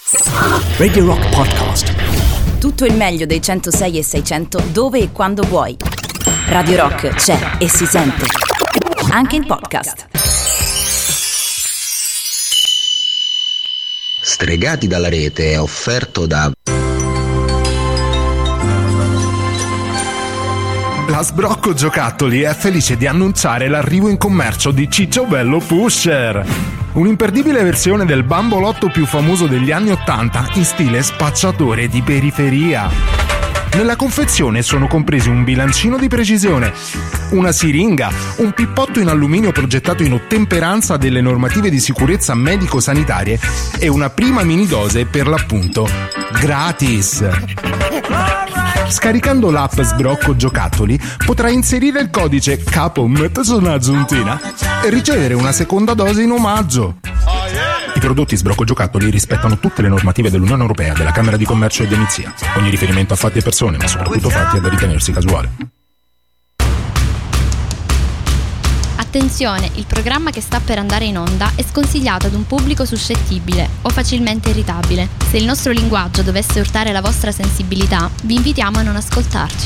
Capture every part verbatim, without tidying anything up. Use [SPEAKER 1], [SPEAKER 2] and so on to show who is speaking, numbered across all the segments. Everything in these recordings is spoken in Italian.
[SPEAKER 1] Radio Rock Podcast.
[SPEAKER 2] Tutto il meglio dei centosei e seicento dove e quando vuoi. Radio Rock c'è e si sente anche in podcast.
[SPEAKER 3] Stregati dalla rete è offerto da
[SPEAKER 4] La Sbrocco Giocattoli è felice di annunciare l'arrivo in commercio di Ciccio Bello Pusher, un'imperdibile versione del bambolotto più famoso degli anni ottanta in stile spacciatore di periferia. Nella confezione sono compresi un bilancino di precisione, una siringa, un pippotto in alluminio progettato in ottemperanza delle normative di sicurezza medico-sanitarie e una prima mini dose per l'appunto gratis. Scaricando l'app Sbrocco Giocattoli potrai inserire il codice Capo Mettesona Aggiuntina e ricevere una seconda dose in omaggio. I prodotti Sbrocco Giocattoli rispettano tutte le normative dell'Unione Europea, della Camera di Commercio e Demizia. Ogni riferimento a fatti e persone, ma soprattutto fatti, è da ritenersi casuale.
[SPEAKER 5] Attenzione, il programma che sta per andare in onda è sconsigliato ad un pubblico suscettibile o facilmente irritabile. Se il nostro linguaggio dovesse urtare la vostra sensibilità, vi invitiamo a non ascoltarci.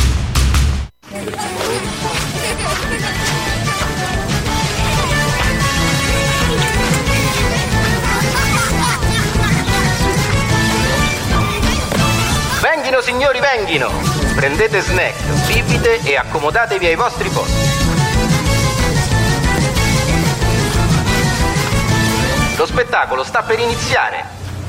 [SPEAKER 6] Venghino signori, venghino! Prendete snack, bibite e accomodatevi ai vostri posti. Lo spettacolo sta per iniziare.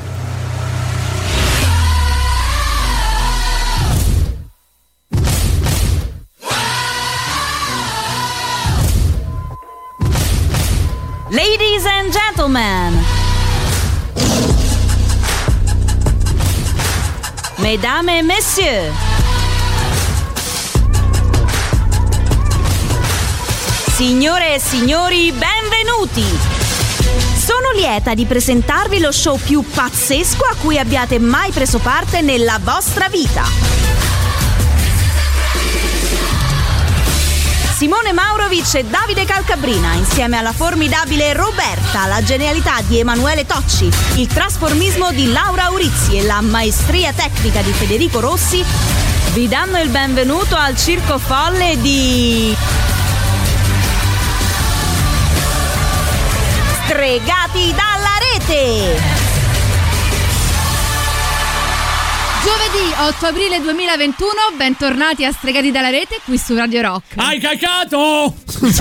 [SPEAKER 2] Ladies and gentlemen, mesdames et messieurs, signore e signori, benvenuti! Sono lieta di presentarvi lo show più pazzesco a cui abbiate mai preso parte nella vostra vita. Simone Maurovic e Davide Calcabrina, insieme alla formidabile Roberta, la genialità di Emanuele Tocci, il trasformismo di Laura Urizzi e la maestria tecnica di Federico Rossi, vi danno il benvenuto al circo folle di... Stregati dalla rete!
[SPEAKER 7] Giovedì otto aprile duemilaventuno, bentornati a Stregati dalla rete qui su Radio Rock.
[SPEAKER 8] Hai cacato!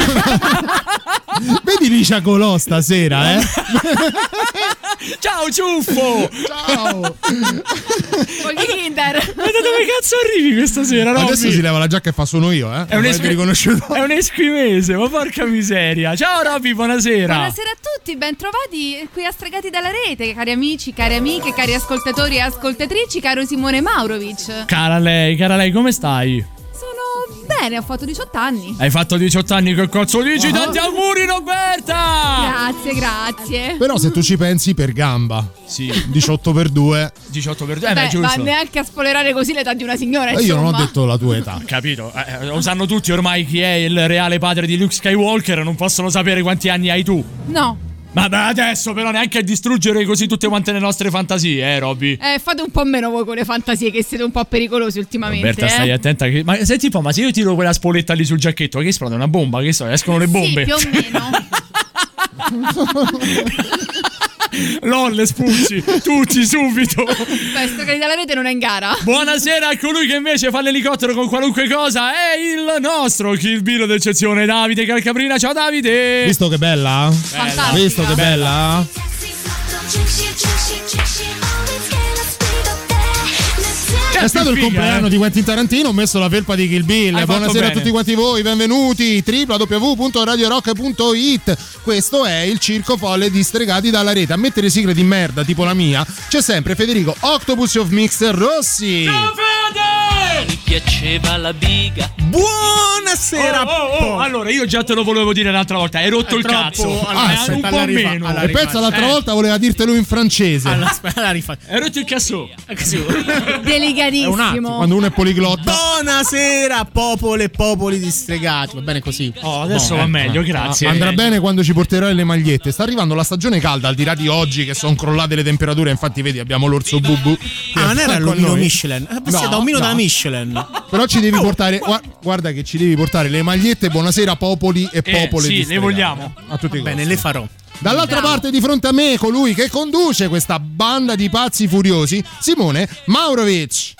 [SPEAKER 9] Vedi Licia Colò stasera, eh?
[SPEAKER 8] Ciao ciuffo!
[SPEAKER 9] Ciao!
[SPEAKER 7] Kinder.
[SPEAKER 8] Ma da dove cazzo arrivi questa sera, Robby?
[SPEAKER 9] Adesso si leva la giacca e fa sono io, eh?
[SPEAKER 8] È un, esqui-
[SPEAKER 9] riconosciuto.
[SPEAKER 8] È un esquimese, ma porca miseria. Ciao Robby, buonasera.
[SPEAKER 7] Buonasera a tutti, ben trovati qui a Stregati dalla rete, cari amici, cari amiche, cari ascoltatori e ascoltatrici, caro Simone Maurovic.
[SPEAKER 8] Cara lei, cara lei, come stai?
[SPEAKER 7] Sono bene, ho fatto diciotto anni.
[SPEAKER 8] Hai fatto diciotto anni, che cazzo dici?
[SPEAKER 9] Uh-huh.
[SPEAKER 8] Tanti auguri, Roberta!
[SPEAKER 7] Grazie, grazie.
[SPEAKER 9] Però se tu ci pensi, per gamba.
[SPEAKER 8] Sì.
[SPEAKER 9] diciotto per due.
[SPEAKER 8] diciotto per due, eh
[SPEAKER 7] beh,
[SPEAKER 8] beh, giusto.
[SPEAKER 7] ma neanche a spoilerare così l'età di una signora,
[SPEAKER 9] Ma
[SPEAKER 7] insomma.
[SPEAKER 9] io non ho detto la tua età.
[SPEAKER 8] Capito, eh, lo sanno tutti ormai chi è il reale padre di Luke Skywalker. Non possono sapere quanti anni hai tu.
[SPEAKER 7] No.
[SPEAKER 8] Ma beh, adesso però neanche a distruggere così tutte quante le nostre fantasie, eh Robby?
[SPEAKER 7] Eh, fate un po' meno voi con le fantasie, che siete un po' pericolosi ultimamente.
[SPEAKER 8] Roberta,
[SPEAKER 7] eh?
[SPEAKER 8] stai attenta che... Ma senti un po', ma se io tiro quella spoletta lì sul giacchetto, che esplode una bomba? Che so, escono le bombe?
[SPEAKER 7] Sì, più o meno.
[SPEAKER 8] LOL, spuzzi, tutti subito.
[SPEAKER 7] Beh, Stregati dalla rete non è in gara.
[SPEAKER 8] Buonasera a colui che invece fa l'elicottero con qualunque cosa. È il nostro Kill Bill d'eccezione, Davide Calcabrina. Ciao Davide.
[SPEAKER 9] Visto che bella?
[SPEAKER 7] Fantastica.
[SPEAKER 9] Visto che bella? È stato il
[SPEAKER 8] figa,
[SPEAKER 9] compleanno
[SPEAKER 8] eh.
[SPEAKER 9] di Quentin Tarantino, ho messo la felpa di Kill Bill.
[SPEAKER 8] Hai
[SPEAKER 9] Buonasera
[SPEAKER 8] fatto
[SPEAKER 9] a
[SPEAKER 8] bene.
[SPEAKER 9] tutti quanti voi, benvenuti. w w w punto radio rock punto i t. Questo è il circo folle di Stregati dalla rete. A mettere sigle di merda tipo la mia c'è sempre Federico Octopus of Mixer Rossi.
[SPEAKER 8] Ciao Fede!
[SPEAKER 10] piaceva la biga.
[SPEAKER 11] Buonasera.
[SPEAKER 8] Oh, oh, oh. Allora, io già te lo volevo dire l'altra volta. Hai rotto
[SPEAKER 11] È
[SPEAKER 8] il
[SPEAKER 11] troppo.
[SPEAKER 8] cazzo.
[SPEAKER 11] Allora,
[SPEAKER 8] Ah,
[SPEAKER 11] aspetta,
[SPEAKER 8] un po'
[SPEAKER 11] alla rifa-
[SPEAKER 8] meno.
[SPEAKER 11] alla
[SPEAKER 9] E pensa l'altra
[SPEAKER 8] Eh.
[SPEAKER 9] volta voleva dirtelo in francese.
[SPEAKER 11] Allora, aspetta, la rifaccio.
[SPEAKER 8] Hai rotto il cazzo.
[SPEAKER 7] Delicatissimo.
[SPEAKER 11] È un attimo.
[SPEAKER 9] Quando uno è poliglotta.
[SPEAKER 11] Buonasera, popolo e popoli di stregati. Va bene così?
[SPEAKER 8] Oh, adesso
[SPEAKER 11] No,
[SPEAKER 8] va
[SPEAKER 11] eh.
[SPEAKER 8] meglio, grazie.
[SPEAKER 9] Ah, andrà bene quando ci porterai le magliette. Sta arrivando la stagione calda, al di là di oggi che sono crollate le temperature. Infatti, vedi, abbiamo l'orso Bubu.
[SPEAKER 11] Ah, non era
[SPEAKER 9] con
[SPEAKER 11] l'omino
[SPEAKER 9] noi.
[SPEAKER 11] Michelin. Eh,
[SPEAKER 9] No,
[SPEAKER 11] sì, da omino
[SPEAKER 9] no.
[SPEAKER 11] della Michelin.
[SPEAKER 9] Però ci devi portare. gua- Guarda che ci devi portare le magliette. Buonasera, popoli e
[SPEAKER 8] Eh,
[SPEAKER 9] popoli.
[SPEAKER 8] sì,
[SPEAKER 9] di
[SPEAKER 8] le
[SPEAKER 9] stregati.
[SPEAKER 8] vogliamo.
[SPEAKER 9] A tutti i
[SPEAKER 11] Bene,
[SPEAKER 9] costi.
[SPEAKER 11] le farò.
[SPEAKER 9] Dall'altra
[SPEAKER 7] Bravo.
[SPEAKER 9] parte di fronte a me, colui che conduce questa banda di pazzi furiosi, Simone Maurovic.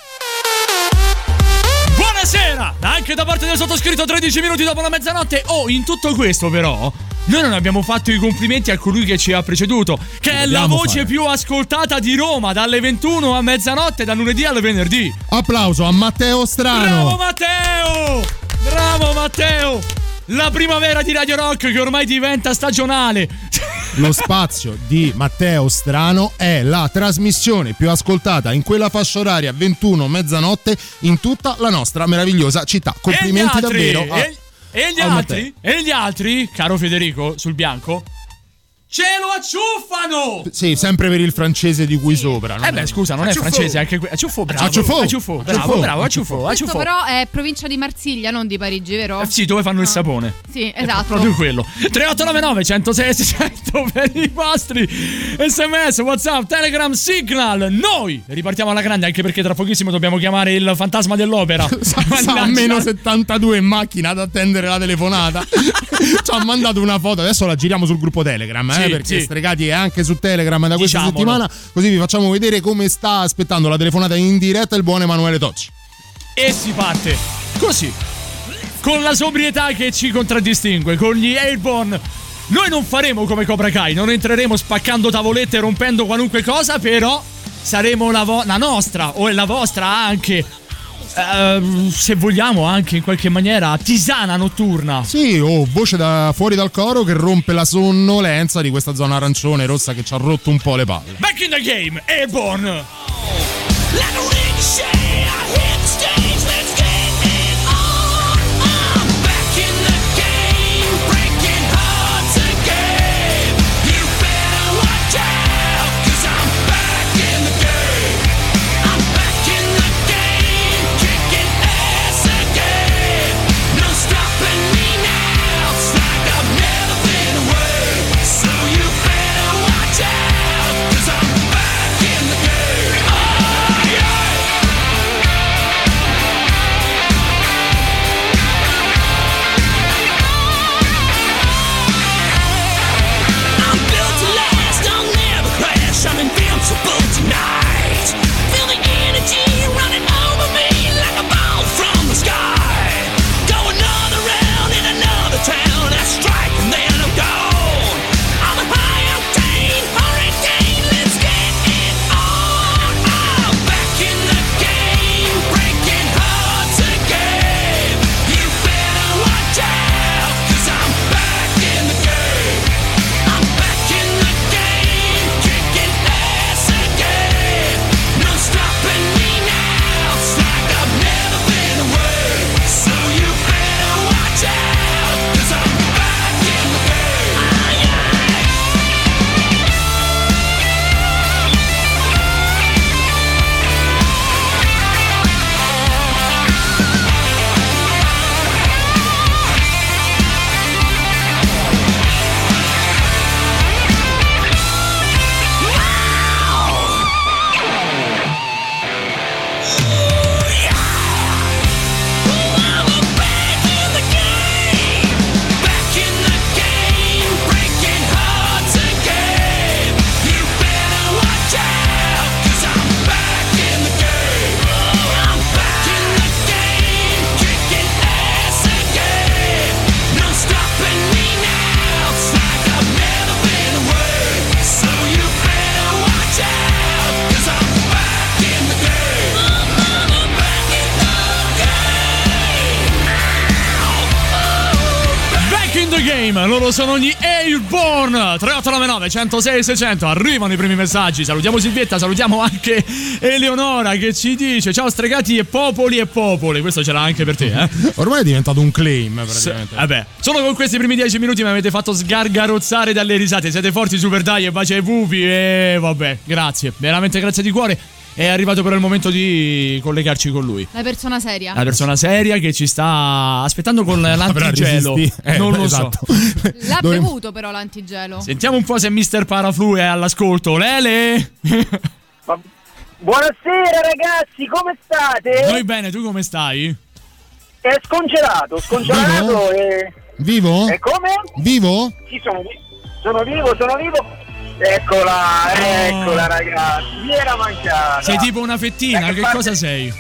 [SPEAKER 8] Buonasera! Anche da parte del sottoscritto tredici minuti dopo la mezzanotte. Oh, in tutto questo però noi non abbiamo fatto i complimenti a colui che ci ha preceduto, che è la
[SPEAKER 9] dobbiamo
[SPEAKER 8] voce
[SPEAKER 9] fare.
[SPEAKER 8] più ascoltata di Roma dalle ventuno a mezzanotte, dal lunedì al venerdì.
[SPEAKER 9] Applauso a Matteo Strano.
[SPEAKER 8] Bravo Matteo! Bravo Matteo! La primavera di Radio Rock che ormai diventa stagionale.
[SPEAKER 9] Lo spazio di Matteo Strano è la trasmissione più ascoltata in quella fascia oraria ventuno mezzanotte in tutta la nostra meravigliosa città. Complimenti
[SPEAKER 8] E gli altri?
[SPEAKER 9] davvero. a-
[SPEAKER 8] E, e gli
[SPEAKER 9] a
[SPEAKER 8] altri? E gli altri, caro Federico, sul bianco? Ce lo acciuffano!
[SPEAKER 9] Sì, sempre per il francese di cui sopra. non
[SPEAKER 8] Eh beh,
[SPEAKER 9] è-
[SPEAKER 8] scusa, non è
[SPEAKER 9] Acciuffo.
[SPEAKER 8] francese, anche que- Acciuffo, bravo.
[SPEAKER 9] Acciuffo.
[SPEAKER 8] Acciuffo, bravo,
[SPEAKER 9] Acciuffo.
[SPEAKER 8] bravo, Acciuffo,
[SPEAKER 7] Questo
[SPEAKER 8] Acciuffo.
[SPEAKER 7] però è provincia di Marsiglia, non di Parigi, vero?
[SPEAKER 8] Eh, sì, dove fanno il sapone.
[SPEAKER 7] Sì, esatto.
[SPEAKER 8] Proprio quello. tre otto nove nove uno zero sei seicento per i vostri sms, WhatsApp, Telegram, Signal. Noi ripartiamo alla grande, anche perché tra pochissimo dobbiamo chiamare il fantasma dell'opera.
[SPEAKER 9] Sa, sa, a meno settantadue in macchina ad attendere la telefonata. Ci ha mandato una foto, adesso la giriamo sul gruppo Telegram, eh,
[SPEAKER 8] Sì,
[SPEAKER 9] perché
[SPEAKER 8] sì.
[SPEAKER 9] Stregati è anche su Telegram da questa
[SPEAKER 8] Diciamolo.
[SPEAKER 9] settimana, così vi facciamo vedere come sta aspettando la telefonata in diretta il buon Emanuele Tocci.
[SPEAKER 8] E si parte così, con la sobrietà che ci contraddistingue, con gli Airborne. Noi non faremo come Cobra Kai, non entreremo spaccando tavolette e rompendo qualunque cosa, però saremo la, vo- la nostra o la vostra anche, ehm, se vogliamo anche in qualche maniera, tisana notturna.
[SPEAKER 9] Sì, oh, voce da fuori dal coro che rompe la sonnolenza di questa zona arancione e rossa che ci ha rotto un po' le palle.
[SPEAKER 8] Back in the game, Airborne. loro sono gli Airborne. Tre otto nove nove uno zero sei sei zero zero. Arrivano i primi messaggi. Salutiamo Silvietta, salutiamo anche Eleonora che ci dice: ciao stregati e popoli e popoli. Questo ce l'ha anche per te, eh?
[SPEAKER 9] Ormai è diventato un claim praticamente.
[SPEAKER 8] S- vabbè, solo con questi primi dieci minuti mi avete fatto sgargarozzare dalle risate. Siete forti, super dai, e baci ai pupi. E vabbè, grazie, veramente grazie di cuore. È arrivato però il momento di collegarci con lui.
[SPEAKER 7] La persona seria.
[SPEAKER 8] La persona seria che ci sta aspettando con l'antigelo.
[SPEAKER 9] Eh,
[SPEAKER 8] non lo
[SPEAKER 9] esatto.
[SPEAKER 8] so.
[SPEAKER 7] L'ha
[SPEAKER 9] Dovremmo...
[SPEAKER 7] bevuto però l'antigelo.
[SPEAKER 8] Sentiamo un po' se mister Paraflu è all'ascolto. Lele!
[SPEAKER 12] Buonasera ragazzi, come state?
[SPEAKER 8] Noi bene, tu come stai?
[SPEAKER 12] È scongelato, scongelato
[SPEAKER 9] Vivo?
[SPEAKER 12] e...
[SPEAKER 9] Vivo?
[SPEAKER 12] E come?
[SPEAKER 9] Vivo?
[SPEAKER 12] Sì, sono, sono vivo, sono vivo. Eccola,
[SPEAKER 8] Oh.
[SPEAKER 12] eccola ragazzi, mi era mancata.
[SPEAKER 8] Sei tipo una fettina,
[SPEAKER 12] Eh,
[SPEAKER 8] che
[SPEAKER 12] parte-
[SPEAKER 8] cosa sei?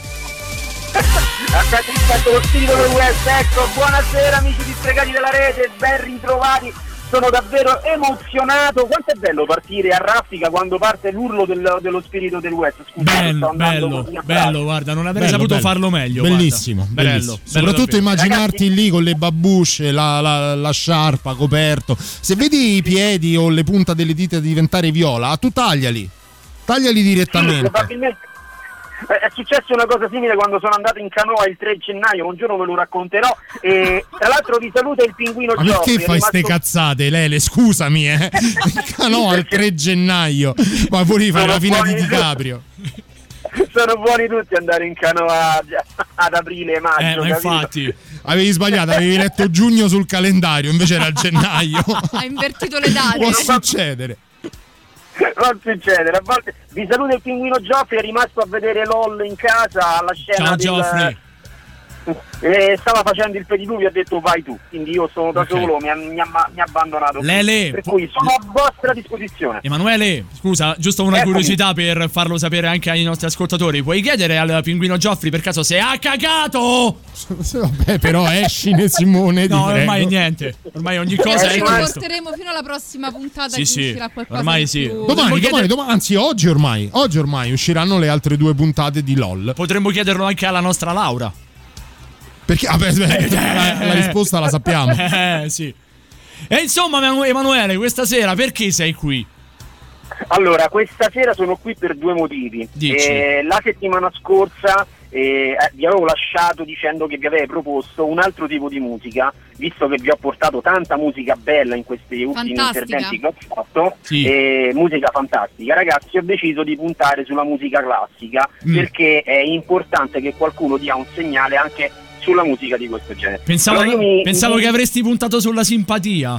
[SPEAKER 12] Aspetta, lo spirito del West, ecco, buonasera amici di Stregati della Rete, ben ritrovati. Sono davvero emozionato. Quanto è bello partire a raffica quando parte l'urlo del, dello spirito del West. Scusate, sto
[SPEAKER 8] Bello,
[SPEAKER 12] andando
[SPEAKER 8] bello,
[SPEAKER 12] così a
[SPEAKER 8] bello, guarda, non avrei
[SPEAKER 9] Bello,
[SPEAKER 8] saputo
[SPEAKER 9] bello.
[SPEAKER 8] farlo meglio.
[SPEAKER 9] Bellissimo,
[SPEAKER 8] guarda.
[SPEAKER 9] bellissimo.
[SPEAKER 8] Bello, bello
[SPEAKER 9] Soprattutto
[SPEAKER 8] davvero.
[SPEAKER 9] immaginarti
[SPEAKER 12] Ragazzi,
[SPEAKER 9] lì con le babusce, la, la, la sciarpa coperto. Se vedi i piedi o le punte delle dita diventare viola, tu tagliali. Tagliali
[SPEAKER 12] Sì,
[SPEAKER 9] direttamente.
[SPEAKER 12] probabilmente eh, è successa una cosa simile quando sono andato in canoa il tre gennaio, un giorno ve lo racconterò. E tra l'altro vi saluta il pinguino
[SPEAKER 9] Ma
[SPEAKER 12] Geoffrey.
[SPEAKER 9] perché fai
[SPEAKER 12] è rimasto-
[SPEAKER 9] ste cazzate, Lele? Scusami, eh. No, al tre gennaio. Ma pure fai
[SPEAKER 12] Sono
[SPEAKER 9] la fine di
[SPEAKER 12] fuori-
[SPEAKER 9] DiCaprio.
[SPEAKER 12] Sono buoni tutti andare in canoa ad aprile e maggio.
[SPEAKER 8] Eh, ma
[SPEAKER 12] capito?
[SPEAKER 8] infatti.
[SPEAKER 9] Avevi sbagliato, avevi letto giugno sul calendario, invece era gennaio.
[SPEAKER 7] Ha invertito le date.
[SPEAKER 9] Può succedere.
[SPEAKER 12] Non succede, a volte vi saluta il pinguino Geoffrey, è rimasto a vedere LOL in casa alla scena
[SPEAKER 8] Ciao
[SPEAKER 12] del...
[SPEAKER 8] Geoffrey.
[SPEAKER 12] E stava facendo il pediluvio, ha detto vai tu, quindi io sono da
[SPEAKER 8] Ok.
[SPEAKER 12] solo, mi ha, mi ha- mi ha abbandonato.
[SPEAKER 8] Lele,
[SPEAKER 12] per cui sono a vostra disposizione.
[SPEAKER 8] Emanuele, scusa, giusto una
[SPEAKER 12] Eccomi.
[SPEAKER 8] curiosità per farlo sapere anche ai nostri ascoltatori. Puoi chiedere al pinguino Geoffrey per caso se ha cagato?
[SPEAKER 9] Vabbè, però escine Simone, ti
[SPEAKER 8] No,
[SPEAKER 9] prego.
[SPEAKER 8] ormai niente. Ormai ogni cosa
[SPEAKER 12] Eh,
[SPEAKER 8] è
[SPEAKER 7] Lo
[SPEAKER 12] ma-
[SPEAKER 8] questo.
[SPEAKER 7] porteremo fino alla prossima puntata
[SPEAKER 8] Sì,
[SPEAKER 7] che
[SPEAKER 8] sì,
[SPEAKER 7] uscirà qualcosa
[SPEAKER 8] ormai
[SPEAKER 7] di
[SPEAKER 8] sì.
[SPEAKER 7] più.
[SPEAKER 9] Domani,
[SPEAKER 8] Potremmo
[SPEAKER 9] domani,
[SPEAKER 8] chiedere-
[SPEAKER 9] domani, anzi oggi ormai, oggi ormai usciranno le altre due puntate di LOL.
[SPEAKER 8] Potremmo chiederlo anche alla nostra Laura.
[SPEAKER 9] Perché, vabbè, aspetta, la, la risposta la sappiamo.
[SPEAKER 8] Eh, sì. E insomma, Emanu- Emanuele, questa sera perché sei qui?
[SPEAKER 12] Allora, questa sera sono qui per due motivi.
[SPEAKER 8] Dici.
[SPEAKER 12] Eh, la settimana scorsa eh, eh, vi avevo lasciato dicendo che vi avevo proposto un altro tipo di musica, visto che vi ho portato tanta musica bella in questi ultimi
[SPEAKER 7] Fantastica.
[SPEAKER 12] interventi che ho fatto,
[SPEAKER 8] Sì.
[SPEAKER 12] eh, musica fantastica. Ragazzi, ho deciso di puntare sulla musica classica
[SPEAKER 8] Mm.
[SPEAKER 12] perché è importante che qualcuno dia un segnale anche sulla musica di questo genere.
[SPEAKER 8] Pensavo,
[SPEAKER 12] Allora, io mi-
[SPEAKER 8] pensavo
[SPEAKER 12] mi-
[SPEAKER 8] che avresti puntato sulla simpatia.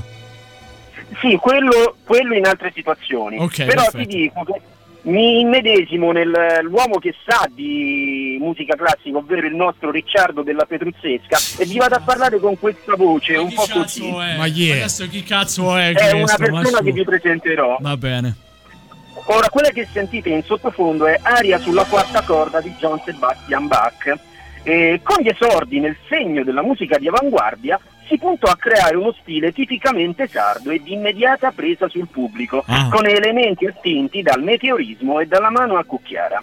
[SPEAKER 12] Sì, quello, quello in altre situazioni.
[SPEAKER 8] Ok,
[SPEAKER 12] Però
[SPEAKER 8] perfetto.
[SPEAKER 12] ti dico che mi immedesimo nell'uomo che sa di musica classica, ovvero il nostro Ricciardo della Petruzzesca, e vi vado a parlare con questa voce un
[SPEAKER 8] chi
[SPEAKER 12] po'
[SPEAKER 8] cazzo
[SPEAKER 12] così.
[SPEAKER 8] è?
[SPEAKER 9] Ma chi è?
[SPEAKER 8] Adesso chi cazzo è?
[SPEAKER 12] È una
[SPEAKER 8] questo? Ma
[SPEAKER 12] persona
[SPEAKER 8] su.
[SPEAKER 12] che vi presenterò.
[SPEAKER 8] Va bene.
[SPEAKER 12] Ora, quella che sentite in sottofondo è Aria sulla quarta corda di Johann Sebastian Bach. E con gli esordi nel segno della musica di avanguardia si puntò a creare uno stile tipicamente sardo e di immediata presa sul pubblico,
[SPEAKER 8] Ah.
[SPEAKER 12] con elementi attinti dal meteorismo e dalla mano a cucchiara.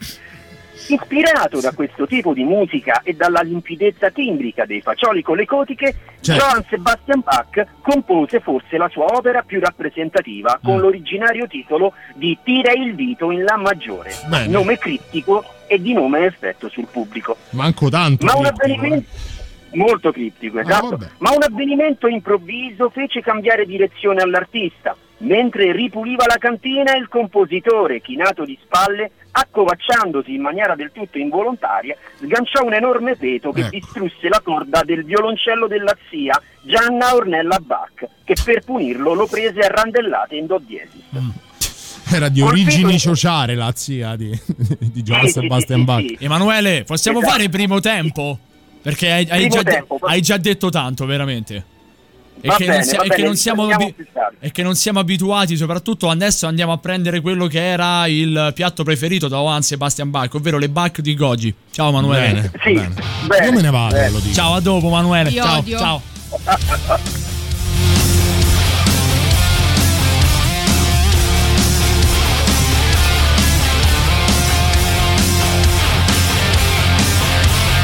[SPEAKER 12] Ispirato da questo tipo di musica e dalla limpidezza timbrica dei fagioli con le cotiche,
[SPEAKER 9] Certo.
[SPEAKER 12] Johann Sebastian Bach compose forse la sua opera più rappresentativa, con
[SPEAKER 9] Mm.
[SPEAKER 12] l'originario titolo di Tira il dito in La maggiore,
[SPEAKER 9] Bene.
[SPEAKER 12] nome criptico e di nome effetto sul pubblico.
[SPEAKER 9] Manco tanto.
[SPEAKER 12] Ma un
[SPEAKER 9] criptico,
[SPEAKER 12] avvenimento molto criptico, esatto.
[SPEAKER 9] vabbè.
[SPEAKER 12] Ma un avvenimento improvviso fece cambiare direzione all'artista. Mentre ripuliva la cantina, il compositore, chinato di spalle, accovacciandosi in maniera del tutto involontaria, sganciò un enorme peto che
[SPEAKER 9] Ecco.
[SPEAKER 12] distrusse la corda del violoncello della zia Gianna Ornella Bach, che per punirlo lo prese a randellate in do diesis.
[SPEAKER 9] eh. Era di
[SPEAKER 12] Colpito
[SPEAKER 9] origini
[SPEAKER 12] in-
[SPEAKER 9] ciociare la zia di, di Johann
[SPEAKER 12] Sì, sì,
[SPEAKER 9] Sebastian
[SPEAKER 12] sì,
[SPEAKER 9] Bach.
[SPEAKER 12] sì, sì.
[SPEAKER 8] Emanuele, possiamo
[SPEAKER 12] Esatto.
[SPEAKER 8] fare primo tempo? Perché hai, hai
[SPEAKER 12] Primo
[SPEAKER 8] già, de-
[SPEAKER 12] tempo, va-
[SPEAKER 8] hai già detto tanto, veramente. E
[SPEAKER 12] Va
[SPEAKER 8] che,
[SPEAKER 12] bene,
[SPEAKER 8] non sia-
[SPEAKER 12] va
[SPEAKER 8] e che
[SPEAKER 12] bene,
[SPEAKER 8] non siamo
[SPEAKER 12] torniamo
[SPEAKER 8] abi-
[SPEAKER 12] più tardi.
[SPEAKER 8] e che non siamo abituati, soprattutto adesso andiamo a prendere quello che era il piatto preferito da Johann Sebastian Bach, ovvero le Bach di Goggi. Ciao Emanuele.
[SPEAKER 9] Bene,
[SPEAKER 12] Sì,
[SPEAKER 9] bene.
[SPEAKER 12] bene,
[SPEAKER 9] Io me ne vado,
[SPEAKER 12] bene.
[SPEAKER 9] lo dico.
[SPEAKER 8] Ciao, a dopo Emanuele.
[SPEAKER 7] Ti
[SPEAKER 8] Ciao,
[SPEAKER 7] odio.
[SPEAKER 8] ciao.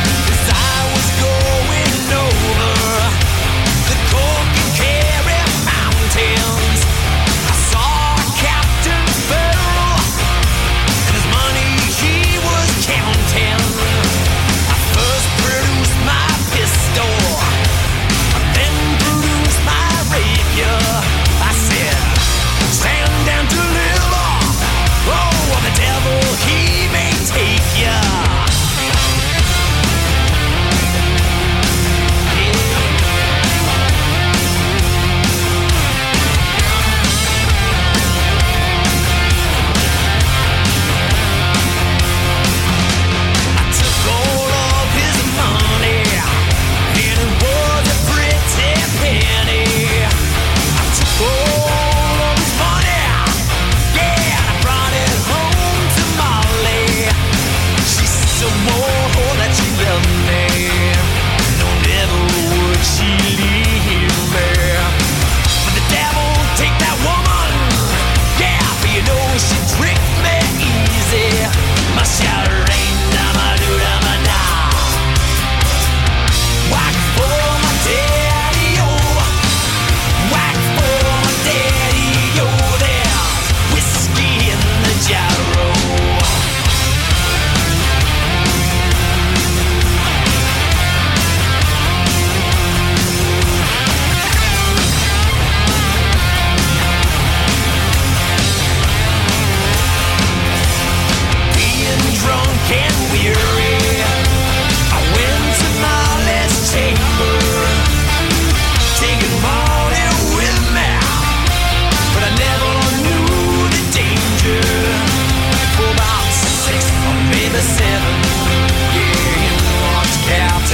[SPEAKER 10] I was going over the coke and carry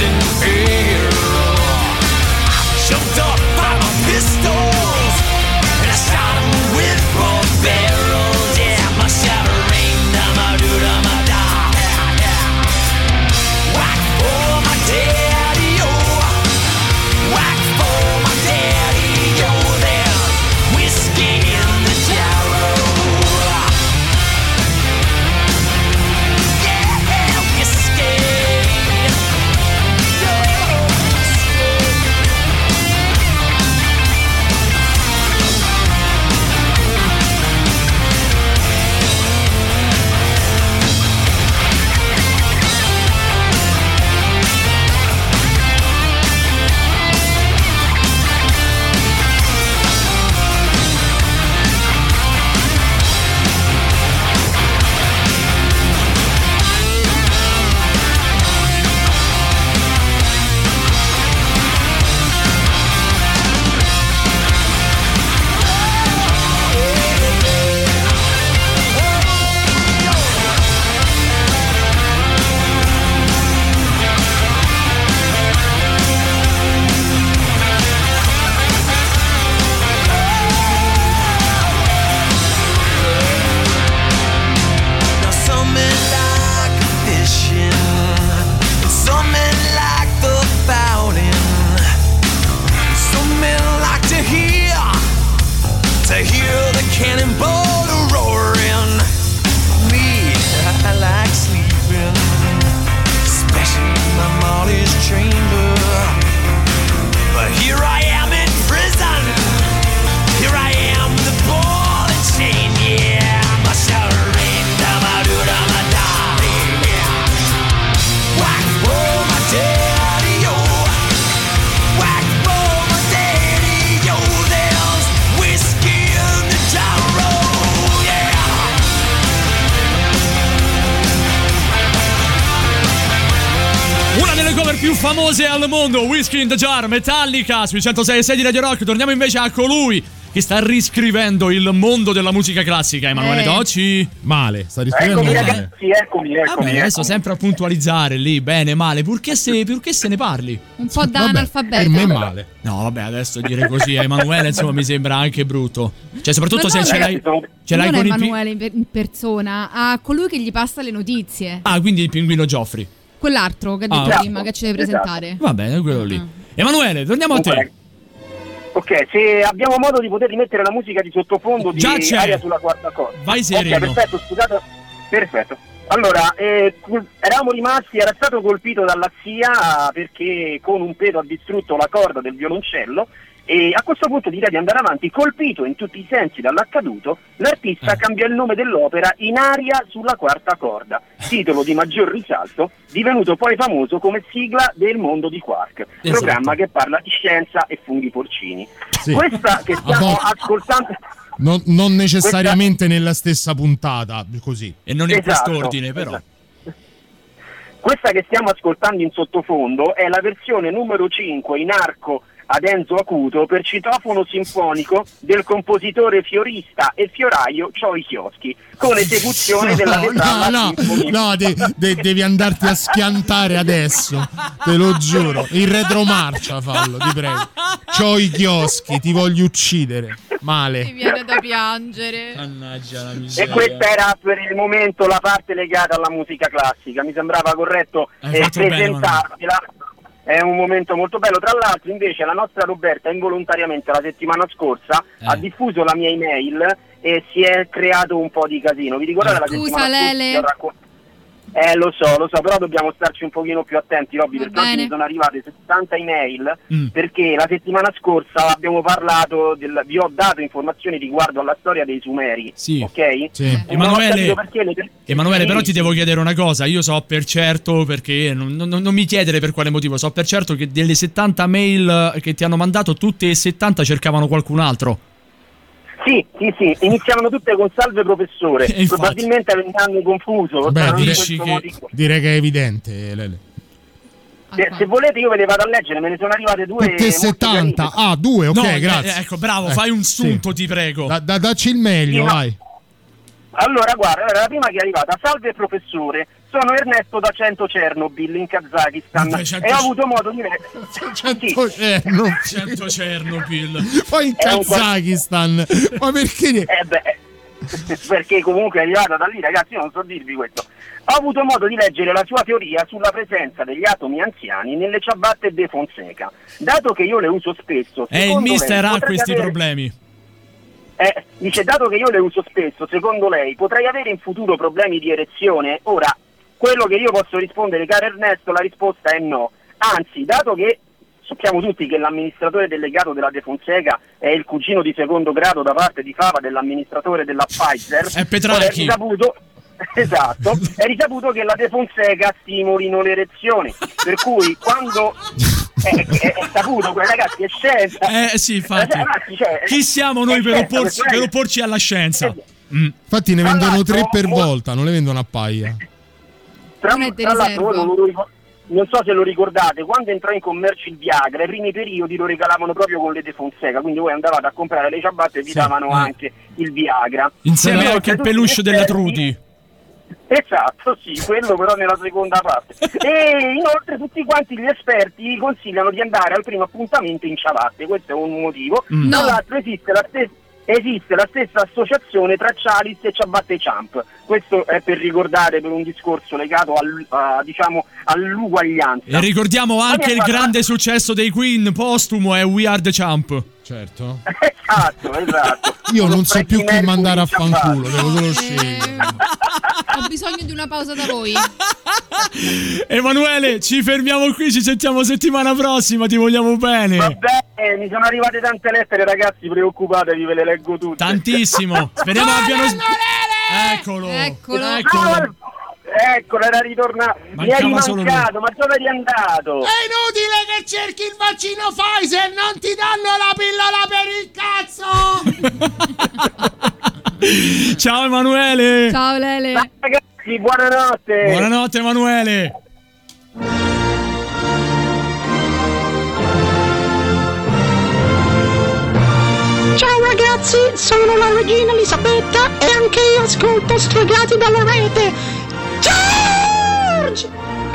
[SPEAKER 13] dancing fear. I'm choked up by my pistols, and I shot 'em with both barrels. Yeah, my shattering, dama do dama da. Whack for my daddy, oh. Whack for my daddy, oh. There's whiskey in the jarrow. Yeah, whiskey.
[SPEAKER 8] Famose al mondo, Whiskey in the Jar, Metallica sui centosei e sei di Radio Rock. Torniamo invece a colui che sta riscrivendo il mondo della musica classica, Emanuele
[SPEAKER 9] Eh.
[SPEAKER 8] Tocci.
[SPEAKER 9] Male, sta riscrivendo
[SPEAKER 12] Eccomi
[SPEAKER 9] male.
[SPEAKER 12] ragazzi, eccomi, eccomi.
[SPEAKER 8] Vabbè, adesso
[SPEAKER 12] eccomi.
[SPEAKER 8] sempre a puntualizzare lì, bene, male, purché se, purché se ne parli?
[SPEAKER 7] Un po' da
[SPEAKER 9] Vabbè,
[SPEAKER 7] analfabeto.
[SPEAKER 9] per me è male.
[SPEAKER 8] No, vabbè, adesso dire così a Emanuele insomma mi sembra anche brutto. Cioè, soprattutto se ce l'hai, ce l'hai
[SPEAKER 7] non
[SPEAKER 8] con
[SPEAKER 7] è
[SPEAKER 8] il pi-
[SPEAKER 7] Emanuele in per- in persona, a colui che gli passa le notizie.
[SPEAKER 8] Ah, quindi il pinguino Gioffri.
[SPEAKER 7] Quell'altro che ha detto
[SPEAKER 8] Ah,
[SPEAKER 7] prima che ci deve presentare.
[SPEAKER 8] Va bene, quello lì. Emanuele, torniamo a te.
[SPEAKER 12] Ok, se abbiamo modo di poter rimettere la musica di sottofondo di
[SPEAKER 8] Già c'è.
[SPEAKER 12] Aria sulla quarta corda.
[SPEAKER 8] Vai sereno.
[SPEAKER 12] Ok, perfetto, scusate. Perfetto. Allora, eh, eravamo rimasti, era stato colpito dalla S I A perché con un pedo ha distrutto la corda del violoncello e a questo punto direi di andare avanti. Colpito in tutti i sensi dall'accaduto, l'artista
[SPEAKER 8] Eh.
[SPEAKER 12] cambia il nome dell'opera in Aria sulla quarta corda, titolo di maggior risalto, divenuto poi famoso come sigla del mondo di Quark,
[SPEAKER 8] Esatto.
[SPEAKER 12] programma che parla di scienza e funghi porcini.
[SPEAKER 9] Sì.
[SPEAKER 12] Questa che stiamo
[SPEAKER 9] Ah,
[SPEAKER 12] ascoltando...
[SPEAKER 9] Non, non necessariamente nella stessa puntata, così.
[SPEAKER 8] E non in
[SPEAKER 12] Esatto,
[SPEAKER 8] quest'ordine, però.
[SPEAKER 12] esatto. Questa che stiamo ascoltando in sottofondo è la versione numero cinque in arco ad Enzo Acuto per citofono sinfonico del compositore fiorista e fioraio Choi Chioschi, con esecuzione della
[SPEAKER 9] No,
[SPEAKER 12] Vetralla
[SPEAKER 9] no, no,
[SPEAKER 12] Sinfonia.
[SPEAKER 9] no, de- de- devi andarti a schiantare adesso, te lo giuro. In retromarcia fallo, ti prego. C'ho i chioschi, ti voglio uccidere. Male.
[SPEAKER 7] Mi viene da piangere.
[SPEAKER 8] Mannaggia la
[SPEAKER 12] E
[SPEAKER 8] miseria.
[SPEAKER 12] questa era per il momento la parte legata alla musica classica, mi sembrava corretto
[SPEAKER 8] Hai
[SPEAKER 12] eh,
[SPEAKER 8] fatto bene,
[SPEAKER 12] presentarvela. È un momento molto bello. Tra l'altro invece la nostra Roberta involontariamente la settimana scorsa
[SPEAKER 8] Eh.
[SPEAKER 12] ha diffuso la mia email e si è creato un po' di casino. Vi ricordate la
[SPEAKER 7] Scusa,
[SPEAKER 12] settimana scorsa
[SPEAKER 7] Lele.
[SPEAKER 12] che ho racco- Eh lo so, lo so, però dobbiamo starci un pochino più attenti, Robby,
[SPEAKER 7] Va
[SPEAKER 12] perché oggi
[SPEAKER 7] bene.
[SPEAKER 12] mi sono arrivate settanta email
[SPEAKER 8] Mm.
[SPEAKER 12] perché la settimana scorsa abbiamo parlato del, vi ho dato informazioni riguardo alla storia dei Sumeri.
[SPEAKER 8] Sì.
[SPEAKER 12] Ok?
[SPEAKER 9] Sì.
[SPEAKER 12] E non ho
[SPEAKER 8] Emanuele,
[SPEAKER 12] capito perché le-
[SPEAKER 8] Emanuele, però ti
[SPEAKER 12] Sì.
[SPEAKER 8] devo chiedere una cosa. Io so per certo, perché non, non- non mi chiedere per quale motivo, so per certo che delle settanta mail che ti hanno mandato, tutte e settanta cercavano qualcun altro.
[SPEAKER 12] Sì, sì, sì, iniziavano tutte con salve professore,
[SPEAKER 8] E infatti.
[SPEAKER 12] probabilmente mi hanno confuso.
[SPEAKER 9] Beh,
[SPEAKER 12] saranno in
[SPEAKER 8] dici
[SPEAKER 12] questo
[SPEAKER 8] che-
[SPEAKER 12] motivo.
[SPEAKER 9] Direi che è evidente, Lele.
[SPEAKER 12] Se, se volete io ve le vado a leggere, me ne sono arrivate due
[SPEAKER 9] Tutte
[SPEAKER 12] molto
[SPEAKER 9] settanta.
[SPEAKER 12] carine.
[SPEAKER 9] Ah, due, ok,
[SPEAKER 8] No, eh,
[SPEAKER 9] grazie.
[SPEAKER 8] ecco, bravo,
[SPEAKER 9] Eh,
[SPEAKER 8] fai un
[SPEAKER 9] sì.
[SPEAKER 8] sunto, ti prego.
[SPEAKER 9] Da, da- dacci il meglio,
[SPEAKER 12] Sì, no.
[SPEAKER 9] vai.
[SPEAKER 12] Allora, guarda, allora, la prima che è arrivata, salve professore, sono Ernesto da cento Chernobyl in Kazakistan
[SPEAKER 8] Beh, cento...
[SPEAKER 12] e ho avuto modo di...
[SPEAKER 9] cento Chernobyl.
[SPEAKER 8] cento Chernobyl.
[SPEAKER 9] Poi in Kazakistan. Ma perché?
[SPEAKER 12] Eh beh, perché comunque è arrivata da lì, ragazzi, io non so dirvi questo. Ho avuto modo di leggere la sua teoria sulla presenza degli atomi anziani nelle ciabatte De Fonseca. Dato che io le uso spesso...
[SPEAKER 8] E il mister ha questi
[SPEAKER 12] avere...
[SPEAKER 8] problemi.
[SPEAKER 12] Eh, dice, dato che io le uso spesso, secondo lei potrei avere in futuro problemi di erezione? Ora, quello che io posso rispondere, caro Ernesto, la risposta è no. Anzi, dato che sappiamo tutti che l'amministratore delegato della De Fonseca è il cugino di secondo grado da parte di Fava dell'amministratore della Pfizer,
[SPEAKER 8] è Petrarchi.
[SPEAKER 12] È risaputo, esatto, è risaputo che la De Fonseca stimolino le erezioni, per cui quando... È, è, è saputo, ragazzi, è scienza.
[SPEAKER 8] Eh sì, infatti.
[SPEAKER 12] Ragazzi, cioè,
[SPEAKER 8] chi siamo noi per,
[SPEAKER 12] scienza,
[SPEAKER 8] opporsi, per opporci alla scienza?
[SPEAKER 9] Mm. Infatti ne vendono tre per volta, non le vendono a paia.
[SPEAKER 12] Tra, tra l'altro, voi non, lo, non so se lo ricordate, quando entrò in commercio il Viagra, i primi periodi lo regalavano proprio con le De Fonseca, quindi voi andavate a comprare le ciabatte e vi sì, davano eh. anche il Viagra.
[SPEAKER 8] Insieme anche il peluche della Trudy.
[SPEAKER 12] Esatto, sì, quello però nella seconda parte. E inoltre tutti quanti gli esperti consigliano di andare al primo appuntamento in ciabatte, questo è un motivo.
[SPEAKER 7] No.
[SPEAKER 12] Tra l'altro esiste la stessa esiste la stessa associazione tra Cialis e Ciabatte Champ. Questo è per ricordare, per un discorso legato al, uh, diciamo all'uguaglianza.
[SPEAKER 8] E ricordiamo anche il fatto... grande successo dei Queen postumo è We Are the Champ.
[SPEAKER 9] Certo.
[SPEAKER 12] Esatto, esatto.
[SPEAKER 9] Io non so più chi mandare a fanculo, devo solo scegliere.
[SPEAKER 7] Ho bisogno di una pausa da voi.
[SPEAKER 8] Emanuele, ci fermiamo qui, ci sentiamo settimana prossima, ti vogliamo bene.
[SPEAKER 12] Va bene, mi sono arrivate tante lettere, ragazzi, preoccupatevi, ve le leggo tutte.
[SPEAKER 8] Tantissimo. Speriamo abbiano Eccolo.
[SPEAKER 7] Eccolo.
[SPEAKER 8] Eccolo.
[SPEAKER 12] Eccolo, era ritornato. Mi hai mancato, ma dove eri andato?
[SPEAKER 11] È inutile che cerchi il vaccino Pfizer, non ti danno la pillola per il cazzo.
[SPEAKER 8] Ciao Emanuele.
[SPEAKER 7] Ciao Lele.
[SPEAKER 12] Ciao, ragazzi, buonanotte.
[SPEAKER 8] Buonanotte Emanuele.
[SPEAKER 14] Ciao ragazzi, sono la regina Elisabetta e anche io ascolto Stregati dalla rete. George!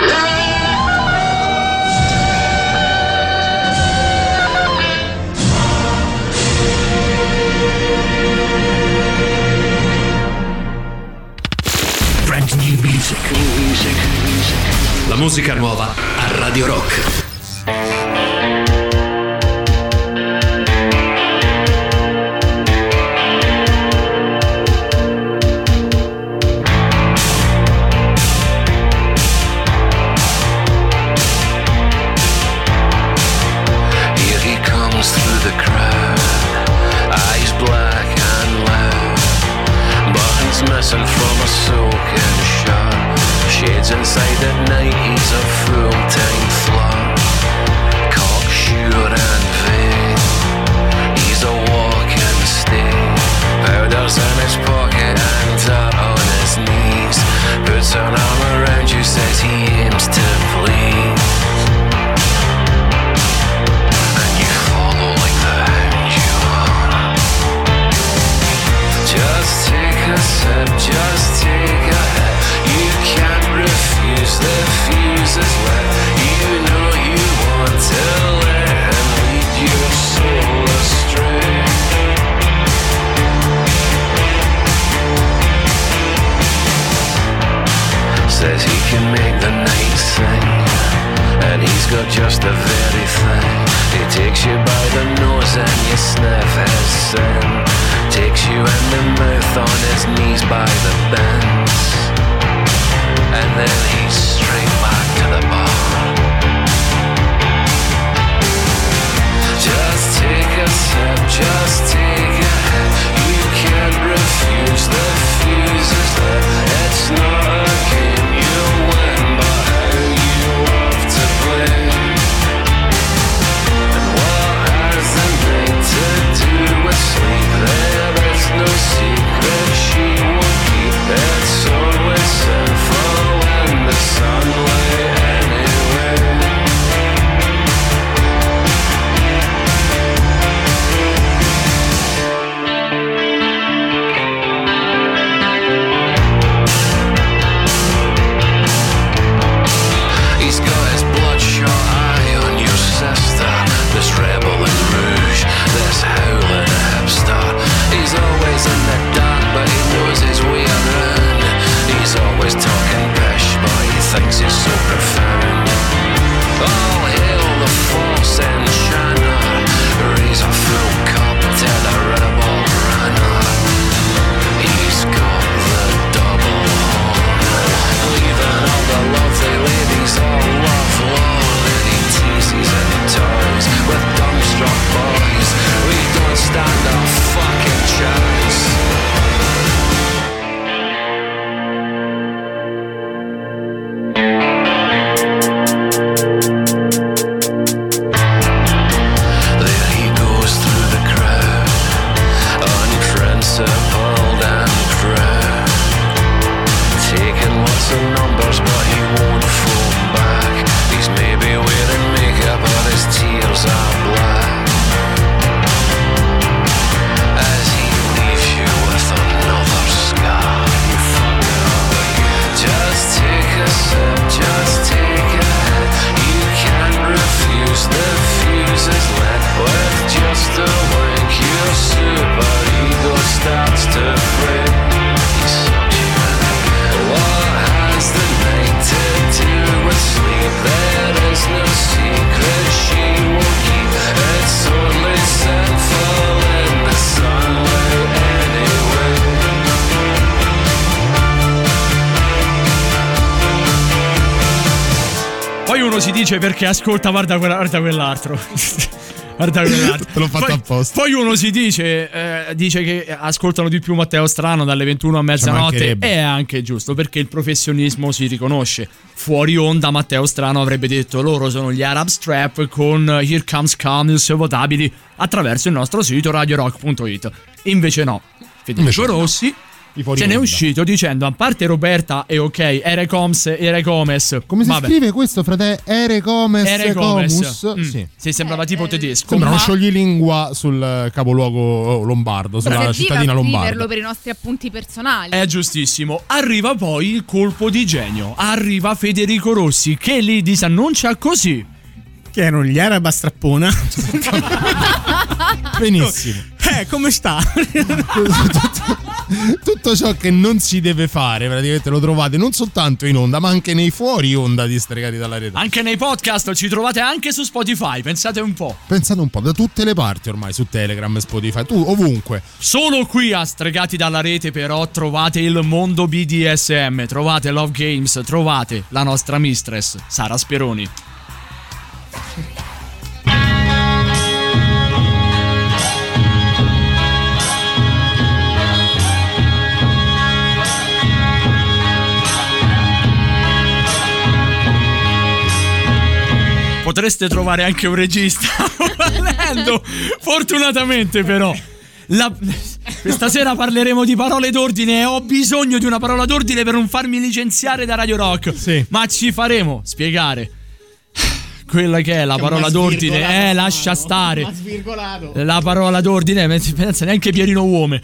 [SPEAKER 1] Brand new music. La musica nuova a Radio Rock.
[SPEAKER 13] Missing from a soaking shot. Shades inside at night, he's a full-time flop. Cocksure and vain, he's a walking stain. Powder's in his pocket and dirt on his knees. Puts an arm around you, says he aims to please. And you follow like the hound you are. Just take a sip, just take a hit. You can't refuse, the fuse is lit. You know you want to let him lead your soul astray. Says he can make the night sing, and he's got just the very thing. He takes you by the nose and you sniff his sin. Takes you in the mouth on his knees by the bends, and then he's straight back to the bar. Just take a sip, just take a hit. You can't refuse, the fuse is lit. It's not a game you win, but how you love to play. And what has the night to do with sleep? There is no secret she won't keep. It's always thinks it's so profound. All hail the false enchanter, raise a full cup to the rebel runner. He's got the double horn, leaving all the lovely ladies all love love, and he teases and toys with dumbstruck boys. We don't stand a fucking chance. There he goes through the crowd, unprincipled and proud, taking lots of numbers but he won't fall back. He's maybe wearing makeup but his tears are black, as he leaves you with another scar. You fucker, just take a sip, just take a hit. You can't refuse, the fuse is lit. With just a wink your super ego starts to break. He sucks you in. What has the night to do with sleep? There is no secret she won't keep. It's only sinful in the sunlight anyway.
[SPEAKER 8] Poi uno si dice perché ascolta, guarda, quella, guarda quell'altro. Guarda quell'altro.
[SPEAKER 9] Te l'ho fatto
[SPEAKER 8] poi,
[SPEAKER 9] apposta.
[SPEAKER 8] Poi uno si dice eh, dice che ascoltano di più Matteo Strano dalle ventuno a mezzanotte. È anche giusto, perché il professionismo si riconosce. Fuori onda Matteo Strano avrebbe detto loro sono gli Arab Strap con Here Comes Camels votabili attraverso il nostro sito radio rock punto it. Invece no, Federico Rossi se n'è uscito dicendo, a parte Roberta e ok, Ere Coms, Ere Comes.
[SPEAKER 9] Come si
[SPEAKER 8] vabbè.
[SPEAKER 9] scrive questo, frate? Ere Comes,
[SPEAKER 8] Ere Comes.
[SPEAKER 9] Comus?
[SPEAKER 8] Mm.
[SPEAKER 9] Sì.
[SPEAKER 8] Sì, sembrava tipo tedesco.
[SPEAKER 9] Sembra uno
[SPEAKER 8] ma...
[SPEAKER 9] scioglilingua sul capoluogo lombardo, sulla cittadina lombarda.
[SPEAKER 7] Scriverlo per i nostri appunti personali.
[SPEAKER 8] È giustissimo. Arriva poi il colpo di genio. Arriva Federico Rossi che li disannuncia così.
[SPEAKER 11] Che erano gli Arab a strappona.
[SPEAKER 9] Benissimo.
[SPEAKER 11] Eh, come sta?
[SPEAKER 9] Tutto ciò che non si deve fare praticamente lo trovate non soltanto in onda ma anche nei fuori onda di Stregati dalla Rete.
[SPEAKER 8] Anche nei podcast ci trovate anche su Spotify, pensate un po'.
[SPEAKER 9] Pensate un po', da tutte le parti ormai, su Telegram e Spotify, tu ovunque.
[SPEAKER 8] Solo qui a Stregati dalla Rete però trovate il mondo B D S M, trovate Love Games, trovate la nostra mistress Sara Speroni. Potreste trovare anche un regista volendo, fortunatamente però la... questa sera parleremo di parole d'ordine e ho bisogno di una parola d'ordine per non farmi licenziare da Radio Rock.
[SPEAKER 9] Sì.
[SPEAKER 8] Ma ci faremo spiegare quella che è la che parola d'ordine. Eh, lascia stare.
[SPEAKER 11] Ma svirgolato.
[SPEAKER 8] La parola d'ordine, pensa neanche Pierino Uome.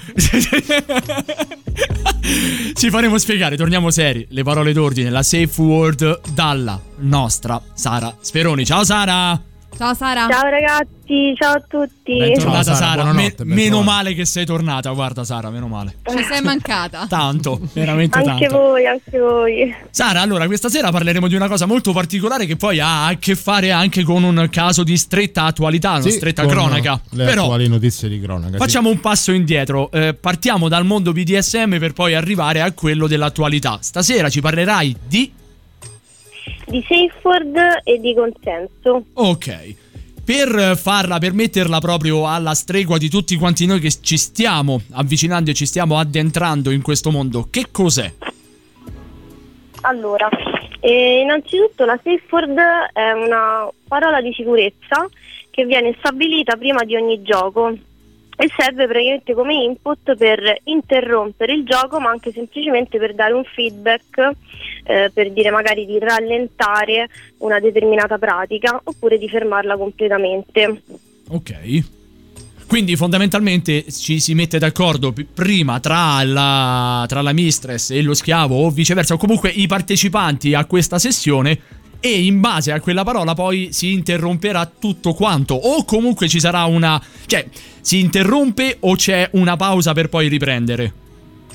[SPEAKER 8] Ci faremo spiegare, torniamo seri. Le parole d'ordine, la safe word dalla nostra Sara Speroni. Ciao Sara.
[SPEAKER 7] Ciao Sara.
[SPEAKER 15] Ciao ragazzi, ciao a tutti.
[SPEAKER 8] Bentornata
[SPEAKER 9] Ciao, Sara,
[SPEAKER 8] Sara, Me- meno
[SPEAKER 9] ben
[SPEAKER 8] male che sei tornata, guarda Sara, meno male.
[SPEAKER 7] Ci sei mancata.
[SPEAKER 8] Tanto, veramente
[SPEAKER 15] anche
[SPEAKER 8] tanto.
[SPEAKER 15] voi, anche voi.
[SPEAKER 8] Sara, allora questa sera parleremo di una cosa molto particolare che poi ha a che fare anche con un caso di stretta attualità, una
[SPEAKER 9] Sì,
[SPEAKER 8] stretta
[SPEAKER 9] con
[SPEAKER 8] cronaca.
[SPEAKER 9] Le
[SPEAKER 8] Però
[SPEAKER 9] attuali notizie di cronaca.
[SPEAKER 8] facciamo un passo indietro, eh, partiamo dal mondo B D S M per poi arrivare a quello dell'attualità. Stasera ci parlerai di...
[SPEAKER 15] Di safe word e di consenso.
[SPEAKER 8] Ok. Per farla, per metterla proprio alla stregua di tutti quanti noi che ci stiamo avvicinando e ci stiamo addentrando in questo mondo, che cos'è?
[SPEAKER 15] Allora, eh, innanzitutto la safe word è una parola di sicurezza che viene stabilita prima di ogni gioco e serve praticamente come input per interrompere il gioco, ma anche semplicemente per dare un feedback, eh, per dire magari di rallentare una determinata pratica oppure di fermarla completamente.
[SPEAKER 8] Ok. Quindi fondamentalmente ci si mette d'accordo p- prima tra la, tra la mistress e lo schiavo o viceversa, o comunque i partecipanti a questa sessione, e in base a quella parola poi si interromperà tutto quanto, o comunque ci sarà una... cioè si interrompe o c'è una pausa per poi riprendere?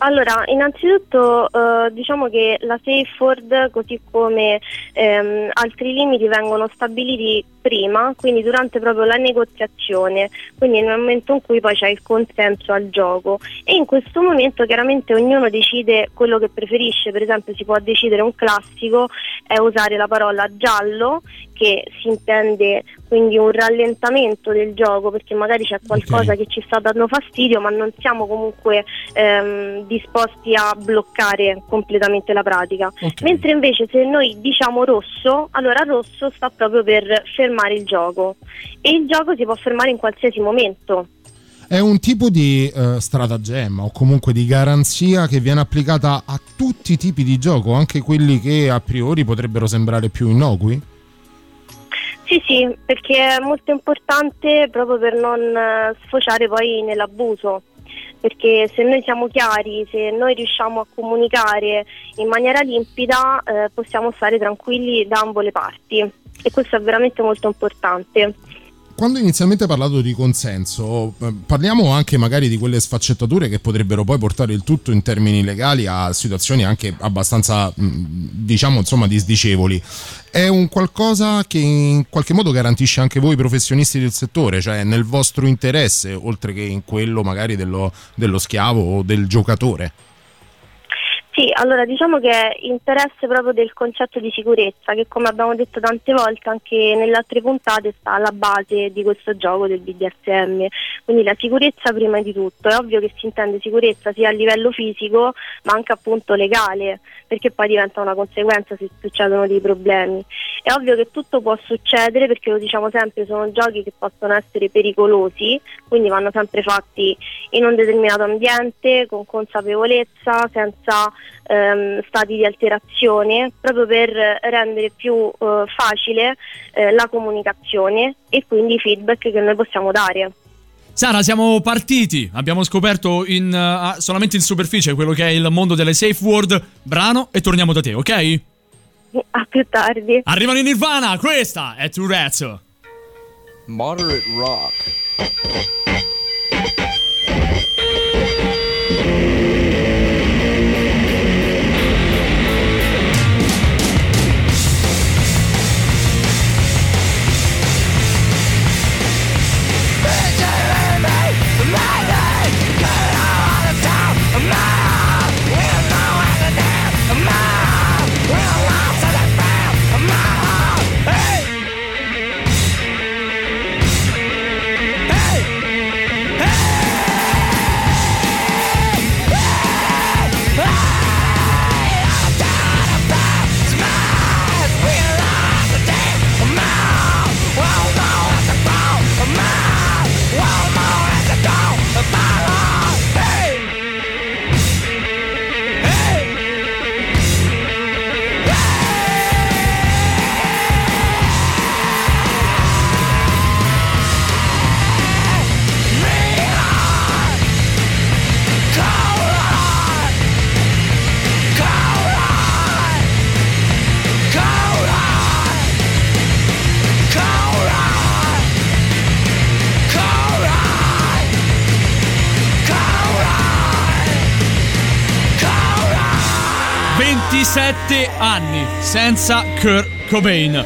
[SPEAKER 15] Allora, innanzitutto eh, diciamo che la safe word, così come ehm, altri limiti, vengono stabiliti prima, quindi durante proprio la negoziazione, quindi nel momento in cui poi c'è il consenso al gioco, e in questo momento chiaramente ognuno decide quello che preferisce. Per esempio si può decidere, un classico è usare la parola giallo, che si intende quindi un rallentamento del gioco, perché magari c'è qualcosa okay. che ci sta dando fastidio, ma non siamo comunque ehm, disposti a bloccare completamente la pratica. Okay. Mentre invece se noi diciamo rosso, allora rosso sta proprio per fermare il gioco, e il gioco si può fermare in qualsiasi momento.
[SPEAKER 9] È un tipo di uh, stratagemma o comunque di garanzia che viene applicata a tutti i tipi di gioco, anche quelli che a priori potrebbero sembrare più innocui?
[SPEAKER 15] Sì, sì, perché è molto importante proprio per non sfociare poi nell'abuso, perché se noi siamo chiari, se noi riusciamo a comunicare in maniera limpida, eh, possiamo stare tranquilli da ambo le parti, e questo è veramente molto importante.
[SPEAKER 9] Quando inizialmente hai parlato di consenso, parliamo anche magari di quelle sfaccettature che potrebbero poi portare il tutto in termini legali a situazioni anche abbastanza, diciamo, insomma, disdicevoli. È un qualcosa che in qualche modo garantisce anche voi professionisti del settore, cioè nel vostro interesse, oltre che in quello magari dello, dello schiavo o del giocatore?
[SPEAKER 15] Sì, allora diciamo che è interesse proprio del concetto di sicurezza, che come abbiamo detto tante volte anche nelle altre puntate sta alla base di questo gioco del B D S M, quindi la sicurezza prima di tutto. È ovvio che si intende sicurezza sia a livello fisico ma anche appunto legale, perché poi diventa una conseguenza se succedono dei problemi. È ovvio che tutto può succedere, perché lo diciamo sempre, sono giochi che possono essere pericolosi, quindi vanno sempre fatti in un determinato ambiente, con consapevolezza, senza ehm, stati di alterazione, proprio per rendere più eh, facile eh, la comunicazione e quindi i feedback che noi possiamo dare.
[SPEAKER 8] Sara, siamo partiti, abbiamo scoperto in, uh, solamente in superficie quello che è il mondo delle safe word, brano, e torniamo da te, ok?
[SPEAKER 15] A più tardi.
[SPEAKER 8] Arrivano in Nirvana, questa è Tourette's.
[SPEAKER 16] Moderate rock.
[SPEAKER 8] ventisette anni senza Kurt Cobain.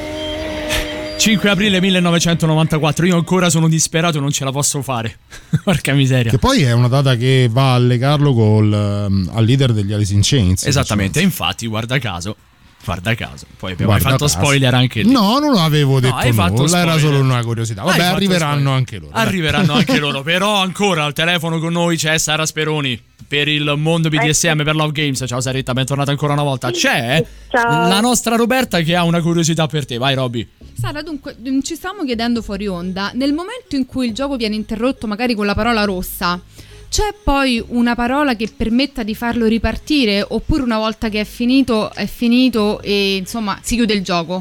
[SPEAKER 8] cinque aprile millenovecentonovantaquattro. Io ancora sono disperato e non ce la posso fare. Porca miseria.
[SPEAKER 9] Che poi è una data che va a legarlo col, um, al leader degli Alice in Chains.
[SPEAKER 8] Esattamente, infatti, guarda caso. Guarda caso. Poi abbiamo
[SPEAKER 9] Guarda
[SPEAKER 8] fatto
[SPEAKER 9] caso.
[SPEAKER 8] spoiler anche lì.
[SPEAKER 9] No, non avevo detto
[SPEAKER 8] hai fatto
[SPEAKER 9] nulla,
[SPEAKER 8] spoiler.
[SPEAKER 9] era solo una curiosità. Vabbè,
[SPEAKER 8] Hai fatto
[SPEAKER 9] arriveranno
[SPEAKER 8] spoiler.
[SPEAKER 9] anche loro.
[SPEAKER 8] Arriveranno anche loro. Però ancora al telefono con noi c'è Sara Speroni per il mondo B D S M, per Love Games. Ciao Saretta, bentornata ancora una volta. C'è
[SPEAKER 15] Ciao.
[SPEAKER 8] la nostra Roberta che ha una curiosità per te. Vai Robby.
[SPEAKER 7] Sara, dunque, ci stavamo chiedendo fuori onda, nel momento in cui il gioco viene interrotto magari con la parola rossa, c'è poi una parola che permetta di farlo ripartire, oppure una volta che è finito è finito e insomma si chiude il gioco?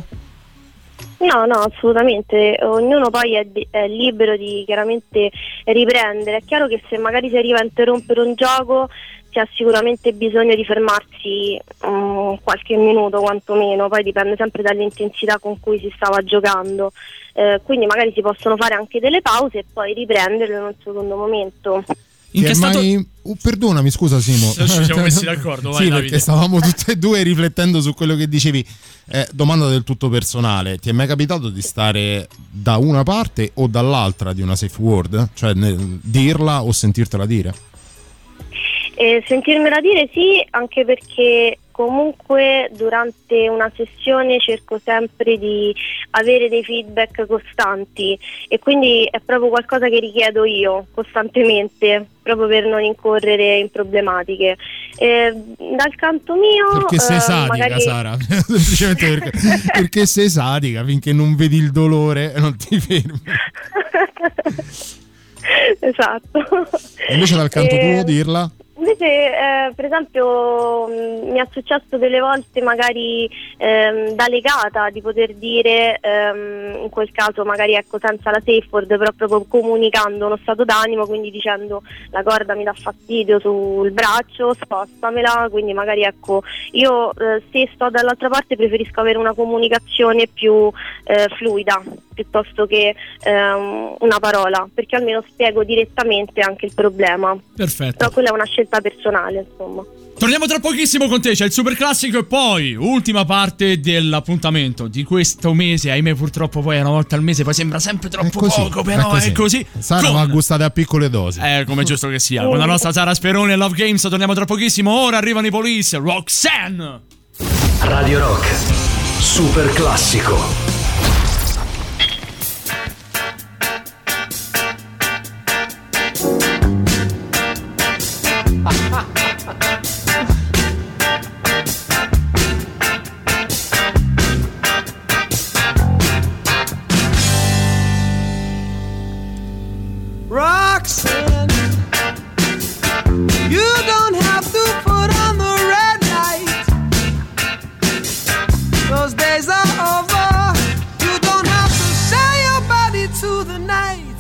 [SPEAKER 15] No, no, assolutamente. Ognuno poi è, di- è libero di chiaramente riprendere. È chiaro che se magari si arriva a interrompere un gioco si ha sicuramente bisogno di fermarsi um, qualche minuto quantomeno, poi dipende sempre dall'intensità con cui si stava giocando. Eh, quindi magari si possono fare anche delle pause e poi riprenderlo in un secondo momento.
[SPEAKER 8] In
[SPEAKER 9] Ti
[SPEAKER 8] che
[SPEAKER 9] è
[SPEAKER 8] stato...
[SPEAKER 9] mai... oh, perdonami, scusa Simo.
[SPEAKER 8] Ci siamo messi d'accordo, vai,
[SPEAKER 9] sì,
[SPEAKER 8] Davide.
[SPEAKER 9] perché stavamo tutti e due riflettendo su quello che dicevi. Eh, domanda del tutto personale: ti è mai capitato di stare da una parte o dall'altra di una safe word? Cioè nel dirla o sentirtela dire?
[SPEAKER 15] Eh, sentirmela dire sì, anche perché comunque durante una sessione cerco sempre di avere dei feedback costanti e quindi è proprio qualcosa che richiedo io costantemente, proprio per non incorrere in problematiche. Eh, dal canto mio
[SPEAKER 9] Perché sei
[SPEAKER 15] eh,
[SPEAKER 9] sadica,
[SPEAKER 15] magari...
[SPEAKER 9] Sara. Semplicemente perché, perché sei sadica, finché non vedi il dolore non ti fermi.
[SPEAKER 15] Esatto.
[SPEAKER 9] E invece dal canto
[SPEAKER 15] Eh,
[SPEAKER 9] tuo dirla?
[SPEAKER 15] Invece, eh, per esempio, mh, mi è successo delle volte magari ehm, da legata di poter dire, ehm, in quel caso magari ecco senza la safe word, però proprio comunicando uno stato d'animo, quindi dicendo la corda mi dà fastidio sul braccio, spostamela, quindi magari ecco io eh, se sto dall'altra parte preferisco avere una comunicazione più eh, fluida piuttosto che ehm, una parola, perché almeno spiego direttamente anche il problema.
[SPEAKER 8] Perfetto.
[SPEAKER 15] Però quella è una scelta personale, insomma.
[SPEAKER 8] Torniamo tra pochissimo con te, c'è il super classico e poi ultima parte dell'appuntamento di questo mese. Ahimè, purtroppo poi è una volta al mese, poi sembra sempre troppo
[SPEAKER 9] così,
[SPEAKER 8] poco, però
[SPEAKER 9] è così.
[SPEAKER 8] è così.
[SPEAKER 9] Sara
[SPEAKER 8] Con-
[SPEAKER 9] va gustate a piccole dosi.
[SPEAKER 8] Eh, come è giusto che sia. Con la nostra Sara Speroni e Love Games torniamo tra pochissimo. Ora arrivano i Police, Roxanne.
[SPEAKER 1] Radio Rock, super classico.
[SPEAKER 17] Roxanne, you don't have to put on the red light. Those days are over. You don't have to sell your body to the night.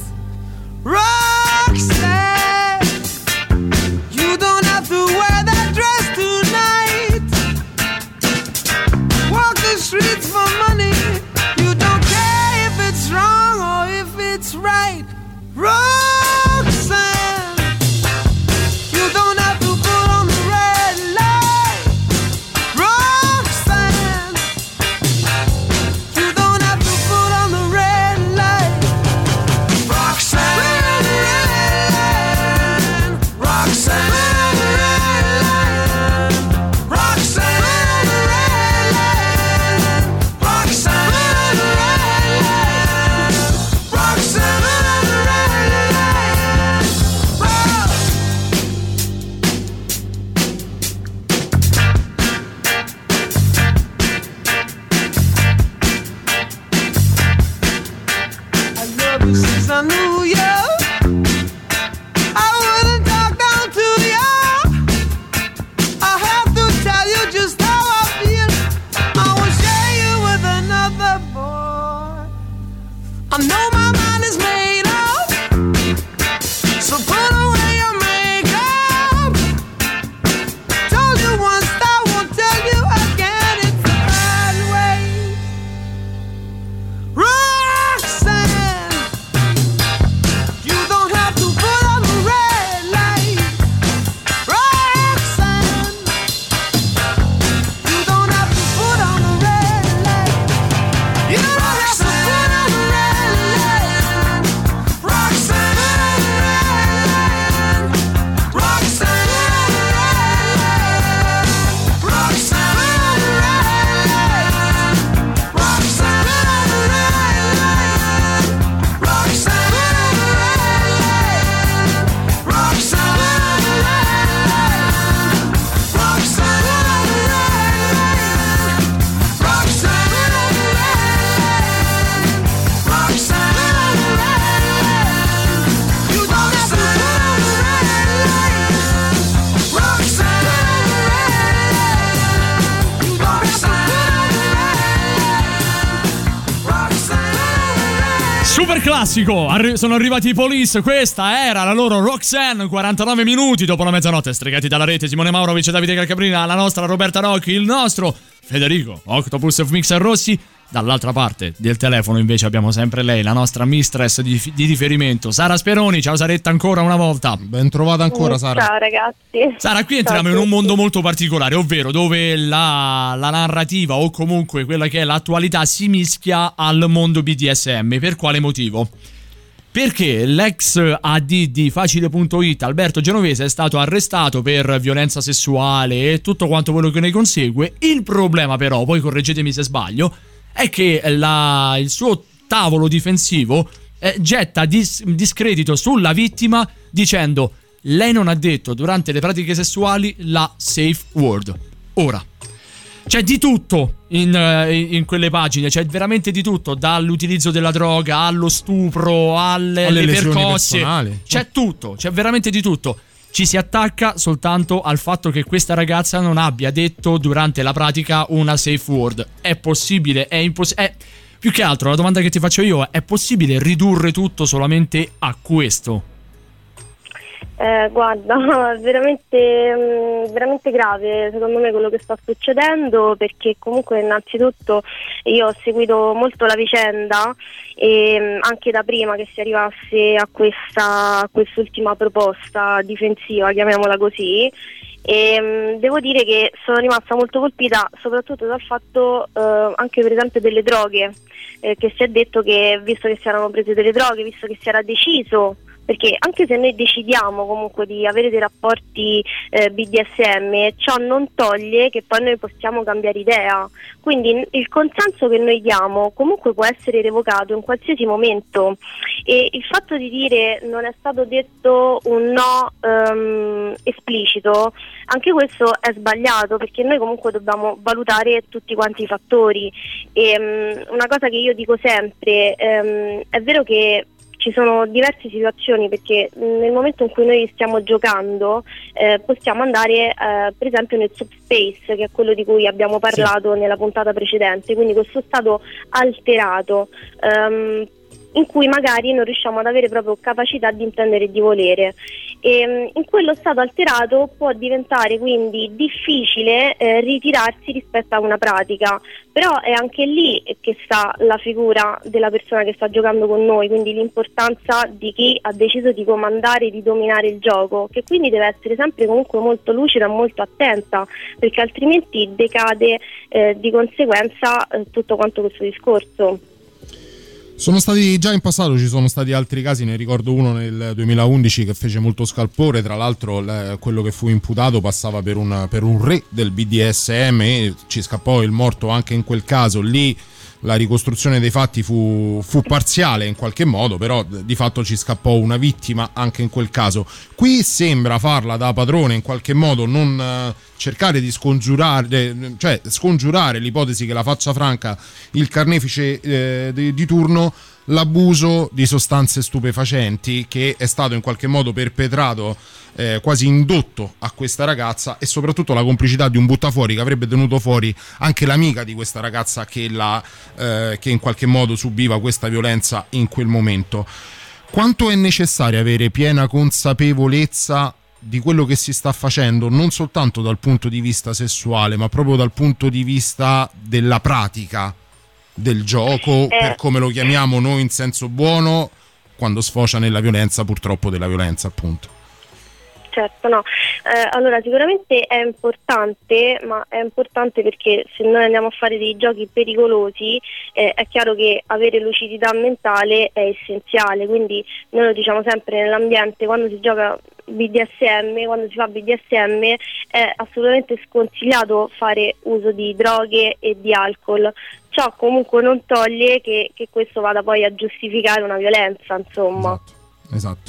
[SPEAKER 17] Roxanne, you don't have to wear that dress tonight. Walk the streets for money. You don't care if it's wrong or if it's right. Roxanne, you don't have to put on the red light. Roxanne, you don't have to put on the red light. Roxanne, Roxanne, Roxanne, Roxanne, Roxanne. Since I knew you, I wouldn't talk down to you. I have to tell you just how I feel. I won't share you with another boy. I know my mind is made up, so put away your makeup. Told you once, I won't tell you again. It's the bad way. Roxanne, you don't have to put on the red light. Roxanne, you don't have to put on the red light. You don't have to put on the red light. Roxanne, Roxanne,
[SPEAKER 8] Super classico, Arri- sono arrivati i Police, questa era la loro Roxanne, quarantanove minuti dopo la mezzanotte, stregati dalla rete, Simone Maurovic e Davide Calcabrina, la nostra Roberta Rocchi, il nostro Federico Octopus of Mixer Rossi. Dall'altra parte del telefono invece abbiamo sempre lei, la nostra mistress di, di riferimento, Sara Speroni. Ciao Saretta, ancora una volta.
[SPEAKER 9] Ben trovata ancora, Sara.
[SPEAKER 15] Ciao ragazzi.
[SPEAKER 8] Sara, qui entriamo in un mondo molto particolare, ovvero dove la, la narrativa o comunque quella che è l'attualità si mischia al mondo B D S M. Per quale motivo? Perché l'ex A D di Facile punto it, Alberto Genovese, è stato arrestato per violenza sessuale e tutto quanto quello che ne consegue. Il problema però, poi correggetemi se sbaglio, è che la, il suo tavolo difensivo eh, getta dis, discredito sulla vittima dicendo: lei non ha detto durante le pratiche sessuali la safe word. Ora, c'è di tutto in, in quelle pagine, c'è veramente di tutto, dall'utilizzo della droga allo stupro, alle, alle percosse, personali. C'è tutto, c'è veramente di tutto. Ci si attacca soltanto al fatto che questa ragazza non abbia detto durante la pratica una safe word. È possibile? È impossibile? Più che altro la domanda che ti faccio io è: è possibile ridurre tutto solamente a questo?
[SPEAKER 15] Eh, guarda, è veramente, veramente grave secondo me quello che sta succedendo, perché comunque innanzitutto io ho seguito molto la vicenda e anche da prima che si arrivasse a questa a quest'ultima proposta difensiva, chiamiamola così, e mh, devo dire che sono rimasta molto colpita soprattutto dal fatto eh, anche per esempio delle droghe, eh, che si è detto che visto che si erano prese delle droghe, visto che si era deciso, perché anche se noi decidiamo comunque di avere dei rapporti eh, B D S M, ciò non toglie che poi noi possiamo cambiare idea, quindi il consenso che noi diamo comunque può essere revocato in qualsiasi momento, e il fatto di dire non è stato detto un no ehm, esplicito, anche questo è sbagliato, perché noi comunque dobbiamo valutare tutti quanti i fattori, e um, una cosa che io dico sempre, um, è vero che ci sono diverse situazioni, perché nel momento in cui noi stiamo giocando eh, possiamo andare eh, per esempio nel subspace, che è quello di cui abbiamo parlato sì. nella puntata precedente, quindi questo stato alterato um, in cui magari non riusciamo ad avere proprio capacità di intendere e di volere, e in quello stato alterato può diventare quindi difficile eh, ritirarsi rispetto a una pratica, però è anche lì che sta la figura della persona che sta giocando con noi, quindi l'importanza di chi ha deciso di comandare e di dominare il gioco, che quindi deve essere sempre comunque molto lucida e molto attenta, perché altrimenti decade eh, di conseguenza eh, tutto quanto questo discorso.
[SPEAKER 9] Sono stati già in passato, ci sono stati altri casi, ne ricordo uno nel duemilaundici che fece molto scalpore, tra l'altro le, quello che fu imputato passava per un, per un re del B D S M e ci scappò il morto anche in quel caso. Lì la ricostruzione dei fatti fu, fu parziale in qualche modo, però di fatto ci scappò una vittima anche in quel caso. Qui sembra farla da padrone in qualche modo, non eh, cercare di scongiurare, cioè scongiurare l'ipotesi che la faccia franca il carnefice eh, di, di turno, l'abuso di sostanze stupefacenti che è stato in qualche modo perpetrato, eh, quasi indotto a questa ragazza, e soprattutto la complicità di un buttafuori che avrebbe tenuto fuori anche l'amica di questa ragazza che, la, eh, che in qualche modo subiva questa violenza in quel momento. Quanto è necessario avere piena consapevolezza di quello che si sta facendo, non soltanto dal punto di vista sessuale, ma proprio dal punto di vista della pratica del gioco, eh. per come lo chiamiamo noi in senso buono, quando sfocia nella violenza, purtroppo della violenza appunto.
[SPEAKER 15] Certo, no. Eh, allora sicuramente è importante, ma è importante perché se noi andiamo a fare dei giochi pericolosi eh, è chiaro che avere lucidità mentale è essenziale, quindi noi lo diciamo sempre nell'ambiente, quando si gioca B D S M, quando si fa B D S M è assolutamente sconsigliato fare uso di droghe e di alcol. Ciò comunque non toglie che, che questo vada poi a giustificare una violenza, insomma.
[SPEAKER 9] Esatto, esatto.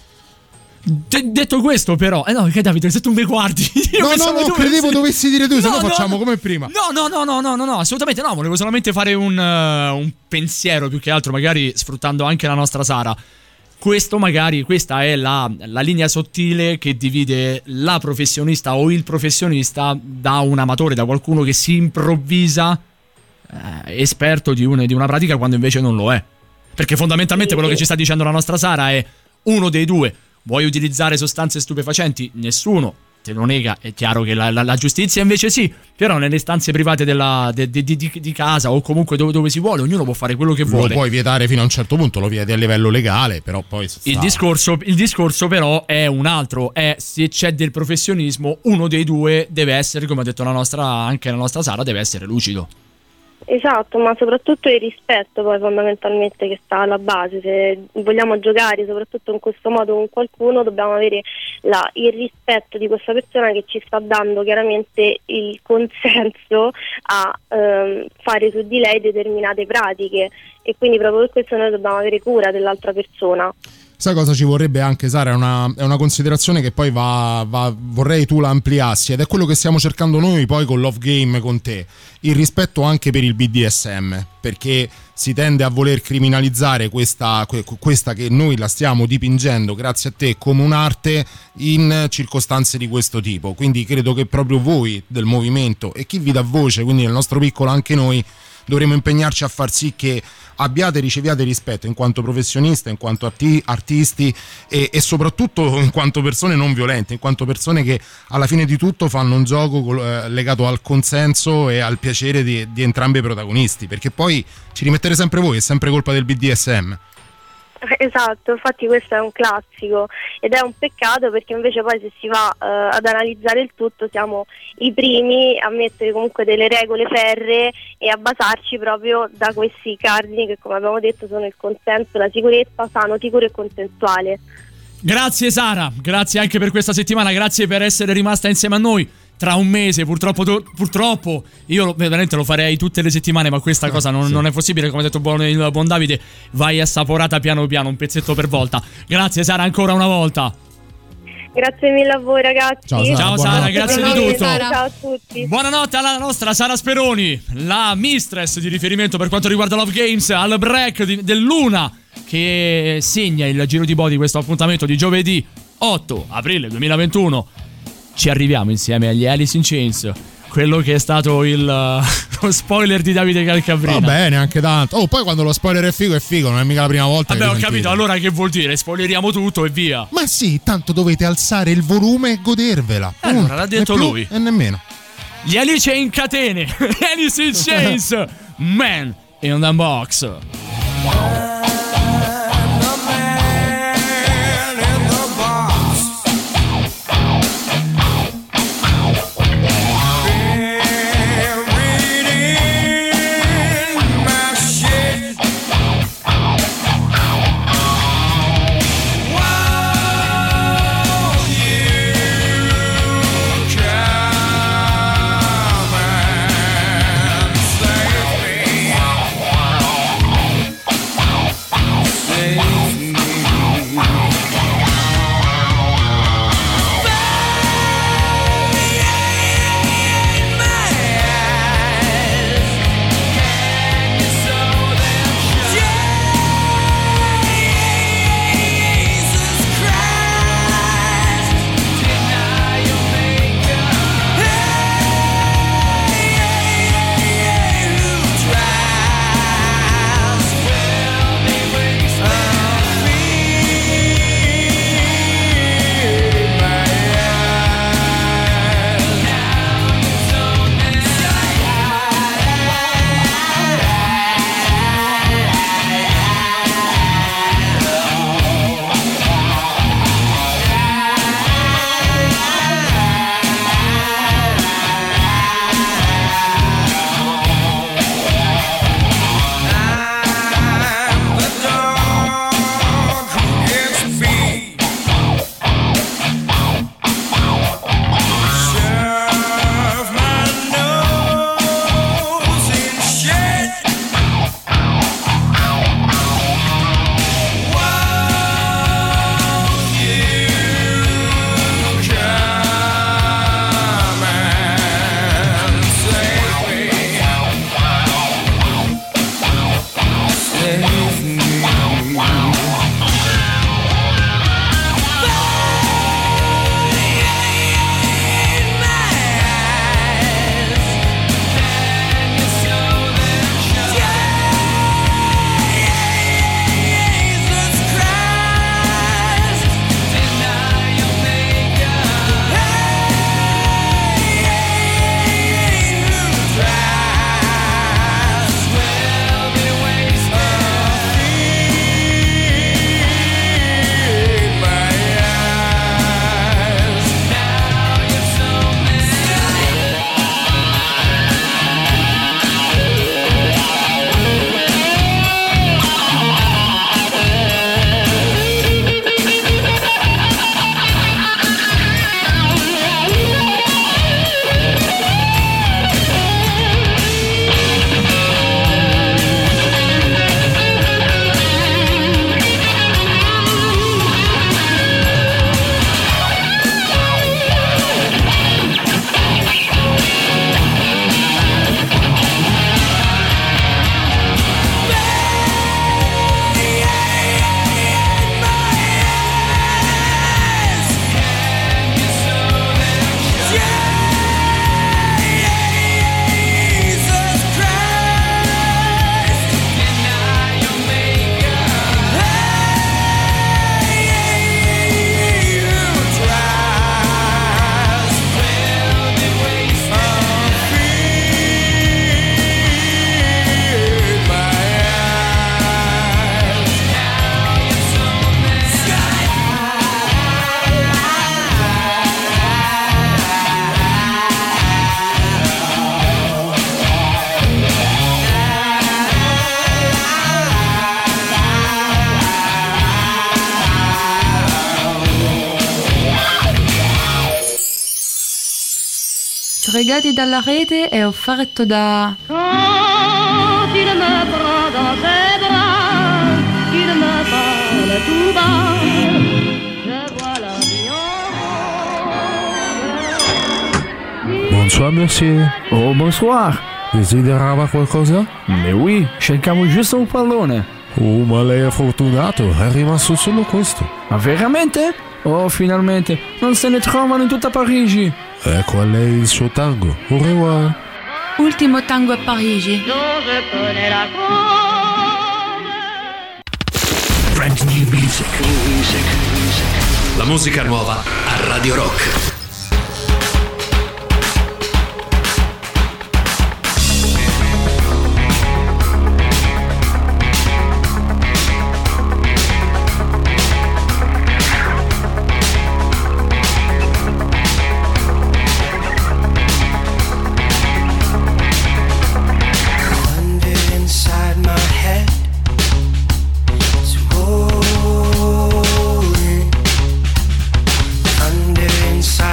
[SPEAKER 8] De- detto questo però, eh no, che Davide, se tu mi guardi io
[SPEAKER 9] no no no
[SPEAKER 8] tu
[SPEAKER 9] credevo
[SPEAKER 8] dovessi...
[SPEAKER 9] dovessi dire tu,
[SPEAKER 8] no,
[SPEAKER 9] se no,
[SPEAKER 8] no
[SPEAKER 9] facciamo
[SPEAKER 8] no,
[SPEAKER 9] come prima.
[SPEAKER 8] No no no no no no no assolutamente no, volevo solamente fare un, uh, un pensiero, più che altro magari sfruttando anche la nostra Sara. Questo magari, questa è la, la linea sottile che divide la professionista o il professionista da un amatore, da qualcuno che si improvvisa eh, esperto di, un, di una pratica quando invece non lo è. Perché fondamentalmente quello che ci sta dicendo la nostra Sara è uno dei due. Vuoi utilizzare sostanze stupefacenti? Nessuno. te lo nega, è chiaro che la, la, la giustizia invece sì, però nelle stanze private della, de, de, di, di, di casa o comunque dove, dove si vuole, ognuno può fare quello che vuole.
[SPEAKER 9] Lo puoi vietare fino a un certo punto, lo vieti a livello legale, però poi sta...
[SPEAKER 8] il discorso, il discorso però è un altro, è se c'è del professionismo, uno dei due deve essere, come ha detto la nostra, anche la nostra Sara, deve essere lucido.
[SPEAKER 15] Esatto, ma soprattutto il rispetto poi fondamentalmente che sta alla base. Se vogliamo giocare soprattutto in questo modo con qualcuno, dobbiamo avere la, il rispetto di questa persona che ci sta dando chiaramente il consenso a ehm, fare su di lei determinate pratiche, e quindi proprio per questo noi dobbiamo avere cura dell'altra persona.
[SPEAKER 9] Sai cosa ci vorrebbe anche, Sara? È una, è una considerazione che poi va, va, vorrei tu la ampliassi, ed è quello che stiamo cercando noi poi con Love Game con te, il rispetto anche per il B D S M, perché si tende a voler criminalizzare questa, questa che noi la stiamo dipingendo grazie a te come un'arte in circostanze di questo tipo, quindi credo che proprio voi del movimento e chi vi dà voce, quindi nel nostro piccolo anche noi, dovremo impegnarci a far sì che abbiate e riceviate rispetto in quanto professionista, in quanto arti- artisti e, e soprattutto in quanto persone non violente, in quanto persone che alla fine di tutto fanno un gioco col, eh, legato al consenso e al piacere di, di entrambi i protagonisti, perché poi ci rimettete sempre voi, è sempre colpa del B D S M.
[SPEAKER 15] Esatto, infatti questo è un classico ed è un peccato, perché invece poi se si va uh, ad analizzare il tutto siamo i primi a mettere comunque delle regole ferree e a basarci proprio da questi cardini che, come abbiamo detto, sono il consenso, la sicurezza, sano, sicuro e consensuale.
[SPEAKER 8] Grazie Sara, grazie anche per questa settimana, grazie per essere rimasta insieme a noi. Tra un mese, purtroppo, purtroppo io lo, veramente lo farei tutte le settimane, ma questa eh, cosa non, sì. non è possibile. Come ha detto buon, il buon Davide, vai assaporata piano piano, un pezzetto per volta. Grazie Sara ancora una volta.
[SPEAKER 15] Grazie mille a voi ragazzi.
[SPEAKER 8] Ciao Sara, Ciao, Sara grazie di tutto.
[SPEAKER 15] Ciao a tutti.
[SPEAKER 8] Buonanotte alla nostra Sara Speroni, la mistress di riferimento per quanto riguarda Love Games, al break di, dell'una che segna il giro di boa di questo appuntamento di giovedì otto aprile duemilaventuno. Ci arriviamo insieme agli Alice in Chains, quello che è stato il uh, lo spoiler di Davide Calcabrina.
[SPEAKER 9] Va bene, anche tanto. Oh, poi quando lo spoiler è figo è figo, non è mica la prima volta.
[SPEAKER 8] Vabbè,
[SPEAKER 9] che
[SPEAKER 8] ho
[SPEAKER 9] sentite.
[SPEAKER 8] capito, allora che vuol dire? Spoileriamo tutto e via.
[SPEAKER 9] Ma sì, tanto dovete alzare il volume e godervela.
[SPEAKER 8] Eh, allora l'ha detto
[SPEAKER 9] più,
[SPEAKER 8] lui.
[SPEAKER 9] E nemmeno.
[SPEAKER 8] Gli Alice in catene, Alice in Chains, Man in the Box.
[SPEAKER 18] Stregati dalla rete è offerto da
[SPEAKER 19] Quand il me prend dans ses bras, il me parle tout bas, je vois l'avion.
[SPEAKER 20] Bonsoir monsieur.
[SPEAKER 21] Oh, bonsoir.
[SPEAKER 20] Desiderava qualcosa?
[SPEAKER 21] Mais oui, cercavo giusto un pallone.
[SPEAKER 20] Oh, ma lei è fortunato, è rimasto solo questo.
[SPEAKER 21] Ma veramente? Oh, finalmente, non se ne trovano in tutta Parigi.
[SPEAKER 20] Ecco a lei il suo tango. Au revoir.
[SPEAKER 18] Ultimo tango a Parigi.
[SPEAKER 19] Dont je connais la cause.
[SPEAKER 1] Brand new music. music. La musica nuova a Radio Rock.
[SPEAKER 17] Inside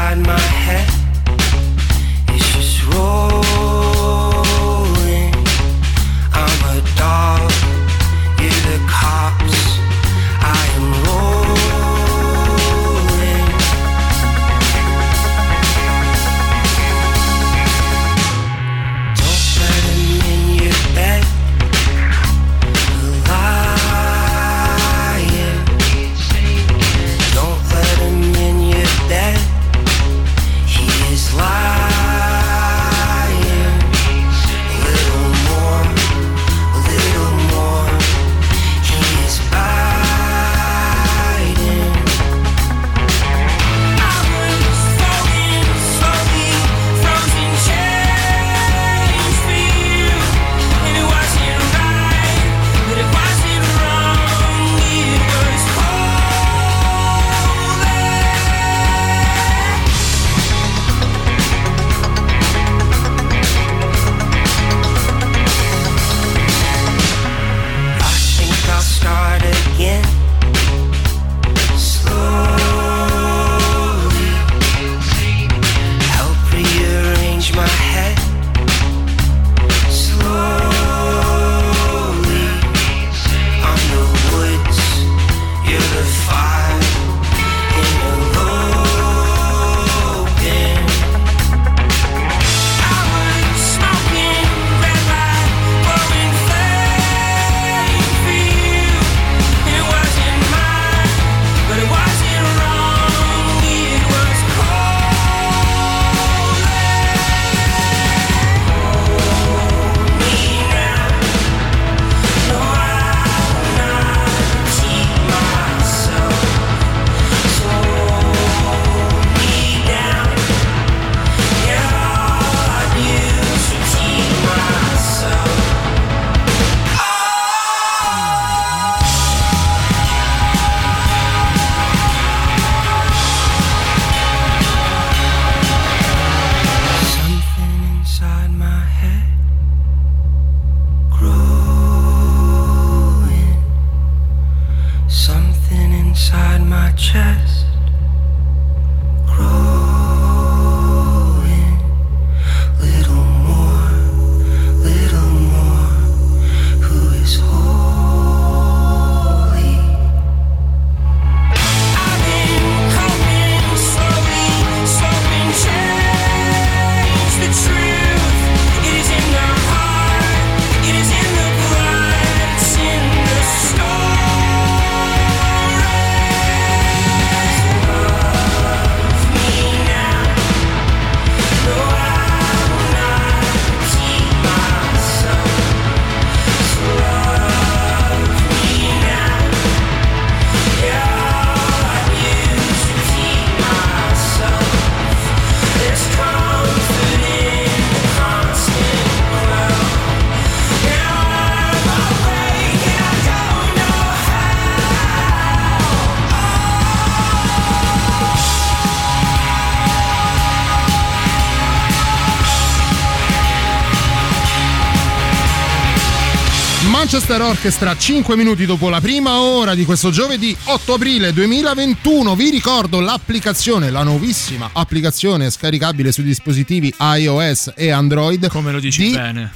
[SPEAKER 9] Manchester Orchestra, cinque minuti dopo la prima ora di questo giovedì otto aprile duemilaventuno. Vi ricordo l'applicazione, la nuovissima applicazione scaricabile sui dispositivi iOS e Android.
[SPEAKER 8] Come lo dici
[SPEAKER 9] di
[SPEAKER 8] bene?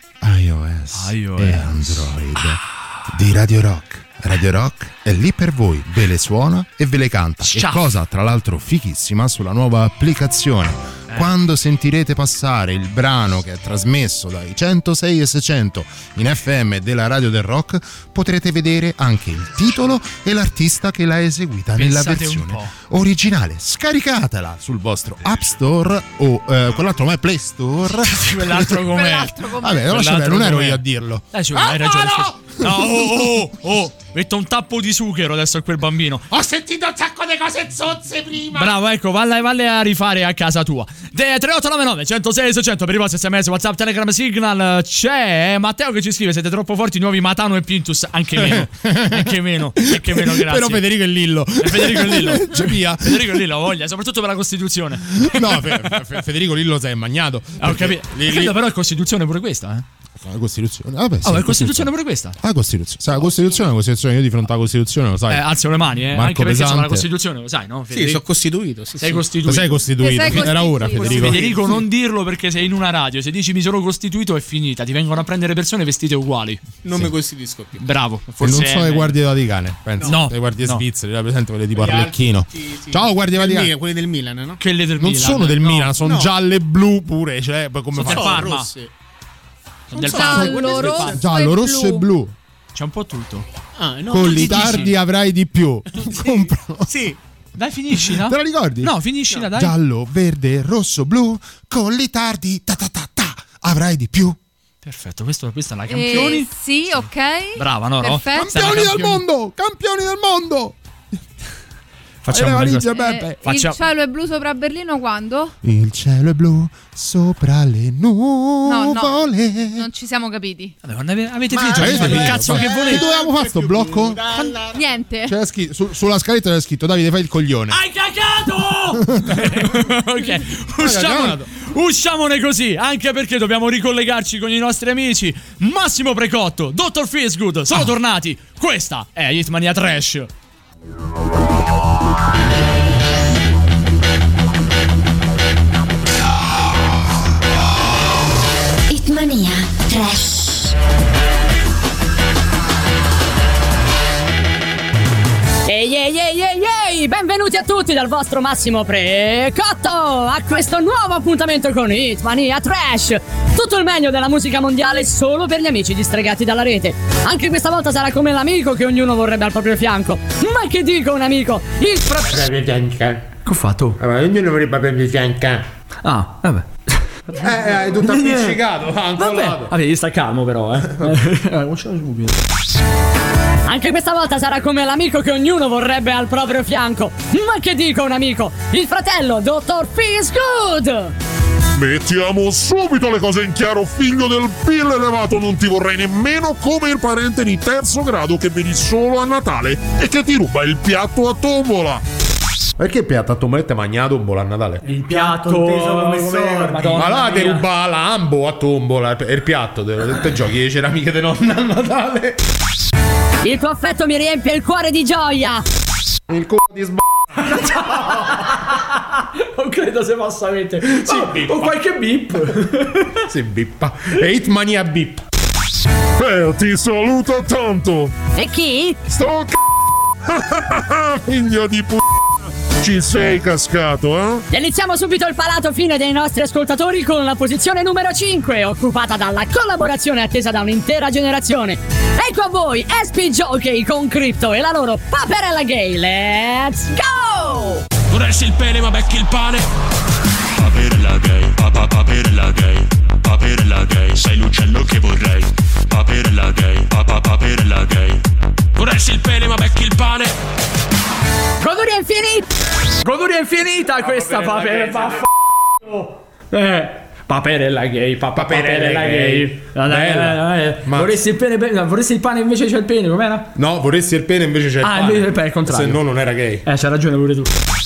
[SPEAKER 9] iOS,
[SPEAKER 8] iOS
[SPEAKER 9] e Android ah. di Radio Rock. Radio Rock è lì per voi, ve le suona e ve le canta.
[SPEAKER 8] Ciao.
[SPEAKER 9] E cosa tra l'altro fighissima sulla nuova applicazione. Quando sentirete passare il brano che è trasmesso dai centosei e seicento in F M della Radio del Rock, potrete vedere anche il titolo e l'artista che l'ha eseguita. Pensate nella versione originale. Scaricatela sul vostro App Store o eh, quell'altro ma è Play Store.
[SPEAKER 8] Quell'altro com'è?
[SPEAKER 9] Quell'altro com'è? Vabbè, lascia, non ero io a dirlo.
[SPEAKER 8] Eh, cioè, hai ragione. No! No, oh, oh, oh, metto un tappo di sughero adesso a quel bambino.
[SPEAKER 9] Ho sentito un sacco di cose zozze prima.
[SPEAKER 8] Bravo, ecco, valle, valle a rifare a casa tua. De tre otto nove nove centosei seicento per i vostri sms, WhatsApp, Telegram, Signal. C'è Matteo che ci scrive: siete troppo forti, nuovi Matano e Pintus. Anche meno, anche meno, anche meno, grazie.
[SPEAKER 9] Però Federico e Lillo.
[SPEAKER 8] E Federico e Lillo.
[SPEAKER 9] C'è via.
[SPEAKER 8] Federico e Lillo voglia, soprattutto per la Costituzione.
[SPEAKER 9] No, Fe- Fe- Federico Lillo si è magnato.
[SPEAKER 8] Ah, ho capito. Lì, lì. Però è Costituzione pure questa, eh.
[SPEAKER 9] La Costituzione, vabbè, sì,
[SPEAKER 8] oh, la Costituzione pure questa.
[SPEAKER 9] La Costituzione, sai, la Costituzione, la Costituzione, io di fronte alla Costituzione, lo sai.
[SPEAKER 8] Eh, alzo le mani, eh.
[SPEAKER 9] Marco
[SPEAKER 8] Anche perché
[SPEAKER 9] Pesante.
[SPEAKER 8] sono la Costituzione, lo sai, no?
[SPEAKER 11] Federico? Sì, sono costituito. Sì,
[SPEAKER 8] sei
[SPEAKER 11] sì.
[SPEAKER 8] costituito.
[SPEAKER 9] Sei costituito.
[SPEAKER 7] Sei costituito.
[SPEAKER 9] Era ora, Federico.
[SPEAKER 8] Federico, non dirlo perché sei in una radio. Se dici mi sono costituito è finita. Ti vengono a prendere persone vestite uguali.
[SPEAKER 11] Non
[SPEAKER 8] sì.
[SPEAKER 11] mi costituisco più.
[SPEAKER 8] Bravo.
[SPEAKER 9] Forse non
[SPEAKER 8] è...
[SPEAKER 9] sono le guardie Vaticane, penso.
[SPEAKER 8] No,
[SPEAKER 9] le guardie
[SPEAKER 8] no.
[SPEAKER 9] svizzere, la presente quelle tipo Arlecchino.
[SPEAKER 11] Sì, sì.
[SPEAKER 9] Ciao, guardie Vaticane.
[SPEAKER 11] Milan, quelle del Milan, no?
[SPEAKER 8] Quelle del
[SPEAKER 9] non
[SPEAKER 8] Milan.
[SPEAKER 9] sono del
[SPEAKER 8] no.
[SPEAKER 9] Milan, sono
[SPEAKER 11] no.
[SPEAKER 9] gialle e blu pure, cioè, come
[SPEAKER 8] sono
[SPEAKER 9] fa?
[SPEAKER 8] del Parma.
[SPEAKER 11] Rossi.
[SPEAKER 8] Del
[SPEAKER 7] so,
[SPEAKER 8] Parma.
[SPEAKER 7] giallo, rosso,
[SPEAKER 9] Giallo,
[SPEAKER 7] e
[SPEAKER 9] rosso
[SPEAKER 7] blu.
[SPEAKER 9] e blu.
[SPEAKER 8] C'è un po' tutto.
[SPEAKER 11] Ah, no.
[SPEAKER 9] Con
[SPEAKER 8] tutti
[SPEAKER 9] i tardi
[SPEAKER 8] dici.
[SPEAKER 9] avrai di più. Compro.
[SPEAKER 11] Sì.
[SPEAKER 8] Dai, finisci, no?
[SPEAKER 9] Te la ricordi?
[SPEAKER 8] No, finiscila, dai.
[SPEAKER 9] Giallo, verde, rosso, blu. Con i tardi ta ta ta ta avrai di più.
[SPEAKER 8] Perfetto, questo, questa è la campioni.
[SPEAKER 7] Eh, sì, ok.
[SPEAKER 8] Brava, no, no.
[SPEAKER 7] Perfetto.
[SPEAKER 9] Campioni del mondo! Campioni del mondo!
[SPEAKER 8] Facciamo
[SPEAKER 9] le
[SPEAKER 8] una
[SPEAKER 9] valigie,
[SPEAKER 8] cosa.
[SPEAKER 9] Beppe.
[SPEAKER 7] Eh,
[SPEAKER 8] Facciamo-
[SPEAKER 7] Il cielo è blu sopra Berlino quando?
[SPEAKER 9] Il cielo è blu sopra le nuvole.
[SPEAKER 7] No, no, non ci siamo capiti.
[SPEAKER 8] Vabbè, quando ave- avete
[SPEAKER 9] Ma
[SPEAKER 8] finito
[SPEAKER 9] avete
[SPEAKER 8] di fare il
[SPEAKER 9] finito?
[SPEAKER 8] cazzo
[SPEAKER 9] Ma-
[SPEAKER 8] che
[SPEAKER 9] Che
[SPEAKER 8] volete.
[SPEAKER 9] dovevamo fare sto blocco?
[SPEAKER 7] Niente.
[SPEAKER 9] C'era scritto, su- sulla scaletta c'era scritto Davide fai il coglione.
[SPEAKER 8] Hai cagato! Ok, usciamone, usciamone così, anche perché dobbiamo ricollegarci con i nostri amici Massimo Precotto, dottor Feelsgood, sono
[SPEAKER 9] Ah.
[SPEAKER 8] tornati. Questa è Hitmania Trash.
[SPEAKER 3] Hitmania Trash.
[SPEAKER 22] Ehi ehi ehi ehi ehi, benvenuti a tutti dal vostro Massimo Precotto a questo nuovo appuntamento con Hitmania Trash. Tutto il meglio della musica mondiale solo per gli amici distregati dalla rete. Anche questa volta sarà come l'amico che ognuno vorrebbe al proprio fianco. Ma che dico un amico? Il fratello.
[SPEAKER 8] Che ho fatto?
[SPEAKER 23] Ma ognuno vorrebbe proprio fianca.
[SPEAKER 8] Ah, vabbè.
[SPEAKER 23] Eh, è tutto appiccicato,
[SPEAKER 8] Vabbè, vabbè, sta calmo però, eh.
[SPEAKER 22] Anche questa volta sarà come l'amico che ognuno vorrebbe al proprio fianco. Ma che dico un amico? Il fratello, dottor Feelsgood.
[SPEAKER 24] Mettiamo subito le cose in chiaro, figlio del Bill elevato, non ti vorrei nemmeno come il parente di terzo grado che vedi solo a Natale e che ti ruba il piatto a tombola.
[SPEAKER 23] Perché il piatto a tombola è mangiato a tombola a Natale?
[SPEAKER 8] Il piatto
[SPEAKER 23] come
[SPEAKER 8] sordi.
[SPEAKER 23] Ma là ti ruba l'ambo a tombola e il piatto te, te giochi le ceramiche di nonna a Natale.
[SPEAKER 22] Il tuo affetto mi riempie il cuore di gioia.
[SPEAKER 23] Il c***o di sb***o.
[SPEAKER 8] Non credo se possa mettere. Sì, oh, o qualche beep.
[SPEAKER 23] Si bippa. E Hitmania bip.
[SPEAKER 24] Eh, ti saluta tanto.
[SPEAKER 22] E chi?
[SPEAKER 24] Sto c***o. Figlio di p***a. Ci sei cascato, eh?
[SPEAKER 22] Deliziamo subito il palato fine dei nostri ascoltatori con la posizione numero cinque, occupata dalla collaborazione attesa da un'intera generazione. Ecco a voi S P Jockey con Crypto e la loro Paperella Gay. Let's go!
[SPEAKER 1] Vorresti il pene ma becchi il pane.
[SPEAKER 25] Paperella Gay, papà Paperella Gay, Paperella Gay, sei l'uccello che vorrei. Paperella Gay, papà Paperella Gay.
[SPEAKER 1] Vorresti il pene ma becchi il pane.
[SPEAKER 22] Goduria infinita!
[SPEAKER 8] Goduria infinita questa paperella. Eh, paperella gay, pa- paperella gay.
[SPEAKER 23] Ma-
[SPEAKER 8] Vorresti il pene, vorresti il pane invece c'è il pene, com'era?
[SPEAKER 23] No, vorresti il pene invece c'è il
[SPEAKER 8] Ah,
[SPEAKER 23] pane.
[SPEAKER 8] invece è il contrario.
[SPEAKER 23] Se no non era gay.
[SPEAKER 8] Eh, c'hai ragione pure tu.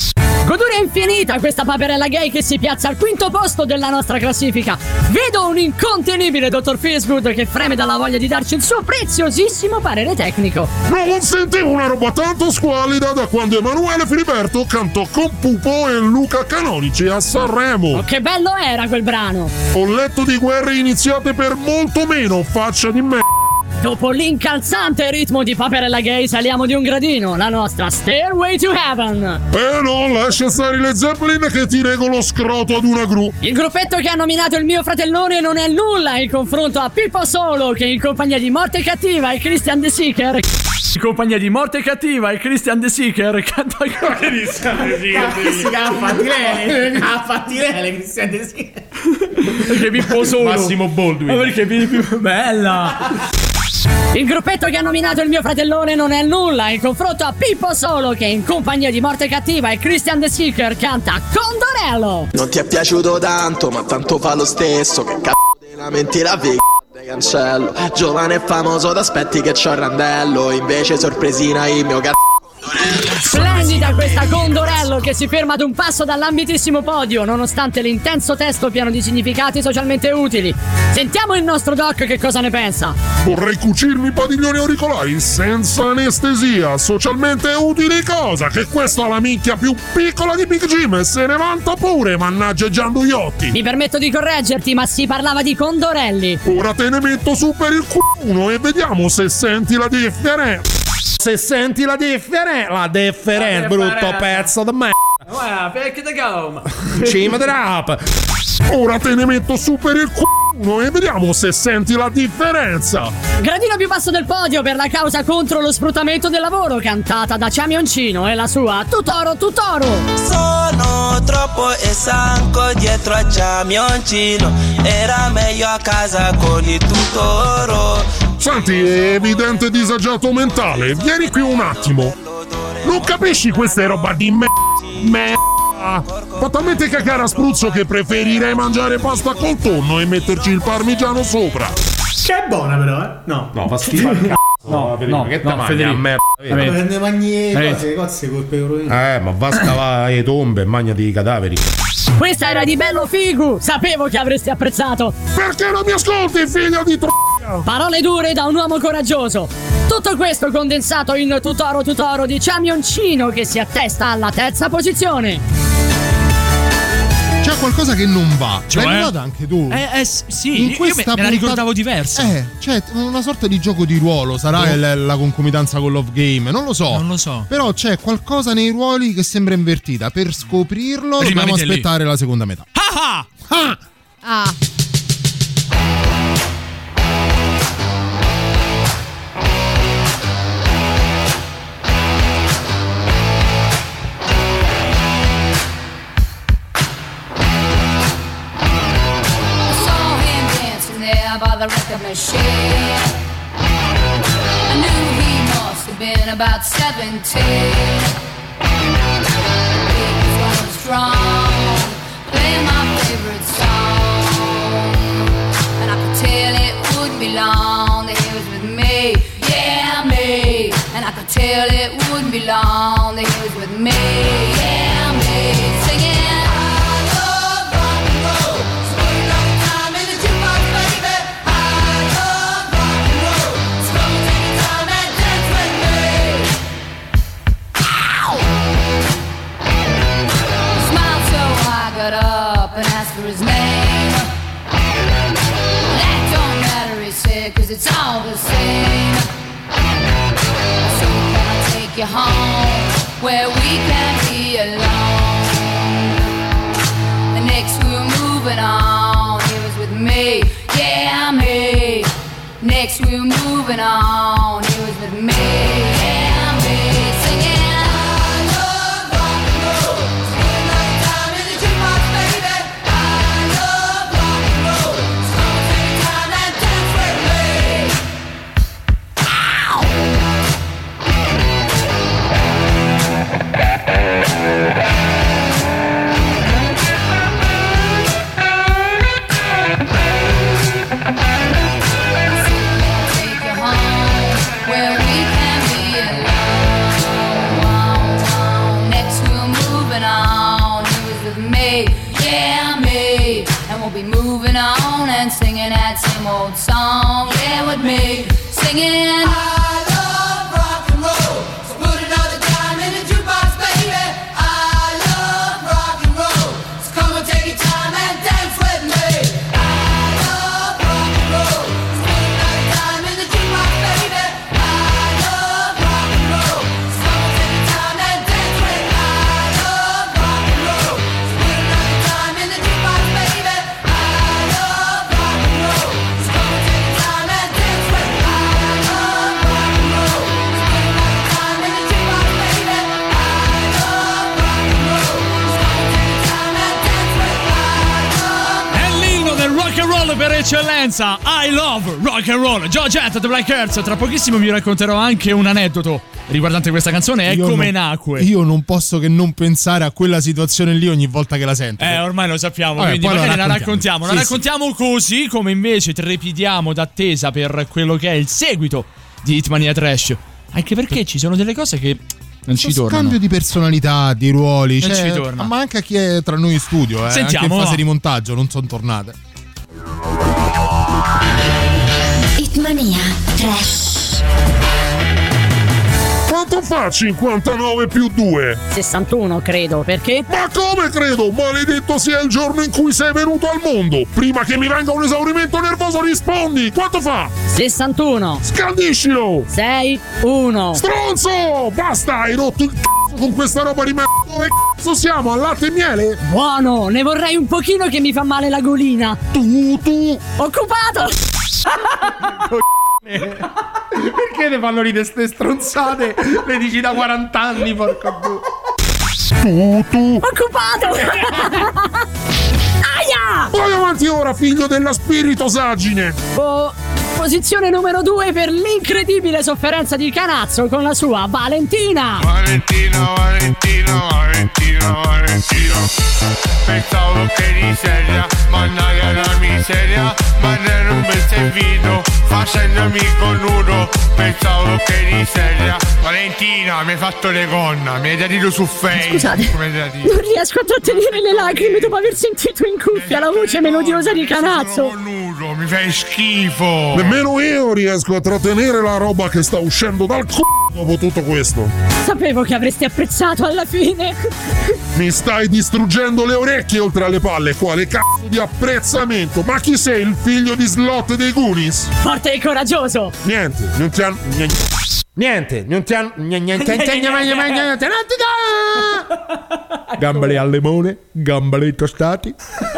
[SPEAKER 22] Goduria infinita questa paperella gay che si piazza al quinto posto della nostra classifica. Vedo un incontenibile dottor Feelsgood che freme dalla voglia di darci il suo preziosissimo parere tecnico.
[SPEAKER 24] Non sentivo una roba tanto squallida da quando Emanuele Filiberto cantò con Pupo e Luca Canonici a Sanremo.
[SPEAKER 22] Oh, che bello era quel brano!
[SPEAKER 24] Ho letto di guerre iniziate per molto meno, faccia di me.
[SPEAKER 22] Dopo l'incalzante ritmo di Paperella Gay saliamo di un gradino, la nostra Stairway to Heaven.
[SPEAKER 24] Eh no, lascia stare le Zeppelin che ti reggo lo scroto ad una gru.
[SPEAKER 22] Il gruppetto che ha nominato il mio fratellone non è nulla in confronto a Pippo Solo, che in compagnia di Morte Cattiva e Christian De Seeker in compagnia di Morte Cattiva e Christian De Seeker canta
[SPEAKER 11] Christian De Seeker si chiama Fattilele ah Fattilele Christian De Seeker
[SPEAKER 8] perché Pippo Solo
[SPEAKER 23] Massimo Baldwin.
[SPEAKER 8] Ma perché Pippo bella.
[SPEAKER 22] Il gruppetto che ha nominato il mio fratellone non è nulla in confronto a Pippo Solo, che in compagnia di Morte Cattiva e Christian De Seeker canta Condorello.
[SPEAKER 2] Non ti è piaciuto tanto, ma tanto fa lo stesso. Che c***o di la mentira figa te cancello. Giovane e famoso t'aspetti che c'ho il randello. Invece sorpresina il mio c***o.
[SPEAKER 22] Splendida questa Condorello che si ferma ad un passo dall'ambitissimo podio nonostante l'intenso testo pieno di significati socialmente utili. Sentiamo il nostro doc che cosa ne pensa.
[SPEAKER 24] Vorrei cucirmi i padiglioni auricolari senza anestesia, socialmente utili cosa? Che questa è la minchia più piccola di Big Jim e se ne vanta pure mannaggiando gli occhi.
[SPEAKER 22] Mi permetto di correggerti, ma si parlava di Condorelli.
[SPEAKER 24] Ora te ne metto su per il culo e vediamo se senti la differenza. Se senti la differenza, la differenza, brutto pezzo di me.
[SPEAKER 8] Wow, perché da gomma?
[SPEAKER 24] Cima di rap. Ora te ne metto su per il culo e vediamo se senti la differenza.
[SPEAKER 22] Gradino più basso del podio per la causa contro lo sfruttamento del lavoro, cantata da Camioncino e la sua Tutoro Tutoro.
[SPEAKER 4] Sono troppo stanco dietro a Camioncino, era meglio a casa con il Tutoro.
[SPEAKER 24] Senti, evidente disagiato mentale, vieni qui un attimo. Non capisci questa è roba di me... me... Fa talmente cacare a spruzzo che preferirei mangiare pasta col tonno e metterci il parmigiano sopra.
[SPEAKER 11] Che è buona però, eh? No.
[SPEAKER 23] No, fa schifo al c***o.
[SPEAKER 8] No, no,
[SPEAKER 23] che te
[SPEAKER 8] no,
[SPEAKER 23] mangi
[SPEAKER 8] Federico.
[SPEAKER 23] a merda.
[SPEAKER 11] Ma ne mangi cose, cose col pecorino.
[SPEAKER 23] Eh, ma va a scavare le tombe e magnati i cadaveri.
[SPEAKER 22] Questa era di bello figu, sapevo che avresti apprezzato.
[SPEAKER 24] Perché non mi ascolti, figlio di tro...
[SPEAKER 22] Parole dure da un uomo coraggioso. Tutto questo condensato in Tutoro Tutoro di Camioncino che si attesta alla terza posizione.
[SPEAKER 9] C'è qualcosa che non va.
[SPEAKER 8] Cioè?
[SPEAKER 9] L'hai notata anche tu?
[SPEAKER 8] Eh, eh sì,
[SPEAKER 9] in
[SPEAKER 8] io
[SPEAKER 9] questa
[SPEAKER 8] me, me la
[SPEAKER 9] puntata...
[SPEAKER 8] ricordavo diversa.
[SPEAKER 9] Eh, cioè una sorta di gioco di ruolo. Sarà
[SPEAKER 8] Oh.
[SPEAKER 9] la, la concomitanza con Love Game, non lo so.
[SPEAKER 8] Non lo so.
[SPEAKER 9] Però c'è qualcosa nei ruoli che sembra invertita. Per scoprirlo
[SPEAKER 8] Rimanete
[SPEAKER 9] dobbiamo
[SPEAKER 8] lì.
[SPEAKER 9] aspettare la seconda metà.
[SPEAKER 8] Ah ah!
[SPEAKER 7] Ah.
[SPEAKER 5] By the record machine, I knew he must have been about seventeen. He was going strong, playing my favorite song, and I could tell it wouldn't be long that he was with me, yeah me. And I could tell it wouldn't be long that he was with me, yeah me. Singing. Got up and asked for his name. That don't matter, he said, cause it's all the same. So can I take you home where we can be alone? The next we were moving on, he was with me, yeah me. Next we were moving on, he was with me, yeah me. Singing. Where we can be with me, singing I love rock and roll. So put another dime in the jukebox, baby. I love rock and roll. So come and take your time and dance with me. I love rock and roll. So put another dime in the jukebox, baby. I love rock and roll. So come and take your time and dance with me. I love rock and roll. So put another dime in the jukebox, baby. I love rock and roll. So come and take your time and dance with me. I love rock and roll. So put another dime in the jukebox, baby. I love rock and roll. So come and take your time and dance with me. I love.
[SPEAKER 8] È l'inno del rock and roll per eccellenza. I love rock and roll. George Jett, The Black Hearts. Tra pochissimo vi racconterò anche un aneddoto riguardante questa canzone e
[SPEAKER 9] Io
[SPEAKER 8] come
[SPEAKER 9] non-
[SPEAKER 8] nacque.
[SPEAKER 9] Io non posso che non pensare a quella situazione lì ogni volta che la sento.
[SPEAKER 8] Eh, ormai lo sappiamo,
[SPEAKER 9] Vabbè,
[SPEAKER 8] quindi
[SPEAKER 9] poi la
[SPEAKER 8] magari la
[SPEAKER 9] raccontiamo.
[SPEAKER 8] raccontiamo. La
[SPEAKER 9] Sì,
[SPEAKER 8] raccontiamo così come invece trepidiamo d'attesa per quello che è il seguito di Hitmania Trash. Anche perché ci sono delle cose che non ci
[SPEAKER 9] Questo
[SPEAKER 8] tornano.
[SPEAKER 9] scambio di personalità, di ruoli,
[SPEAKER 8] Non
[SPEAKER 9] cioè,
[SPEAKER 8] ci torna.
[SPEAKER 9] ma anche a chi è tra noi in studio, eh,
[SPEAKER 8] Sentiamo,
[SPEAKER 9] anche in fase
[SPEAKER 8] va.
[SPEAKER 9] di montaggio non sono tornate.
[SPEAKER 3] Hitmania Trash.
[SPEAKER 24] Quanto fa cinquantanove più due?
[SPEAKER 22] sessantuno, credo, perché?
[SPEAKER 24] Ma come credo? Maledetto sia il giorno in cui sei venuto al mondo! Prima che mi venga un esaurimento nervoso rispondi! Quanto fa?
[SPEAKER 22] sessantuno.
[SPEAKER 24] Scandiscilo!
[SPEAKER 22] sei uno.
[SPEAKER 24] Stronzo! Basta, hai rotto il c***o con questa roba di merda! Dove c***o siamo? Al latte e miele?
[SPEAKER 22] Buono, ne vorrei un pochino che mi fa male la golina.
[SPEAKER 24] Tu, tu!
[SPEAKER 22] Occupato!
[SPEAKER 23] Perché ne fanno ridere ste stronzate? Le dici da quaranta anni, porca bu-
[SPEAKER 24] Tu, tu!
[SPEAKER 22] Occupato! Aia!
[SPEAKER 24] Vai avanti ora, figlio della spiritosaggine!
[SPEAKER 22] Po- posizione numero due per l'incredibile sofferenza di Canazzo con la sua Valentina.
[SPEAKER 6] Valentino, Valentino, Valentino, Valentino. Pensavo che di seria, mannaggia la miseria, ma ero un bel servito, facendomi con nudo. Pensavo che di seria, Valentina, mi hai fatto le gonna, mi hai dato su Facebook.
[SPEAKER 22] Scusate,
[SPEAKER 6] Come hai dato?
[SPEAKER 22] non riesco a trattenere le lacrime dopo aver sentito in cuffia la voce melodiosa di Canazzo.
[SPEAKER 6] Nudo, mi fai schifo.
[SPEAKER 24] Nemmeno io riesco a trattenere la roba che sta uscendo dal c***o dopo tutto questo.
[SPEAKER 22] Sapevo che avresti apprezzato alla fine.
[SPEAKER 24] Mi stai distruggendo le orecchie oltre alle palle. Quale cazzo di apprezzamento? Ma chi sei, il figlio di Slot dei Goonies?
[SPEAKER 22] Forte e coraggioso.
[SPEAKER 24] Niente, non ti hanno... Niente, non ti hanno... Niente, niente, gambale al limone, gambale tostati.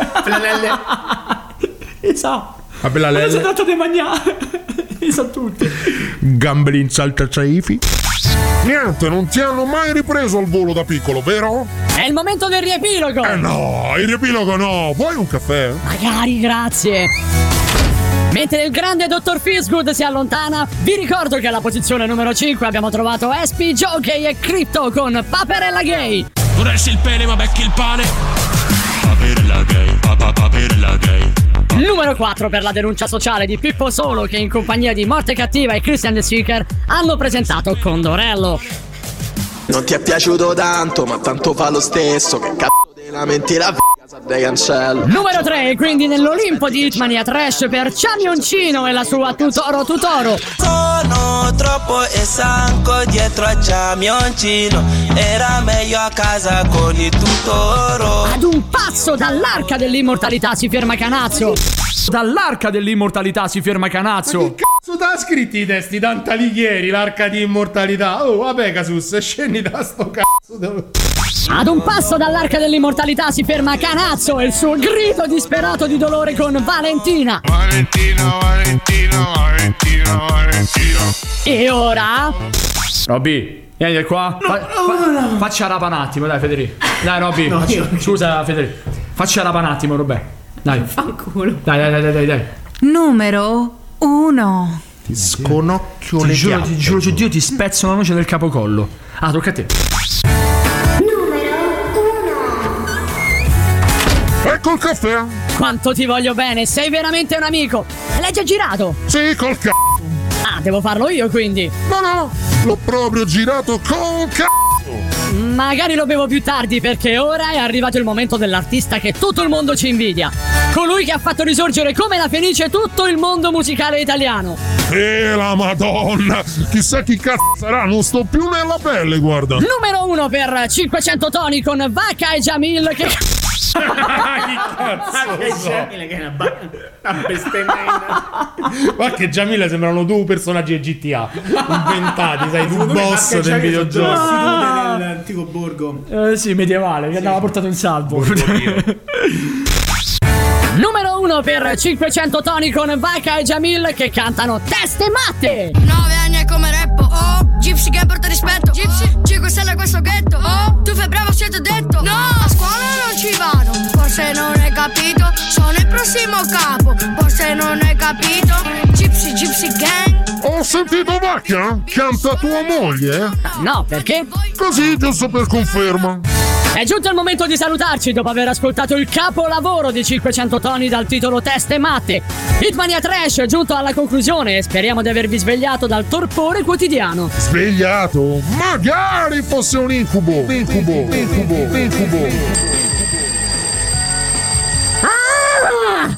[SPEAKER 22] Esatto.
[SPEAKER 24] A bella
[SPEAKER 22] Non si
[SPEAKER 24] lelle,
[SPEAKER 22] tratta di mangiare. Esatto tutte.
[SPEAKER 24] gambali in salta traifi. Niente, non ti hanno mai ripreso al volo da piccolo, vero?
[SPEAKER 22] È il momento del riepilogo.
[SPEAKER 24] Eh no, il riepilogo no. Vuoi un caffè?
[SPEAKER 22] Magari, grazie. Mentre il grande dottor Feelsgood si allontana, vi ricordo che alla posizione numero cinque abbiamo trovato S P, Jockey e Crypto con Paperella Gay.
[SPEAKER 1] Vorresti il pene ma becchi il pane.
[SPEAKER 25] Paperella gay, papà paperella gay.
[SPEAKER 22] Numero quattro per la denuncia sociale di Pippo Solo, che in compagnia di Morte Cattiva e Christian The Seeker hanno presentato Condorello.
[SPEAKER 2] Non ti è piaciuto tanto, ma tanto fa lo stesso. Che cazzo te lamenti la v***a dei cancello.
[SPEAKER 22] Numero tre, quindi nell'Olimpo di Hitmania Trash per Ciamioncino e la sua Tutoro Tutoro.
[SPEAKER 4] Sono troppo stanco dietro a Ciamioncino, era meglio a casa con il tutoro.
[SPEAKER 22] Ad un passo dall'arca dell'immortalità si ferma Canazzo.
[SPEAKER 8] Dall'arca dell'immortalità si ferma Canazzo.
[SPEAKER 23] Ma che cazzo t'ha scritti i testi d'Antalighieri, l'arca di immortalità? Oh, vabbè, Casus, scendi da sto cazzo.
[SPEAKER 22] Ad un passo dall'arca dell'immortalità si ferma Canazzo e il suo grido disperato di dolore con Valentina.
[SPEAKER 6] Valentino, Valentino, Valentino, Valentino.
[SPEAKER 22] E ora?
[SPEAKER 8] Robby, vieni qua. Fa- fa- faccia rapa un attimo, dai Federico. Dai Robby,
[SPEAKER 11] No,
[SPEAKER 8] faccia-
[SPEAKER 11] io-
[SPEAKER 8] scusa Federico. Faccia rapa un attimo, Robè. Dai.
[SPEAKER 18] Fanculo.
[SPEAKER 8] Dai, dai, dai, dai, dai.
[SPEAKER 18] Numero uno.
[SPEAKER 23] Ti sconocchio
[SPEAKER 8] Ti
[SPEAKER 23] le
[SPEAKER 8] giuro,
[SPEAKER 23] piante.
[SPEAKER 8] ti giuro su Dio, ti spezzo la noce del capocollo. Ah, tocca a te.
[SPEAKER 24] Ecco il caffè.
[SPEAKER 22] Quanto ti voglio bene, sei veramente un amico. L'hai già girato?
[SPEAKER 24] Sì, col c***o.
[SPEAKER 22] Ah, devo farlo io quindi.
[SPEAKER 24] No, no, l'ho proprio girato col c***o.
[SPEAKER 22] magari lo bevo più tardi, perché ora è arrivato il momento dell'artista che tutto il mondo ci invidia. Colui che ha fatto risorgere come la fenice tutto il mondo musicale italiano.
[SPEAKER 24] E la Madonna! Chissà chi cazzo sarà, non sto più nella pelle, guarda.
[SPEAKER 22] Numero uno per cinquecento toni con Vaca e Jamil che...
[SPEAKER 23] Che cazzo che Jamil che è una, ba- una bestemmia. Ma che Jamil sembrano due personaggi di G T A inventati, sai, due boss del videogioco.
[SPEAKER 11] Ah. Nell'antico borgo
[SPEAKER 8] eh, sì, medievale, che andava portato in salvo.
[SPEAKER 22] Numero uno per cinquecento toni con Vaca e Jamil che cantano Teste Matte.
[SPEAKER 10] Nove anni è come Reppo, oh, Gypsy che porta rispetto, Gypsy, cinque stelle a questo ghetto, oh, tu fai bravo se t'ho detto, no, a scuola non ci vado, forse non hai capito, sono il prossimo capo, forse non hai capito, Gypsy, Gypsy Gang.
[SPEAKER 24] Ho sentito Vacca? Canta tua moglie?
[SPEAKER 22] No, perché?
[SPEAKER 24] Così, giusto per conferma.
[SPEAKER 22] È giunto il momento di salutarci dopo aver ascoltato il capolavoro di cinquecento toni dal titolo Teste Matte. Hitmania Trash è giunto alla conclusione e speriamo di avervi svegliato dal torpore quotidiano.
[SPEAKER 24] Svegliato? Magari fosse un incubo. Incubo, incubo, incubo.
[SPEAKER 22] Ah!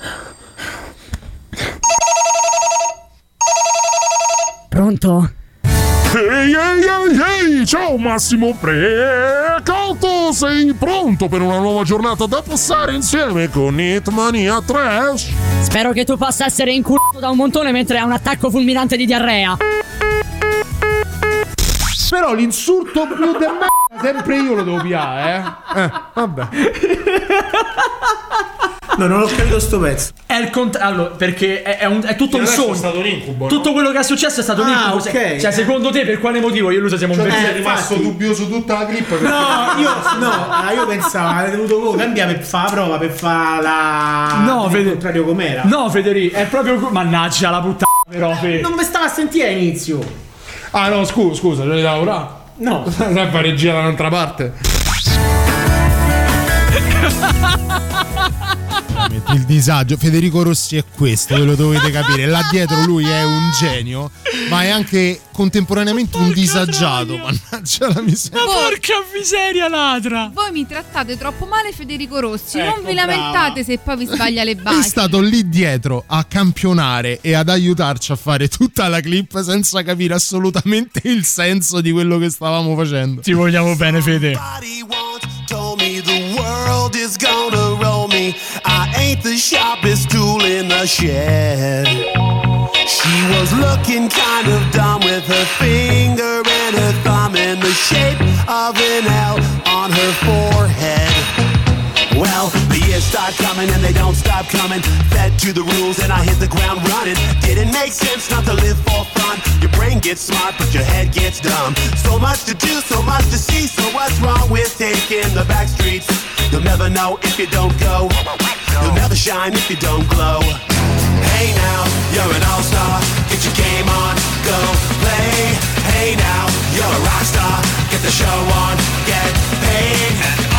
[SPEAKER 22] Pronto?
[SPEAKER 24] Ehi, ehi, ehi, ehi, ciao Massimo Precotto, sei pronto per una nuova giornata da passare insieme con Hitmania Trash?
[SPEAKER 22] Spero che tu possa essere inculato da un montone mentre hai un attacco fulminante di diarrea.
[SPEAKER 23] Però l'insulto più del m***a sempre io lo devo piare, eh? Eh, vabbè.
[SPEAKER 11] No, non ho capito sto pezzo.
[SPEAKER 8] È il contrario, allora, perché è, è, un, è tutto un sogno.
[SPEAKER 23] È stato un incubo.
[SPEAKER 8] Tutto
[SPEAKER 23] no?
[SPEAKER 8] quello che è successo è stato un
[SPEAKER 11] ah,
[SPEAKER 8] incubo.
[SPEAKER 11] Okay.
[SPEAKER 8] Cioè, secondo te, per quale motivo io e lui siamo
[SPEAKER 23] cioè,
[SPEAKER 8] un
[SPEAKER 23] è
[SPEAKER 8] vecchio?
[SPEAKER 23] rimasto dubbioso tutta la clip.
[SPEAKER 11] No, io no, io pensavo avete dovuto voi cambiare per fare la prova, per fare la.
[SPEAKER 8] No,
[SPEAKER 11] il contrario com'era.
[SPEAKER 8] No, Federico, è proprio. Mannaggia la puttana, però. Fe.
[SPEAKER 11] Non mi stava a sentire all'inizio.
[SPEAKER 23] Ah, no, scusa, scusa, ce li devo ora.
[SPEAKER 11] No,
[SPEAKER 23] sempre regia da un'altra parte.
[SPEAKER 9] Il disagio, Federico Rossi è questo, ve lo dovete capire. Là dietro lui è un genio, ma è anche contemporaneamente un disagiato. Mannaggia la miseria.
[SPEAKER 8] Ma porca miseria ladra.
[SPEAKER 7] Voi mi trattate troppo male, Federico Rossi.
[SPEAKER 23] Ecco,
[SPEAKER 7] non vi lamentate
[SPEAKER 23] brava.
[SPEAKER 7] se poi vi sbaglia le basi.
[SPEAKER 9] È stato lì dietro a campionare e ad aiutarci a fare tutta la clip senza capire assolutamente il senso di quello che stavamo facendo.
[SPEAKER 8] Ti vogliamo bene, Fede.
[SPEAKER 12] Told me the world is gonna roll me. I ain't the sharpest tool in the shed. She was looking kind of dumb with her finger and her thumb in the shape of an L on her forehead. Well, the years start coming and they don't stop coming. Fed to the rules and I hit the ground running. Didn't make sense not to live for fun. Your brain gets smart but your head gets dumb. So much to do, so much to see. So what's wrong with taking the back streets? You'll never know if you don't go. You'll never shine if you don't glow. Hey now, you're an all-star. Get your game on, go play. Hey now, you're a rock star. Get the show on, get paid.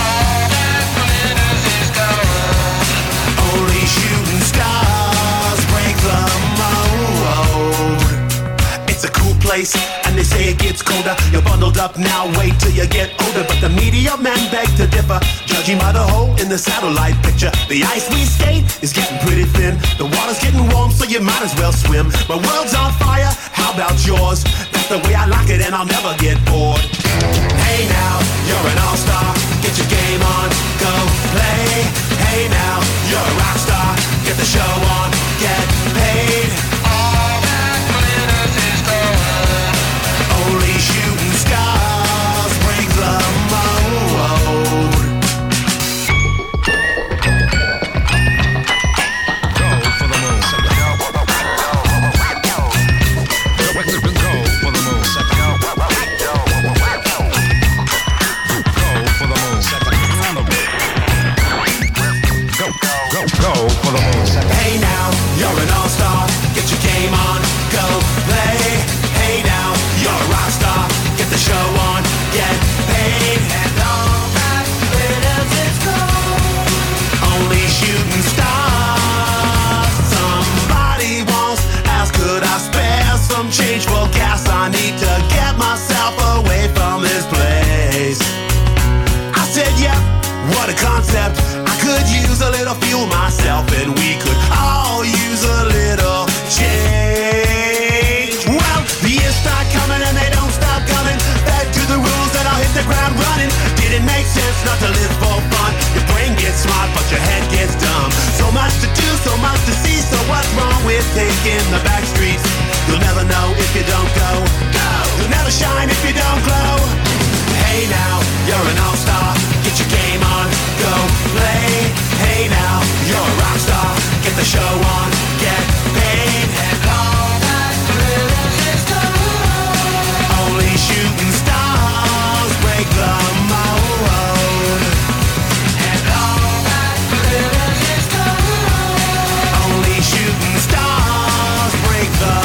[SPEAKER 12] Only shooting stars break the mold. It's a cool place, and they say it gets colder. You're bundled up now, wait till you get older. But the media men beg to differ, judging by the hole in the satellite picture. The ice we skate is getting pretty thin. The water's getting warm, so you might as well swim. My world's on fire, how about yours? That's the way I like it, and I'll never get bored. Hey now, you're an all-star. Get your game on, go play. Hey now, you're a rock star. Get the show on, get paid. All that glitters is gold. Only shooting stars break the mold.
[SPEAKER 25] Go for the moon. Go for the moon. Go, go, go for the moon.
[SPEAKER 12] Hey now, you're an all-star. Get your lives not to live for fun. Your brain gets smart but your head gets dumb. So much to do, so much to see. So what's wrong with taking the back streets? You'll never know if you don't go. Go. You'll never shine if you don't glow. Hey now, you're an all-star. Get your game on, go play. Hey now, you're a rock star. Get the show on, get paid. And all that glitters is gold. Only shooting stars break the mold. And all that glitters is gold. Only shooting stars break the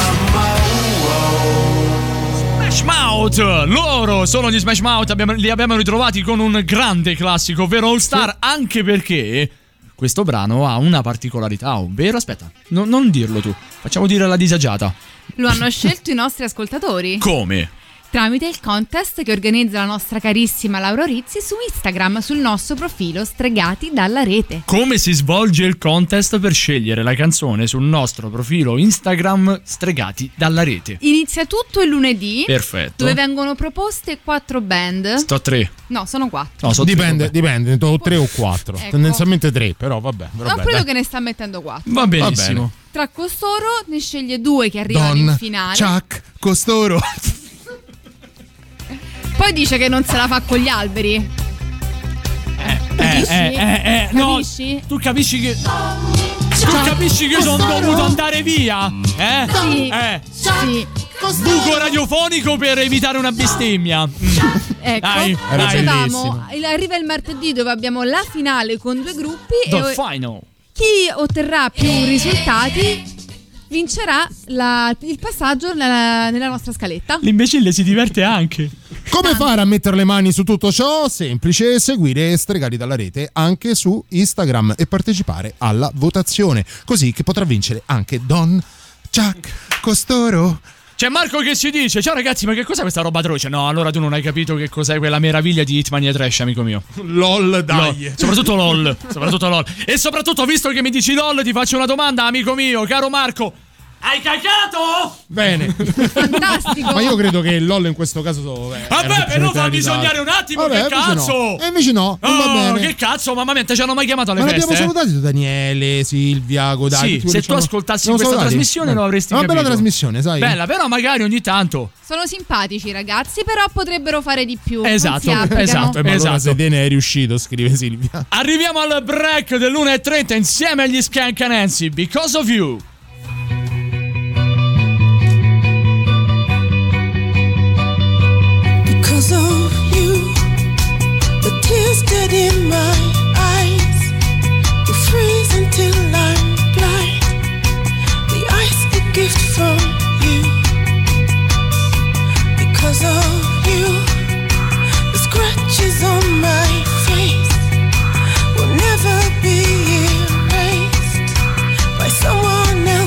[SPEAKER 12] mold.
[SPEAKER 8] Smash Mouth, loro sono gli Smash Mouth, abbiamo, li abbiamo ritrovati con un grande classico, ovvero All Star, anche perché questo brano ha una particolarità, ovvero, aspetta, no, non dirlo tu, facciamo dire la disagiata.
[SPEAKER 7] Lo hanno scelto i nostri ascoltatori.
[SPEAKER 8] Come?
[SPEAKER 7] Tramite il contest che organizza la nostra carissima Laura Rizzi su Instagram, sul nostro profilo Stregati dalla Rete.
[SPEAKER 8] Come si svolge il contest per scegliere la canzone sul nostro profilo Instagram Stregati dalla Rete?
[SPEAKER 7] Inizia tutto il lunedì.
[SPEAKER 8] Perfetto.
[SPEAKER 7] Dove vengono proposte quattro band.
[SPEAKER 8] Sto a tre.
[SPEAKER 7] No, sono quattro.
[SPEAKER 9] No, so dipende, tre, dipende, o tre o quattro.
[SPEAKER 7] Ecco.
[SPEAKER 9] Tendenzialmente tre, però vabbè.
[SPEAKER 7] No, quello che ne sta mettendo quattro.
[SPEAKER 8] Va benissimo.
[SPEAKER 9] Va
[SPEAKER 7] Tra costoro ne sceglie due che arrivano
[SPEAKER 9] Don,
[SPEAKER 7] in finale.
[SPEAKER 9] Chuck, costoro.
[SPEAKER 7] Poi dice che non se la fa con gli alberi.
[SPEAKER 8] Eh,
[SPEAKER 7] Capisci?
[SPEAKER 8] eh, eh, eh, no,
[SPEAKER 7] Capisci?
[SPEAKER 8] tu capisci che Tu capisci che sono dovuto andare via? Eh?
[SPEAKER 7] Sì.
[SPEAKER 8] Eh.
[SPEAKER 7] Sì.
[SPEAKER 8] Buco radiofonico per evitare una bestemmia. Mm.
[SPEAKER 7] Ecco,
[SPEAKER 8] Dai, dai.
[SPEAKER 7] dicevamo, il- arriva il martedì dove abbiamo la finale con due gruppi.
[SPEAKER 8] The
[SPEAKER 7] e
[SPEAKER 8] final.
[SPEAKER 7] chi otterrà più risultati vincerà la- il passaggio nella, nella nostra scaletta.
[SPEAKER 8] L'imbecille si diverte anche.
[SPEAKER 9] Come fare a mettere le mani su tutto ciò? Semplice, seguire Stregati dalla Rete anche su Instagram e partecipare alla votazione, così che potrà vincere anche Don, Chuck, costoro.
[SPEAKER 8] C'è Marco che ci dice: ciao ragazzi, ma che cos'è questa roba atroce? No, allora tu non hai capito che cos'è quella meraviglia di Hitmania Trash, amico mio.
[SPEAKER 9] LOL, dai.
[SPEAKER 8] LOL. Soprattutto LOL. Soprattutto LOL. E soprattutto, visto che mi dici LOL, ti faccio una domanda, amico mio, caro Marco. Hai cagato?
[SPEAKER 9] Bene.
[SPEAKER 7] Fantastico.
[SPEAKER 9] Ma io credo che il LOL in questo caso eh, era
[SPEAKER 8] Vabbè, però fammi
[SPEAKER 9] semplicemente
[SPEAKER 8] sognare un attimo,
[SPEAKER 9] Vabbè,
[SPEAKER 8] che
[SPEAKER 9] invece
[SPEAKER 8] cazzo?
[SPEAKER 9] no. E invece no, non va
[SPEAKER 8] Oh,
[SPEAKER 9] bene.
[SPEAKER 8] che cazzo, mamma mia, te ci hanno mai chiamato alle
[SPEAKER 9] Ma
[SPEAKER 8] feste?
[SPEAKER 9] l'abbiamo
[SPEAKER 8] eh?
[SPEAKER 9] salutati tu, Daniele, Silvia, Godai.
[SPEAKER 8] Sì,
[SPEAKER 9] tutti quelli
[SPEAKER 8] se
[SPEAKER 9] che
[SPEAKER 8] tu
[SPEAKER 9] hanno-
[SPEAKER 8] ascoltassi
[SPEAKER 9] l'abbiamo
[SPEAKER 8] questa
[SPEAKER 9] salutati?
[SPEAKER 8] trasmissione lo avresti
[SPEAKER 9] È una bella
[SPEAKER 8] capito.
[SPEAKER 9] trasmissione, sai?
[SPEAKER 8] Bella, però magari ogni tanto.
[SPEAKER 7] Sono simpatici ragazzi, però potrebbero fare di più. non
[SPEAKER 8] Esatto,
[SPEAKER 7] si applicano.
[SPEAKER 8] esatto.
[SPEAKER 9] Eh, ma allora
[SPEAKER 8] Esatto.
[SPEAKER 9] se te ne è riuscito, scrive Silvia.
[SPEAKER 8] Arriviamo al break dell'una e trenta insieme agli Skank Nancy, Because of You.
[SPEAKER 13] Because of you, the tears get in my eyes. You freeze until I'm blind. The ice, a gift from you. Because of you, the scratches on my face will never be erased by someone else.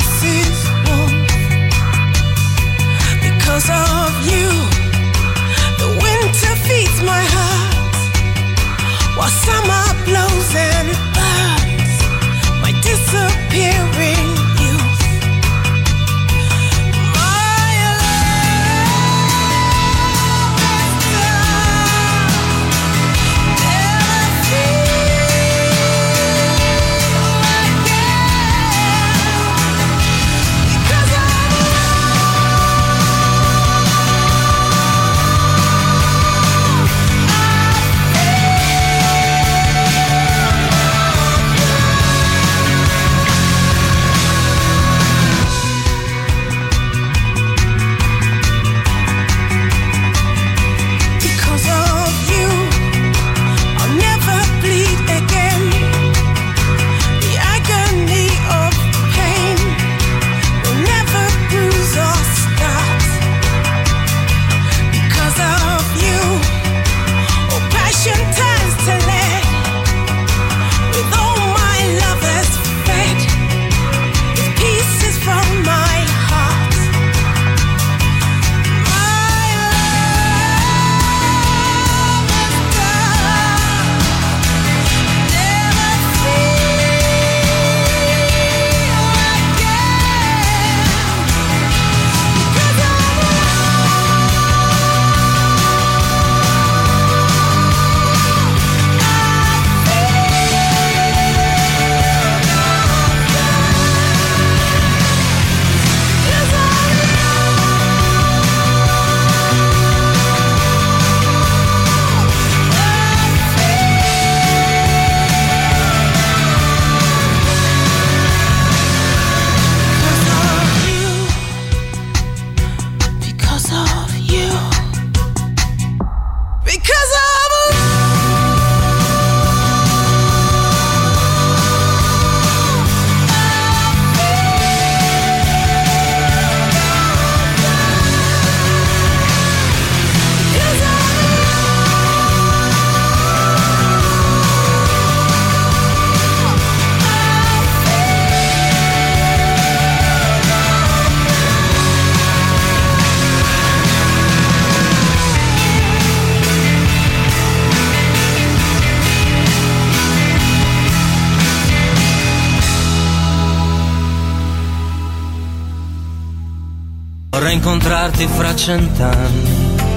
[SPEAKER 4] Vorrei incontrarti fra cent'anni.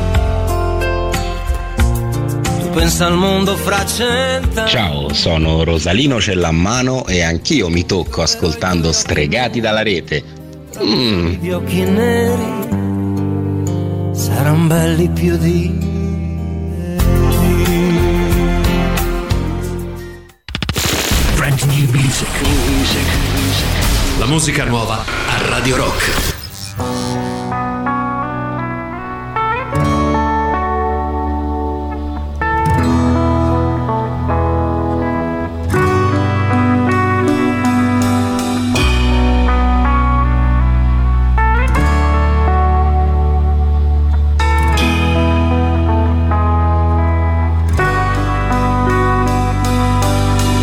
[SPEAKER 4] Tu pensa al mondo fra cent'anni.
[SPEAKER 14] Ciao, sono Rosalino Cellammano e anch'io mi tocco ascoltando Stregati dalla rete. Mm.
[SPEAKER 4] Gli occhi neri saranno belli più di
[SPEAKER 1] Brand new music. music. La musica nuova a Radio Rock.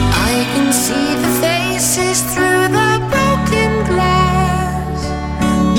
[SPEAKER 13] See the faces through the broken glass.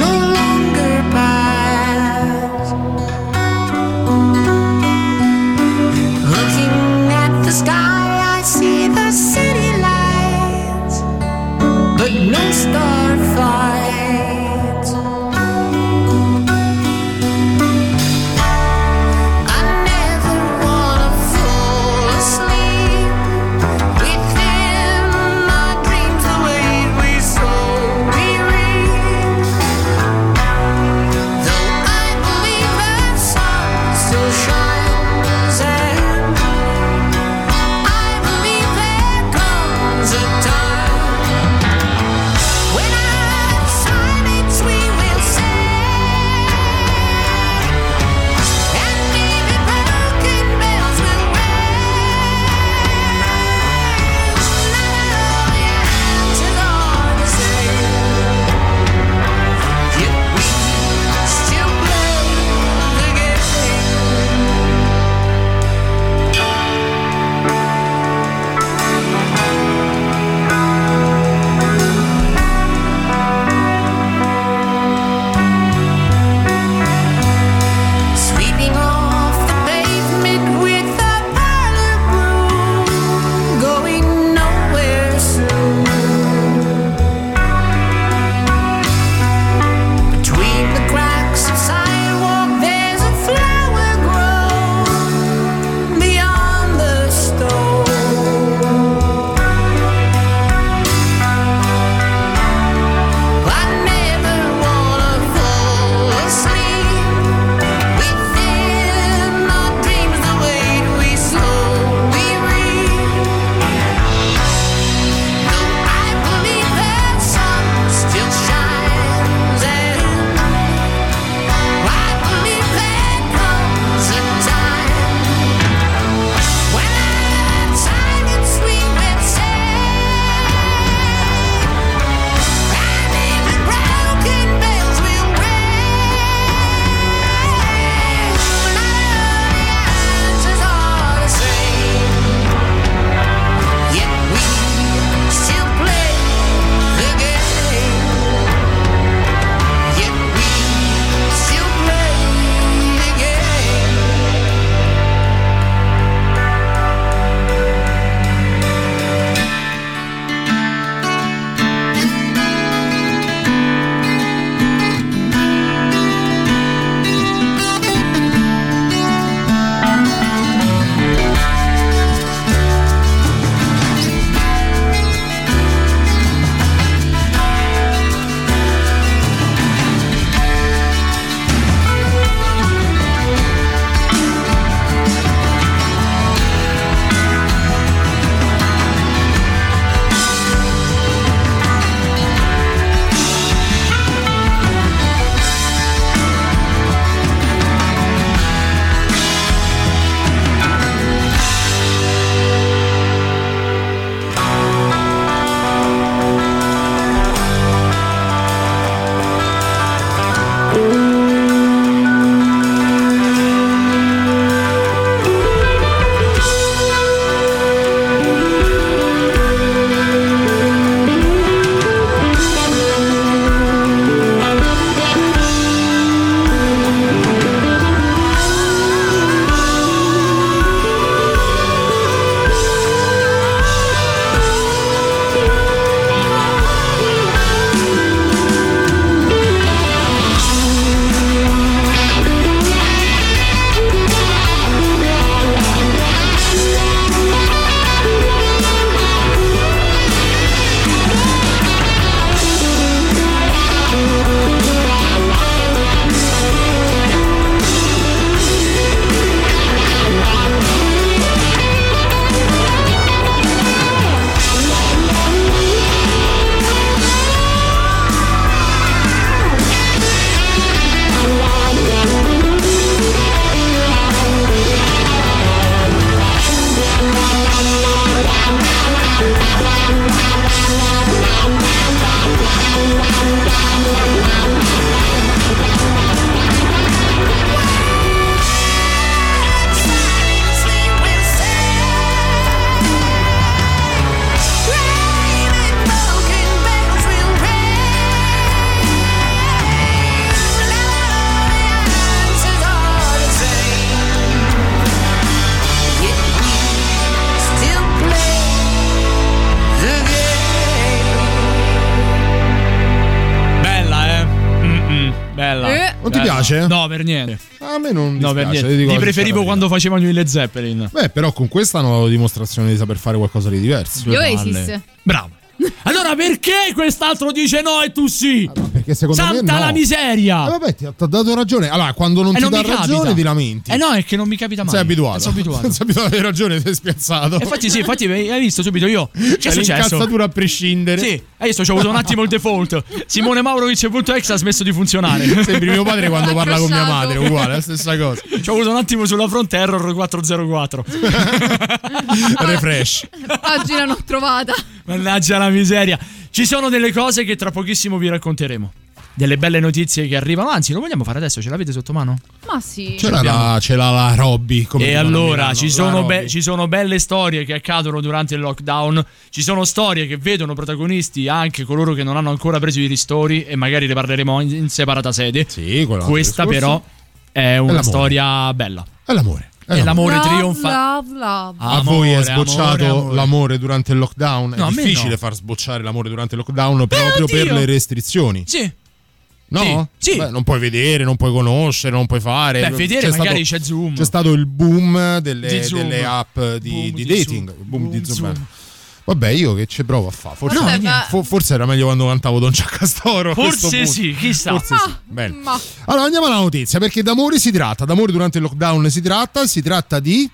[SPEAKER 8] bella.
[SPEAKER 7] Eh.
[SPEAKER 9] Non ti
[SPEAKER 8] Bella.
[SPEAKER 9] piace?
[SPEAKER 8] No, per niente.
[SPEAKER 9] A me non
[SPEAKER 8] No, per
[SPEAKER 9] dispiace,
[SPEAKER 8] niente.
[SPEAKER 9] ti dico
[SPEAKER 8] Li
[SPEAKER 9] la
[SPEAKER 8] preferivo
[SPEAKER 9] sincera
[SPEAKER 8] quando facevano i Led Zeppelin.
[SPEAKER 9] Beh, però con questa nuova dimostrazione di saper fare qualcosa di diverso.
[SPEAKER 7] Gli Oasis.
[SPEAKER 8] Bravo. Allora perché quest'altro dice no e tu sì?
[SPEAKER 9] Perché secondo
[SPEAKER 8] Santa
[SPEAKER 9] me no.
[SPEAKER 8] la miseria.
[SPEAKER 9] Eh, vabbè, ti ha ti ha dato ragione. Allora, quando non
[SPEAKER 8] Eh,
[SPEAKER 9] ti
[SPEAKER 8] non
[SPEAKER 9] dà
[SPEAKER 8] mi capita.
[SPEAKER 9] ragione, ti lamenti.
[SPEAKER 8] Eh no, è che non mi capita mai.
[SPEAKER 9] Sei abituato.
[SPEAKER 8] Sono abituato.
[SPEAKER 9] Sei abituato ad avere ragione, sei spiazzato.
[SPEAKER 8] Eh, Infatti sì, infatti hai visto subito io. Che
[SPEAKER 9] C'è
[SPEAKER 8] è successo?
[SPEAKER 9] l'incazzatura a prescindere.
[SPEAKER 8] Sì, hai visto, ci ho avuto un attimo il default. Simone Maurovic.exe ha smesso di funzionare.
[SPEAKER 9] Sembri mio padre quando parla con mia madre, uguale, la stessa cosa.
[SPEAKER 8] Ci ho avuto un attimo sulla front error quattrocentoquattro.
[SPEAKER 9] Refresh.
[SPEAKER 7] Pagina non trovata.
[SPEAKER 8] Mannaggia la miseria. Ci sono delle cose che tra pochissimo vi racconteremo. Delle belle notizie che arrivano. Anzi, lo vogliamo fare adesso? Ce l'avete sotto mano?
[SPEAKER 7] Ma sì.
[SPEAKER 9] Ce l'ha la, ce l'ha la Robby. Come
[SPEAKER 8] E
[SPEAKER 9] dicono a
[SPEAKER 8] allora
[SPEAKER 9] Milano,
[SPEAKER 8] ci
[SPEAKER 9] la
[SPEAKER 8] sono, be-
[SPEAKER 9] Robby.
[SPEAKER 8] ci sono belle storie che accadono durante il lockdown. Ci sono storie che vedono protagonisti anche coloro che non hanno ancora preso i ristori. E magari ne parleremo in, in separata sede.
[SPEAKER 9] Sì, quello
[SPEAKER 8] Questa
[SPEAKER 9] discorso.
[SPEAKER 8] però è una
[SPEAKER 9] l'amore.
[SPEAKER 8] storia bella.
[SPEAKER 9] È l'amore.
[SPEAKER 8] E l'amore
[SPEAKER 7] Love,
[SPEAKER 8] trionfa.
[SPEAKER 7] love, love.
[SPEAKER 9] A voi è
[SPEAKER 8] Amore,
[SPEAKER 9] sbocciato
[SPEAKER 8] amore, amore.
[SPEAKER 9] l'amore durante il lockdown?
[SPEAKER 8] No, a
[SPEAKER 9] È
[SPEAKER 8] me
[SPEAKER 9] difficile
[SPEAKER 8] no.
[SPEAKER 9] far sbocciare l'amore durante il lockdown proprio
[SPEAKER 8] oddio.
[SPEAKER 9] per le restrizioni.
[SPEAKER 8] Sì.
[SPEAKER 9] No?
[SPEAKER 8] Sì, sì.
[SPEAKER 9] Beh, non puoi vedere, non puoi conoscere, non puoi fare.
[SPEAKER 8] Beh, vedere
[SPEAKER 9] C'è
[SPEAKER 8] magari
[SPEAKER 9] stato,
[SPEAKER 8] c'è Zoom.
[SPEAKER 9] C'è stato il boom delle,
[SPEAKER 8] Di Zoom.
[SPEAKER 9] delle app di,
[SPEAKER 8] Boom
[SPEAKER 9] di
[SPEAKER 8] di
[SPEAKER 9] dating.
[SPEAKER 8] Zoom.
[SPEAKER 9] Boom di
[SPEAKER 8] Boom
[SPEAKER 9] Zoom.
[SPEAKER 8] Zoom.
[SPEAKER 9] Vabbè, io che ci provo a fare? Forse,
[SPEAKER 7] No, ma-
[SPEAKER 9] fo- forse era meglio quando cantavo Don Ciaccastoro. a questo
[SPEAKER 8] Forse
[SPEAKER 9] punto.
[SPEAKER 8] sì, chissà.
[SPEAKER 9] Forse sì.
[SPEAKER 7] Ma-
[SPEAKER 9] Bene.
[SPEAKER 7] ma-
[SPEAKER 9] Allora andiamo alla notizia, perché d'amore si tratta. D'amore durante il lockdown si tratta. Si tratta di.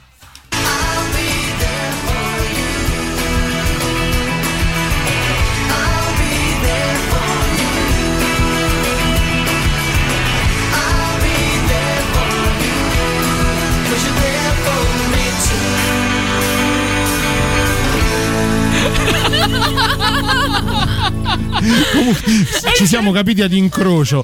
[SPEAKER 9] Comunque, ci siamo capiti ad incrocio.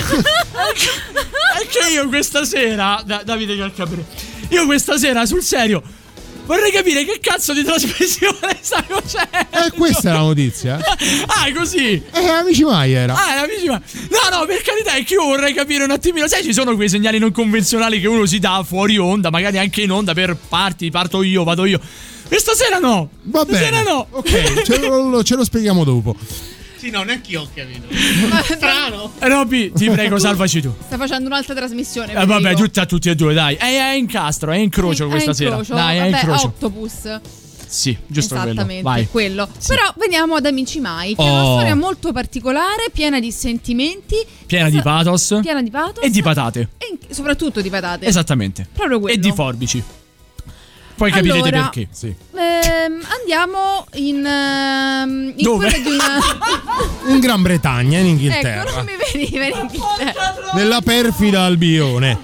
[SPEAKER 8] Anche io questa sera, Da- Davide Calcabre, io questa sera sul serio vorrei capire che cazzo di trasmissione stai facendo.
[SPEAKER 9] Eh, questa è la notizia.
[SPEAKER 8] Ah, è così.
[SPEAKER 9] Eh, amici mai era.
[SPEAKER 8] Ah, è amici ma... No, no, per carità, è che io vorrei capire un attimino. Sai, ci sono quei segnali non convenzionali che uno si dà fuori onda, magari anche in onda per parti, parto io, vado io. Questa sera no.
[SPEAKER 9] Va bene.
[SPEAKER 8] Stasera no.
[SPEAKER 9] Ok, ce lo, ce lo spieghiamo dopo.
[SPEAKER 11] Sì, no, neanche io ho capito. Strano.
[SPEAKER 8] Robby, ti prego, salvaci tu.
[SPEAKER 7] Sta facendo un'altra trasmissione.
[SPEAKER 8] Eh, vabbè,
[SPEAKER 7] Federico.
[SPEAKER 8] tutti a tutti e due, dai. È, è incastro, è incrocio
[SPEAKER 7] È
[SPEAKER 8] questa sera.
[SPEAKER 7] incrocio.
[SPEAKER 8] Dai, è
[SPEAKER 7] Vabbè,
[SPEAKER 8] incrocio.
[SPEAKER 7] Octopus.
[SPEAKER 8] Sì, giusto
[SPEAKER 7] Esattamente,
[SPEAKER 8] quello. Vai.
[SPEAKER 7] quello. Però veniamo ad Amici Mai, che è
[SPEAKER 8] Oh.
[SPEAKER 7] una storia molto particolare, piena di sentimenti,
[SPEAKER 8] Piena di pathos.
[SPEAKER 7] piena di pathos
[SPEAKER 8] E di patate.
[SPEAKER 7] e in- soprattutto di patate.
[SPEAKER 8] Esattamente.
[SPEAKER 7] Proprio quello.
[SPEAKER 8] E di forbici. Poi capirete
[SPEAKER 7] Allora,
[SPEAKER 8] perché. Sì.
[SPEAKER 7] Ehm, andiamo in, ehm, in
[SPEAKER 9] Dove?
[SPEAKER 7] quella di una...
[SPEAKER 9] In Gran Bretagna, in Inghilterra.
[SPEAKER 7] Ecco, non mi veniva in Inghilterra.
[SPEAKER 9] Nella perfida Albione.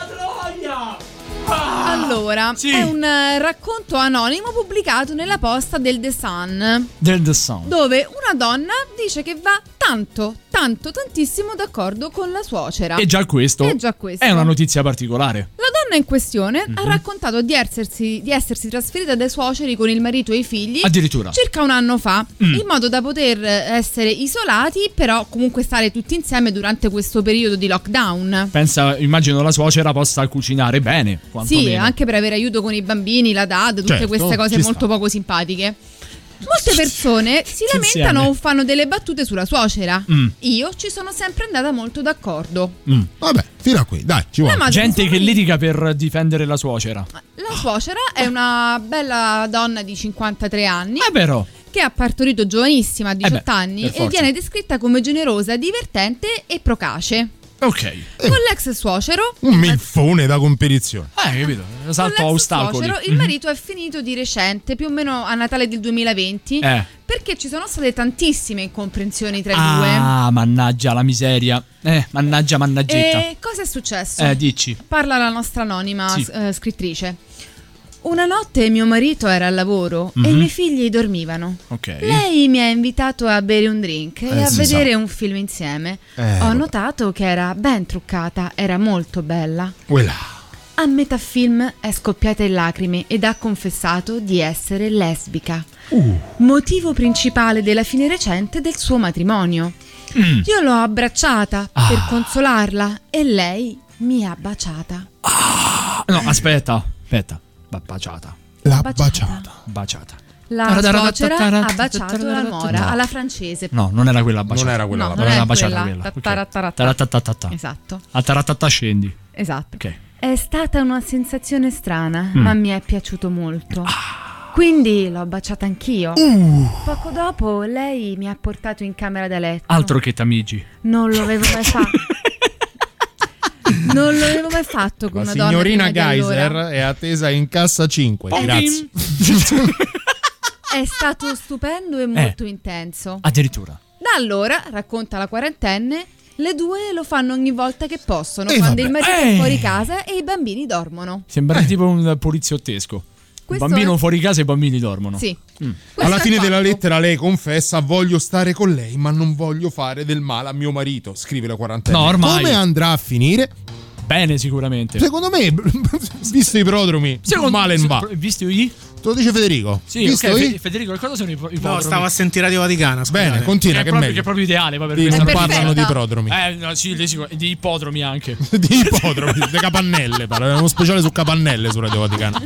[SPEAKER 7] Allora, è un eh, racconto anonimo pubblicato nella posta del The Sun,
[SPEAKER 8] Del The Sun.
[SPEAKER 7] dove una donna dice che va tanto, tanto, tantissimo d'accordo con la suocera.
[SPEAKER 8] E già questo.
[SPEAKER 7] E già questo.
[SPEAKER 8] È una notizia particolare.
[SPEAKER 7] La donna in questione
[SPEAKER 8] Mhm.
[SPEAKER 7] ha raccontato di essersi, di essersi trasferita dai suoceri con il marito e i figli
[SPEAKER 8] Addirittura.
[SPEAKER 7] circa un anno fa,
[SPEAKER 8] Mm.
[SPEAKER 7] in modo da poter essere isolati, però comunque stare tutti insieme durante questo periodo di lockdown.
[SPEAKER 8] Pensa, immagino la suocera possa cucinare bene.
[SPEAKER 7] Sì,
[SPEAKER 8] quantomeno.
[SPEAKER 7] anche per avere aiuto con i bambini, la D A D, tutte
[SPEAKER 8] Certo,
[SPEAKER 7] queste cose
[SPEAKER 8] ci
[SPEAKER 7] molto
[SPEAKER 8] sta.
[SPEAKER 7] poco simpatiche. Molte persone si
[SPEAKER 8] Tutti
[SPEAKER 7] lamentano
[SPEAKER 8] insieme.
[SPEAKER 7] o fanno delle battute sulla suocera.
[SPEAKER 8] Mm.
[SPEAKER 7] Io ci sono sempre andata molto d'accordo.
[SPEAKER 8] Mm.
[SPEAKER 9] Vabbè, fino a qui, dai, ci vuole.
[SPEAKER 7] La madre
[SPEAKER 8] Gente
[SPEAKER 7] di
[SPEAKER 8] che
[SPEAKER 7] famiglia-
[SPEAKER 8] litiga per difendere la suocera.
[SPEAKER 7] La suocera è una bella donna di cinquantatré anni.
[SPEAKER 8] È vero.
[SPEAKER 7] Che ha partorito giovanissima a diciotto
[SPEAKER 8] beh,
[SPEAKER 7] anni
[SPEAKER 8] per
[SPEAKER 7] e
[SPEAKER 8] forza.
[SPEAKER 7] viene descritta come generosa, divertente e procace.
[SPEAKER 8] Ok.
[SPEAKER 7] Con l'ex suocero,
[SPEAKER 9] Un milfone da competizione.
[SPEAKER 8] Eh, capito?
[SPEAKER 7] con
[SPEAKER 8] Salto a
[SPEAKER 7] l'ex
[SPEAKER 8] ostacoli.
[SPEAKER 7] suocero il marito è finito di recente, più o meno a Natale del duemilaventi,
[SPEAKER 8] Eh.
[SPEAKER 7] perché ci sono state tantissime incomprensioni tra i due.
[SPEAKER 8] Ah, mannaggia la miseria. Eh, mannaggia, mannaggetta.
[SPEAKER 7] E cosa è successo?
[SPEAKER 8] Eh, dici.
[SPEAKER 7] Parla la nostra anonima
[SPEAKER 8] Sì.
[SPEAKER 7] eh, scrittrice. Una notte mio marito era al lavoro e i
[SPEAKER 8] Mhm.
[SPEAKER 7] miei figli dormivano.
[SPEAKER 8] Ok.
[SPEAKER 7] Lei mi ha invitato a bere un drink e
[SPEAKER 8] Eh,
[SPEAKER 7] a
[SPEAKER 8] si
[SPEAKER 7] vedere
[SPEAKER 8] sa.
[SPEAKER 7] un film insieme.
[SPEAKER 9] Eh,
[SPEAKER 7] Ho
[SPEAKER 9] vabbè.
[SPEAKER 7] notato che era ben truccata, era molto bella.
[SPEAKER 9] Quella.
[SPEAKER 7] A metà film è scoppiata in lacrime ed ha confessato di essere lesbica.
[SPEAKER 9] Uh.
[SPEAKER 7] Motivo principale della fine recente del suo matrimonio.
[SPEAKER 8] Mm.
[SPEAKER 7] Io l'ho abbracciata
[SPEAKER 8] Ah.
[SPEAKER 7] per consolarla e lei mi ha baciata.
[SPEAKER 8] No, aspetta, aspetta. Ba- baciata.
[SPEAKER 9] La
[SPEAKER 7] Baciata.
[SPEAKER 9] baciata.
[SPEAKER 8] Baciata.
[SPEAKER 7] La suocera ha baciato la nuora alla francese.
[SPEAKER 8] No, non era quella baciata.
[SPEAKER 9] Non era quella,
[SPEAKER 7] No,
[SPEAKER 8] non
[SPEAKER 7] non
[SPEAKER 8] era
[SPEAKER 7] è
[SPEAKER 8] baciata
[SPEAKER 7] quella.
[SPEAKER 8] quella. Ok.
[SPEAKER 7] Taratataratà.
[SPEAKER 8] Taratatatatà.
[SPEAKER 7] Esatto.
[SPEAKER 8] A taratata scendi.
[SPEAKER 7] Esatto.
[SPEAKER 8] Ok.
[SPEAKER 7] È stata una sensazione strana,
[SPEAKER 8] Mm.
[SPEAKER 7] ma mi è piaciuto molto. Quindi l'ho baciata anch'io.
[SPEAKER 8] Uh.
[SPEAKER 7] Poco dopo lei mi ha portato in camera da letto.
[SPEAKER 8] Altro che Tamigi.
[SPEAKER 7] Non lo avevo mai fatto. Non l'avevo mai fatto con
[SPEAKER 9] La
[SPEAKER 7] una donna.
[SPEAKER 9] signorina
[SPEAKER 7] prima di
[SPEAKER 9] Geyser
[SPEAKER 7] allora.
[SPEAKER 9] è attesa in cassa cinque.
[SPEAKER 7] Oh,
[SPEAKER 9] Grazie.
[SPEAKER 7] È stato stupendo e molto intenso.
[SPEAKER 8] Addirittura.
[SPEAKER 7] Da allora, racconta la quarantenne, le due lo fanno ogni volta che possono,
[SPEAKER 8] Eh,
[SPEAKER 7] quando
[SPEAKER 8] vabbè.
[SPEAKER 7] il marito
[SPEAKER 8] Eh.
[SPEAKER 7] è fuori casa e i bambini dormono.
[SPEAKER 8] Sembra tipo un poliziottesco.
[SPEAKER 7] Questo
[SPEAKER 8] Bambino
[SPEAKER 7] è-
[SPEAKER 8] fuori casa e i bambini dormono.
[SPEAKER 7] Sì.
[SPEAKER 8] Mm.
[SPEAKER 9] Alla
[SPEAKER 7] è
[SPEAKER 9] fine
[SPEAKER 7] quanto.
[SPEAKER 9] della lettera lei confessa: voglio stare con lei, ma non voglio fare del male a mio marito. Scrive la quarantenne.
[SPEAKER 8] No, ormai.
[SPEAKER 9] Come andrà a finire?
[SPEAKER 8] Bene, sicuramente.
[SPEAKER 9] Secondo me, visto i prodromi,
[SPEAKER 8] Secondo
[SPEAKER 9] male non va.
[SPEAKER 8] Visto i?
[SPEAKER 9] Te lo dice Federico?
[SPEAKER 8] Sì,
[SPEAKER 9] visto
[SPEAKER 8] ok,
[SPEAKER 9] i?
[SPEAKER 8] Fe- Federico, cosa sono i, pro- i
[SPEAKER 11] No,
[SPEAKER 8] prodromi?
[SPEAKER 11] stavo a sentire Radio Vaticana. Scusate.
[SPEAKER 9] Bene, continua,
[SPEAKER 8] Che è
[SPEAKER 9] che è
[SPEAKER 8] proprio,
[SPEAKER 9] meglio.
[SPEAKER 8] che è proprio ideale poi per
[SPEAKER 9] Sì,
[SPEAKER 8] questa
[SPEAKER 9] non
[SPEAKER 8] roba.
[SPEAKER 9] parlano di prodromi.
[SPEAKER 8] Eh, no, sì, di sicuro- di ippodromi anche.
[SPEAKER 9] Di ippodromi, di capannelle. Parla, uno speciale su capannelle su Radio Vaticana.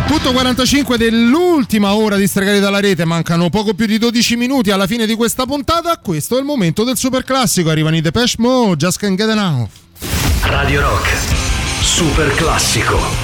[SPEAKER 9] Punto quarantacinque dell'ultima ora di Stregati dalla Rete, mancano poco più di dodici minuti alla fine di questa puntata. Questo è il momento del super classico, arrivano i Depeche Mode, Just Can't Get Enough.
[SPEAKER 1] Radio Rock, super classico.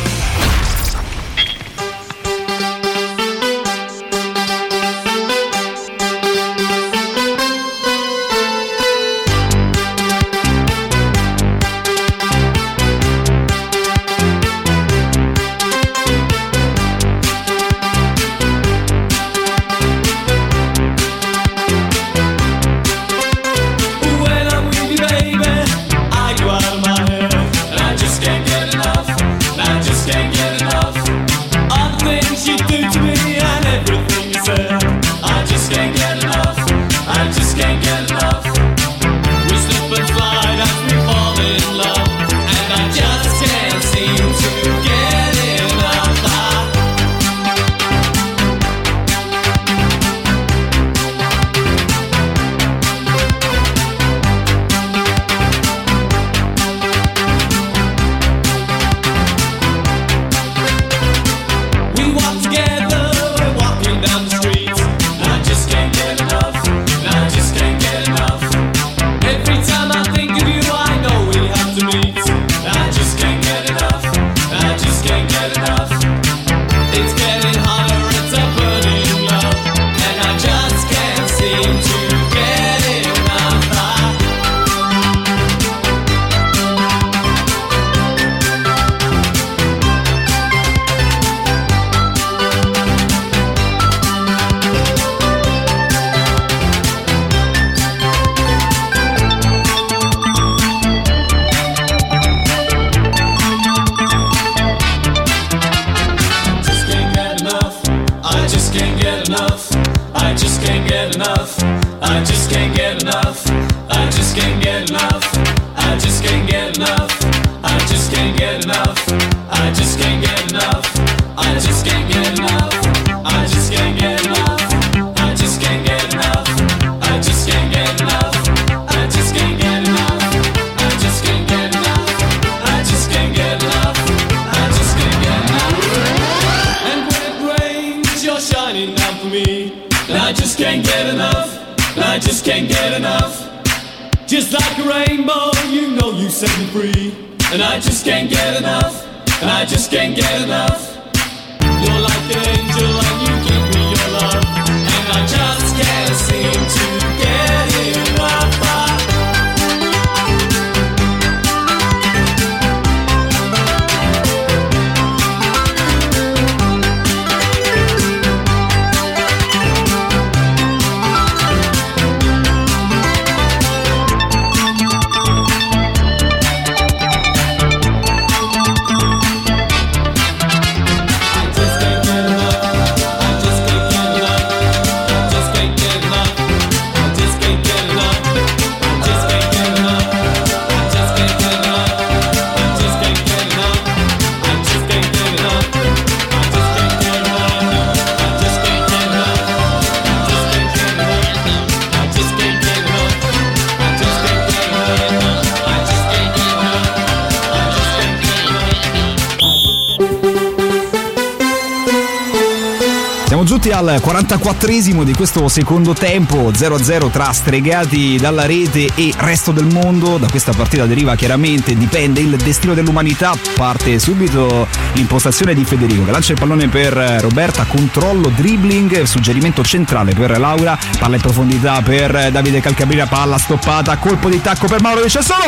[SPEAKER 15] Al quarantaquattresimo di questo secondo tempo, zero a zero tra Stregati dalla Rete e Resto del Mondo. Da questa partita deriva chiaramente, dipende il destino dell'umanità. Parte subito l'impostazione di Federico che lancia il pallone per Roberta, controllo, dribbling, suggerimento centrale per Laura, palla in profondità per Davide Calcabrina, palla stoppata, colpo di tacco per Maurovic, solo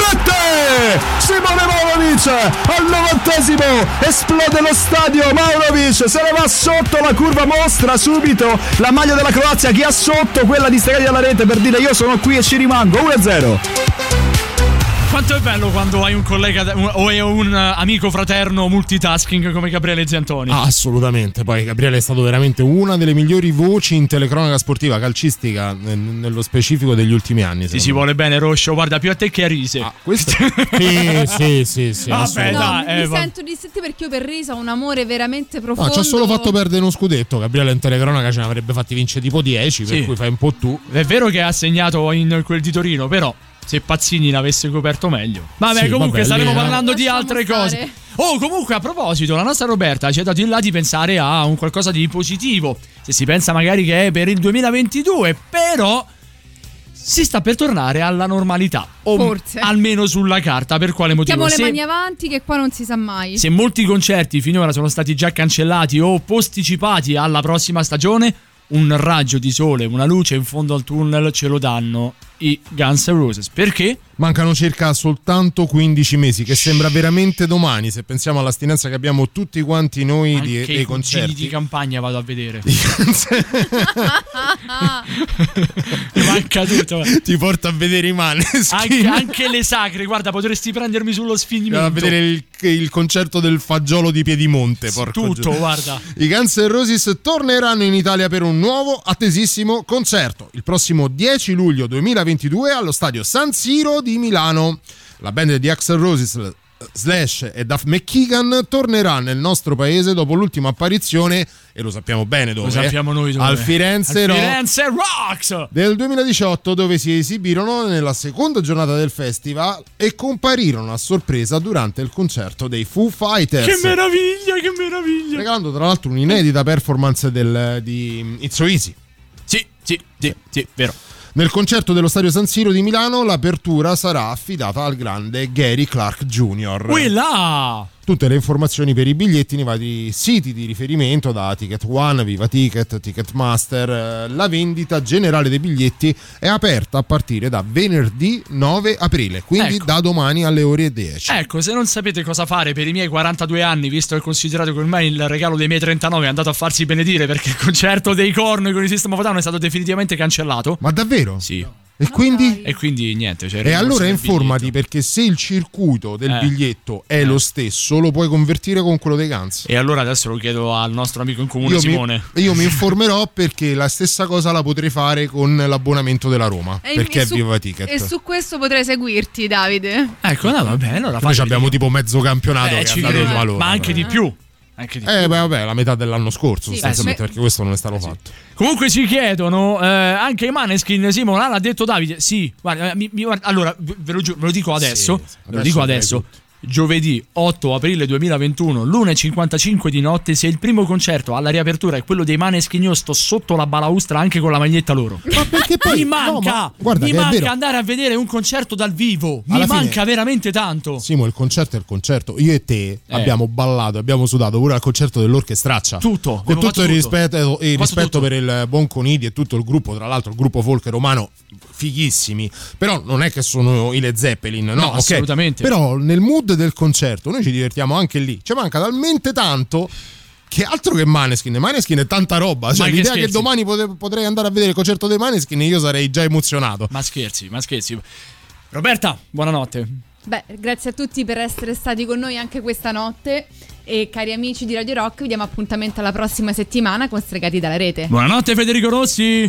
[SPEAKER 15] rete! Simone Maurovic al novantesimo, esplode lo stadio, Maurovic se ne va sotto la curva, mostra subito la maglia della Croazia, chi ha sotto quella di Stregati dalla Rete per dire io sono qui e ci rimango. Uno a zero.
[SPEAKER 8] Quanto è bello quando hai un collega o è un amico fraterno multitasking come Gabriele Ziantoni.
[SPEAKER 9] Ah, assolutamente. Poi Gabriele è stato veramente una delle migliori voci in telecronaca sportiva calcistica nello specifico degli ultimi anni.
[SPEAKER 8] Sì, si vuole bene, Roscio, guarda, più a te che a Rise.
[SPEAKER 9] Ah, questo sì, sì, sì, sì.
[SPEAKER 8] Vabbè,
[SPEAKER 7] no,
[SPEAKER 8] dai,
[SPEAKER 7] mi
[SPEAKER 8] eh, va...
[SPEAKER 7] sento di sentire perché io per Risa ho un amore veramente profondo.
[SPEAKER 9] No, ci ha solo fatto perdere uno scudetto. Gabriele in telecronaca ce ne avrebbe fatti vincere tipo dieci, sì. Per cui fai un po' tu.
[SPEAKER 8] È vero che ha segnato in quel di Torino, però se Pazzini l'avesse coperto meglio. Vabbè, sì, comunque vabbè, staremo lì, parlando di altre
[SPEAKER 7] stare.
[SPEAKER 8] cose. Oh, comunque, a proposito, la nostra Roberta ci ha dato il là di pensare a un qualcosa di positivo. Se si pensa magari che è per il duemilaventidue, però si sta per tornare alla normalità. O
[SPEAKER 7] Forse.
[SPEAKER 8] almeno sulla carta. Per quale motivo?
[SPEAKER 7] Mettiamo le
[SPEAKER 8] Se,
[SPEAKER 7] mani avanti che qua non si sa mai.
[SPEAKER 8] se molti concerti finora sono stati già cancellati o posticipati alla prossima stagione, un raggio di sole, una luce in fondo al tunnel ce lo danno i Guns N' Roses. Perché?
[SPEAKER 9] Mancano circa soltanto quindici mesi, che sembra veramente domani se pensiamo all'astinenza che abbiamo tutti quanti noi
[SPEAKER 8] Anche
[SPEAKER 9] di,
[SPEAKER 8] i
[SPEAKER 9] dei
[SPEAKER 8] cugini
[SPEAKER 9] concerti
[SPEAKER 8] di campagna vado a vedere. Manca tutto.
[SPEAKER 9] Ti porto a vedere i Maneskin.
[SPEAKER 8] Anche, anche le sacre, guarda, potresti prendermi sullo sfinimento.
[SPEAKER 9] a vedere il, il concerto del fagiolo di Piedimonte, porco
[SPEAKER 8] Tutto,
[SPEAKER 9] Giuda.
[SPEAKER 8] guarda.
[SPEAKER 9] I Guns N' Roses torneranno in Italia per un nuovo attesissimo concerto il prossimo dieci luglio duemilaventidue allo stadio San Siro di Milano. La band di Axl Roses, Slash e Duff McKagan tornerà nel nostro paese dopo l'ultima apparizione, e lo sappiamo bene dove,
[SPEAKER 8] Lo sappiamo noi dove.
[SPEAKER 9] al Firenze,
[SPEAKER 8] Al
[SPEAKER 9] Rock
[SPEAKER 8] Firenze Rocks
[SPEAKER 9] del duemiladiciotto, dove si esibirono nella seconda giornata del festival e comparirono a sorpresa durante il concerto dei Foo Fighters.
[SPEAKER 8] Che meraviglia, che meraviglia.
[SPEAKER 9] Regalando tra l'altro un'inedita performance del, di It's So Easy.
[SPEAKER 8] Sì, sì, sì, sì, vero.
[SPEAKER 9] Nel concerto dello Stadio San Siro di Milano l'apertura sarà affidata al grande Gary Clark Junior
[SPEAKER 8] Uilla!
[SPEAKER 9] Tutte le informazioni per i biglietti nei vari siti di riferimento, da Ticket One, Viva Ticket, Ticketmaster. La vendita generale dei biglietti è aperta a partire da venerdì nove aprile, quindi
[SPEAKER 8] Ecco.
[SPEAKER 9] da domani alle ore dieci.
[SPEAKER 8] Ecco, se non sapete cosa fare per i miei quarantadue anni, visto e considerato che ormai il regalo dei miei trentanove è andato a farsi benedire perché il concerto dei Korn con il System of a Down è stato definitivamente cancellato.
[SPEAKER 9] Ma davvero?
[SPEAKER 8] Sì.
[SPEAKER 9] E quindi?
[SPEAKER 8] E quindi niente. Cioè,
[SPEAKER 9] E allora informati, perché se il circuito del
[SPEAKER 8] Eh.
[SPEAKER 9] biglietto è
[SPEAKER 8] Eh.
[SPEAKER 9] lo stesso, lo puoi convertire con quello dei Guns.
[SPEAKER 8] E allora adesso lo chiedo al nostro amico in comune
[SPEAKER 9] Io
[SPEAKER 8] Simone.
[SPEAKER 9] mi, io mi informerò, perché la stessa cosa la potrei fare con l'abbonamento della Roma,
[SPEAKER 7] E-
[SPEAKER 9] perché
[SPEAKER 7] e
[SPEAKER 9] è
[SPEAKER 7] su-
[SPEAKER 9] Viva Ticket.
[SPEAKER 7] E su questo potrei seguirti, Davide.
[SPEAKER 8] Ecco, no, vabbè, allora
[SPEAKER 9] Noi
[SPEAKER 8] faccio
[SPEAKER 9] abbiamo tipo mezzo campionato
[SPEAKER 8] Eh,
[SPEAKER 9] che è
[SPEAKER 8] ci
[SPEAKER 9] andato
[SPEAKER 8] credo,
[SPEAKER 9] in valore.
[SPEAKER 8] ma anche di più. Anche di più.
[SPEAKER 9] Eh, beh, vabbè, la metà dell'anno scorso,
[SPEAKER 7] Sì,
[SPEAKER 9] sostanzialmente,
[SPEAKER 7] beh,
[SPEAKER 9] perché questo non è stato fatto.
[SPEAKER 8] Comunque ci chiedono eh, anche i Maneskin. Simone l'ha detto Davide. Sì, guarda, mi- mi- guarda, allora ve lo, giuro, ve lo dico adesso.
[SPEAKER 9] Sì,
[SPEAKER 8] ve lo
[SPEAKER 9] adesso
[SPEAKER 8] dico
[SPEAKER 9] direi
[SPEAKER 8] adesso. Giovedì otto aprile duemilaventuno, l'una e cinquantacinque di notte. Se il primo concerto alla riapertura è quello dei Maneskin, io sto sotto la balaustra anche con la maglietta loro.
[SPEAKER 9] Ma perché poi
[SPEAKER 8] Mi manca,
[SPEAKER 9] no, ma guarda
[SPEAKER 8] mi
[SPEAKER 9] che è
[SPEAKER 8] manca
[SPEAKER 9] vero.
[SPEAKER 8] andare a vedere un concerto dal vivo. Mi
[SPEAKER 9] Alla fine-
[SPEAKER 8] manca veramente tanto.
[SPEAKER 9] Simo, il concerto è il concerto. Io e te abbiamo ballato, abbiamo sudato pure al concerto dell'orchestraccia.
[SPEAKER 8] Tutto,
[SPEAKER 9] Con
[SPEAKER 8] abbiamo
[SPEAKER 9] tutto il
[SPEAKER 8] fatto tutto.
[SPEAKER 9] rispetto, il
[SPEAKER 8] Fatto
[SPEAKER 9] rispetto
[SPEAKER 8] tutto.
[SPEAKER 9] per il buon Conidi e tutto il gruppo, tra l'altro il gruppo folk romano, fighissimi. Però non è che sono i Led Zeppelin, no,
[SPEAKER 8] No,
[SPEAKER 9] ok?
[SPEAKER 8] assolutamente.
[SPEAKER 9] Però nel mood del concerto noi ci divertiamo anche lì. Ci manca talmente tanto che altro che Maneskin. Maneskin è tanta roba. Cioè,
[SPEAKER 8] Ma che
[SPEAKER 9] l'idea che,
[SPEAKER 8] scherzi.
[SPEAKER 9] domani pote- potrei andare a vedere il concerto dei Maneskin, io sarei già emozionato.
[SPEAKER 8] Ma scherzi, ma scherzi. Roberta, buonanotte.
[SPEAKER 7] Beh, grazie a tutti per essere stati con noi anche questa notte. E cari amici di Radio Rock, vi diamo appuntamento alla prossima settimana con Stregati dalla Rete.
[SPEAKER 8] Buonanotte Federico Rossi.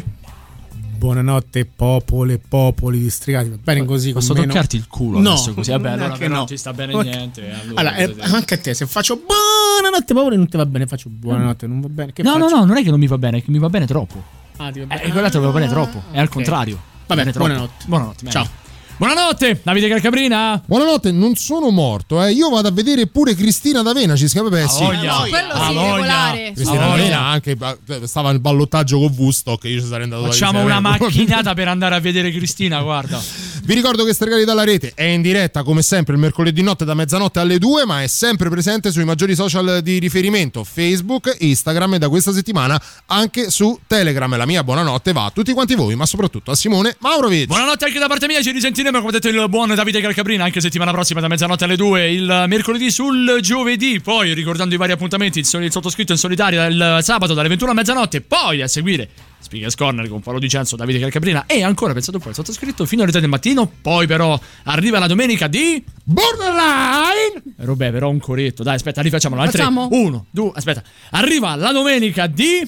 [SPEAKER 11] Buonanotte popolo e popoli distregati. Va bene così.
[SPEAKER 8] Posso
[SPEAKER 11] con meno-
[SPEAKER 8] toccarti il culo
[SPEAKER 11] no,
[SPEAKER 8] adesso così? Vabbè, allora
[SPEAKER 11] anche
[SPEAKER 8] però
[SPEAKER 11] no.
[SPEAKER 8] non ci sta bene
[SPEAKER 11] Ok.
[SPEAKER 8] niente. Allora,
[SPEAKER 11] Allora, eh,
[SPEAKER 8] vedete.
[SPEAKER 11] anche a te, se faccio buonanotte popoli non ti va bene, faccio buonanotte, non va bene. Che
[SPEAKER 8] No,
[SPEAKER 11] faccio?
[SPEAKER 8] no, no, non è che non mi va bene, è che mi va bene troppo.
[SPEAKER 11] Ah, ti va
[SPEAKER 8] Eh,
[SPEAKER 11] bene.
[SPEAKER 8] e quell'altro mi va bene troppo. È al
[SPEAKER 11] ok.
[SPEAKER 8] contrario.
[SPEAKER 11] Vabbè,
[SPEAKER 8] Bene troppo.
[SPEAKER 11] buonanotte.
[SPEAKER 8] Buonanotte. meglio.
[SPEAKER 11] Ciao.
[SPEAKER 8] Buonanotte, Davide Calcabrina.
[SPEAKER 9] Buonanotte, non sono morto, eh. Io vado a vedere pure Cristina D'Avena, ci scrive, beh, sì.
[SPEAKER 8] voglia.
[SPEAKER 7] Quello
[SPEAKER 8] Ah,
[SPEAKER 7] sì,
[SPEAKER 8] voglia.
[SPEAKER 7] regolare.
[SPEAKER 9] Cristina
[SPEAKER 8] Ah,
[SPEAKER 9] D'Avena
[SPEAKER 8] voglia.
[SPEAKER 9] anche eh, stava nel ballottaggio con Woodstock, io ci sarei andato da
[SPEAKER 8] Facciamo
[SPEAKER 9] Cristina
[SPEAKER 8] una
[SPEAKER 9] D'Avena.
[SPEAKER 8] macchinata per andare a vedere Cristina, guarda.
[SPEAKER 9] Vi ricordo che Stregati dalla Rete è in diretta come sempre il mercoledì notte da mezzanotte alle due, ma è sempre presente sui maggiori social di riferimento, Facebook, Instagram e da questa settimana anche su Telegram. La mia buonanotte va a tutti quanti voi, ma soprattutto a Simone Maurovic.
[SPEAKER 8] Buonanotte anche da parte mia, ci risentiremo come ha detto il buon Davide Calcabrina anche settimana prossima da mezzanotte alle due, il mercoledì sul giovedì, poi ricordando i vari appuntamenti, il, sol- il sottoscritto in solitaria il sabato dalle ventuno a mezzanotte, poi a seguire Speakers Corner con Paolo Di Censo, Davide Calcabrina e ancora, pensate un po', il sottoscritto fino alle tre del mattino, poi però arriva la domenica di
[SPEAKER 9] Borderline.
[SPEAKER 8] Eh, Robè, però un coretto, dai aspetta, rifacciamolo, al tre,
[SPEAKER 7] Facciamo.
[SPEAKER 8] uno, due, aspetta, arriva la domenica di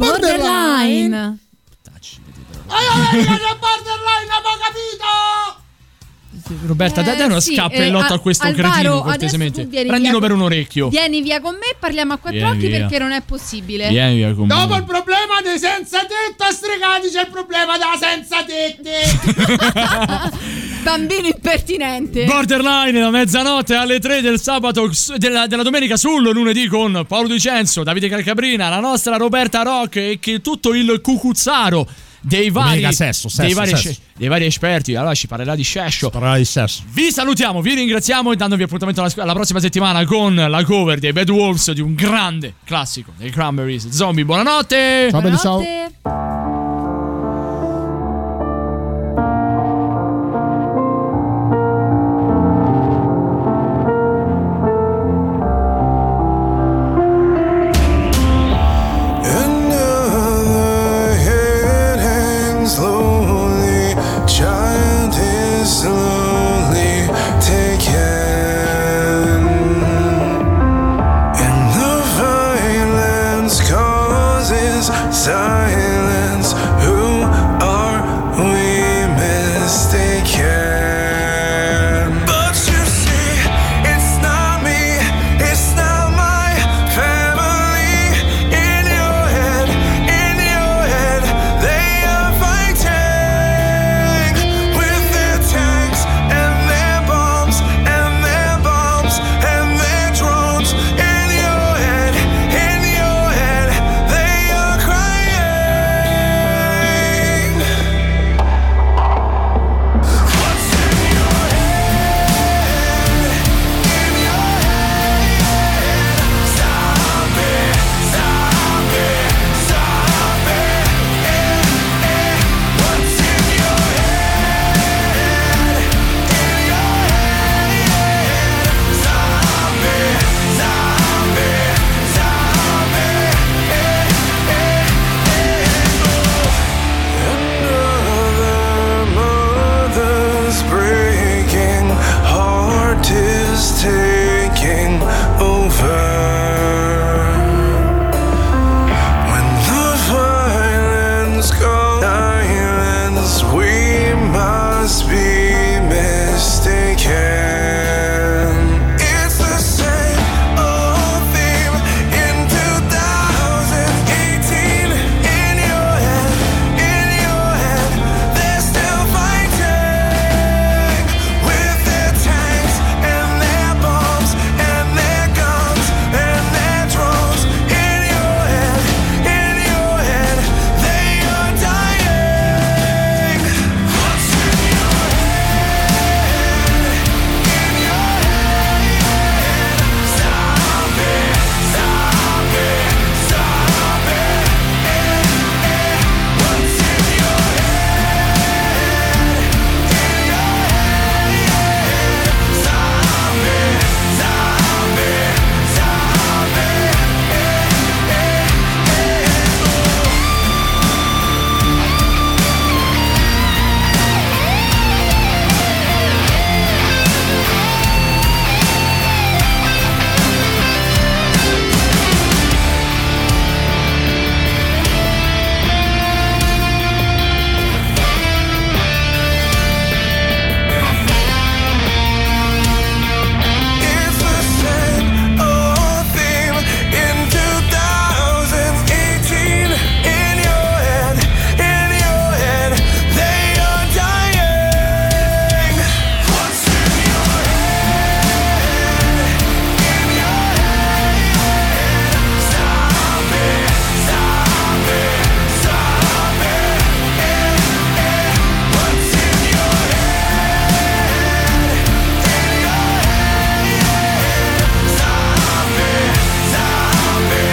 [SPEAKER 7] Borderline.
[SPEAKER 8] Roberta, dai, dai uno
[SPEAKER 7] Eh, sì,
[SPEAKER 8] scappellotto
[SPEAKER 7] eh,
[SPEAKER 8] a questo
[SPEAKER 7] Alvaro,
[SPEAKER 8] cretino
[SPEAKER 7] adesso
[SPEAKER 8] cortesemente.
[SPEAKER 7] tu vieni
[SPEAKER 8] Prendilo
[SPEAKER 7] via
[SPEAKER 8] per
[SPEAKER 7] con-
[SPEAKER 8] un orecchio.
[SPEAKER 7] Vieni via con me e parliamo a quattro
[SPEAKER 8] Vieni
[SPEAKER 7] occhi
[SPEAKER 8] via.
[SPEAKER 7] perché non è possibile.
[SPEAKER 8] Vieni via con
[SPEAKER 2] Dopo
[SPEAKER 8] me.
[SPEAKER 2] il problema dei senza tetto a Stregati c'è il problema da senza tette.
[SPEAKER 7] Bambino impertinente.
[SPEAKER 8] Borderline da mezzanotte alle tre del sabato della, della domenica sul lunedì con Paolo Dicenzo, Davide Calcabrina, la nostra Roberta Rock e che tutto il cucuzzaro dei vari,
[SPEAKER 9] sesso, sesso,
[SPEAKER 8] dei, vari
[SPEAKER 9] sesso.
[SPEAKER 8] dei vari esperti. Allora ci parlerà di sesso.
[SPEAKER 9] Parlerà di sesso.
[SPEAKER 8] Vi salutiamo, vi ringraziamo e dandovi appuntamento alla, alla prossima settimana con la cover dei Bad Wolves di un grande classico dei Cranberries, Zombie. Buonanotte.
[SPEAKER 9] Ciao belli, ciao.
[SPEAKER 12] Silence, who are we mistaken? But you see, it's not me, it's not my family. In your head, in your head, they are fighting with their tanks and their bombs and their bombs and their drones. In your head, in your head, they are crying. Mother's breaking, heart is taking over. When the violence goes silence, we must be mistaken. It's the same old theme in two thousand eighteen. In your head, in your head, they're still fighting with their tanks and their bombs and their guns and their drones. In your head, in your head, they are dying. What's in your head? In your head, zombie, zombie, zombie. What's in your head? In your head, zombie, zombie, It's the same old theme in two thousand eighteen. In your head, in your head, they are dying. What's in your head? In your head, zombie, zombie, zombie. What's in your head? In your head, zombie, zombie,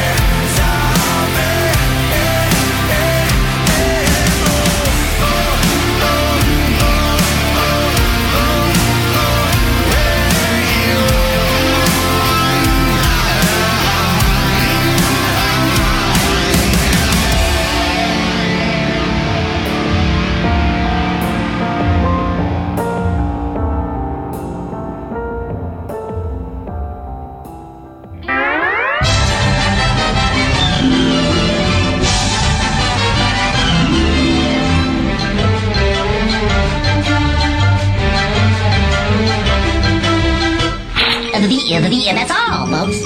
[SPEAKER 3] The V, the V, and that's all, folks.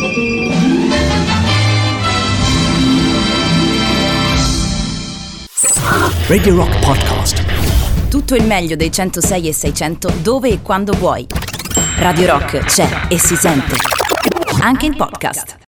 [SPEAKER 1] Radio Rock Podcast.
[SPEAKER 16] tutto il meglio dei centosei e seicento dove e quando vuoi. Radio Rock c'è e si sente. Anche in podcast.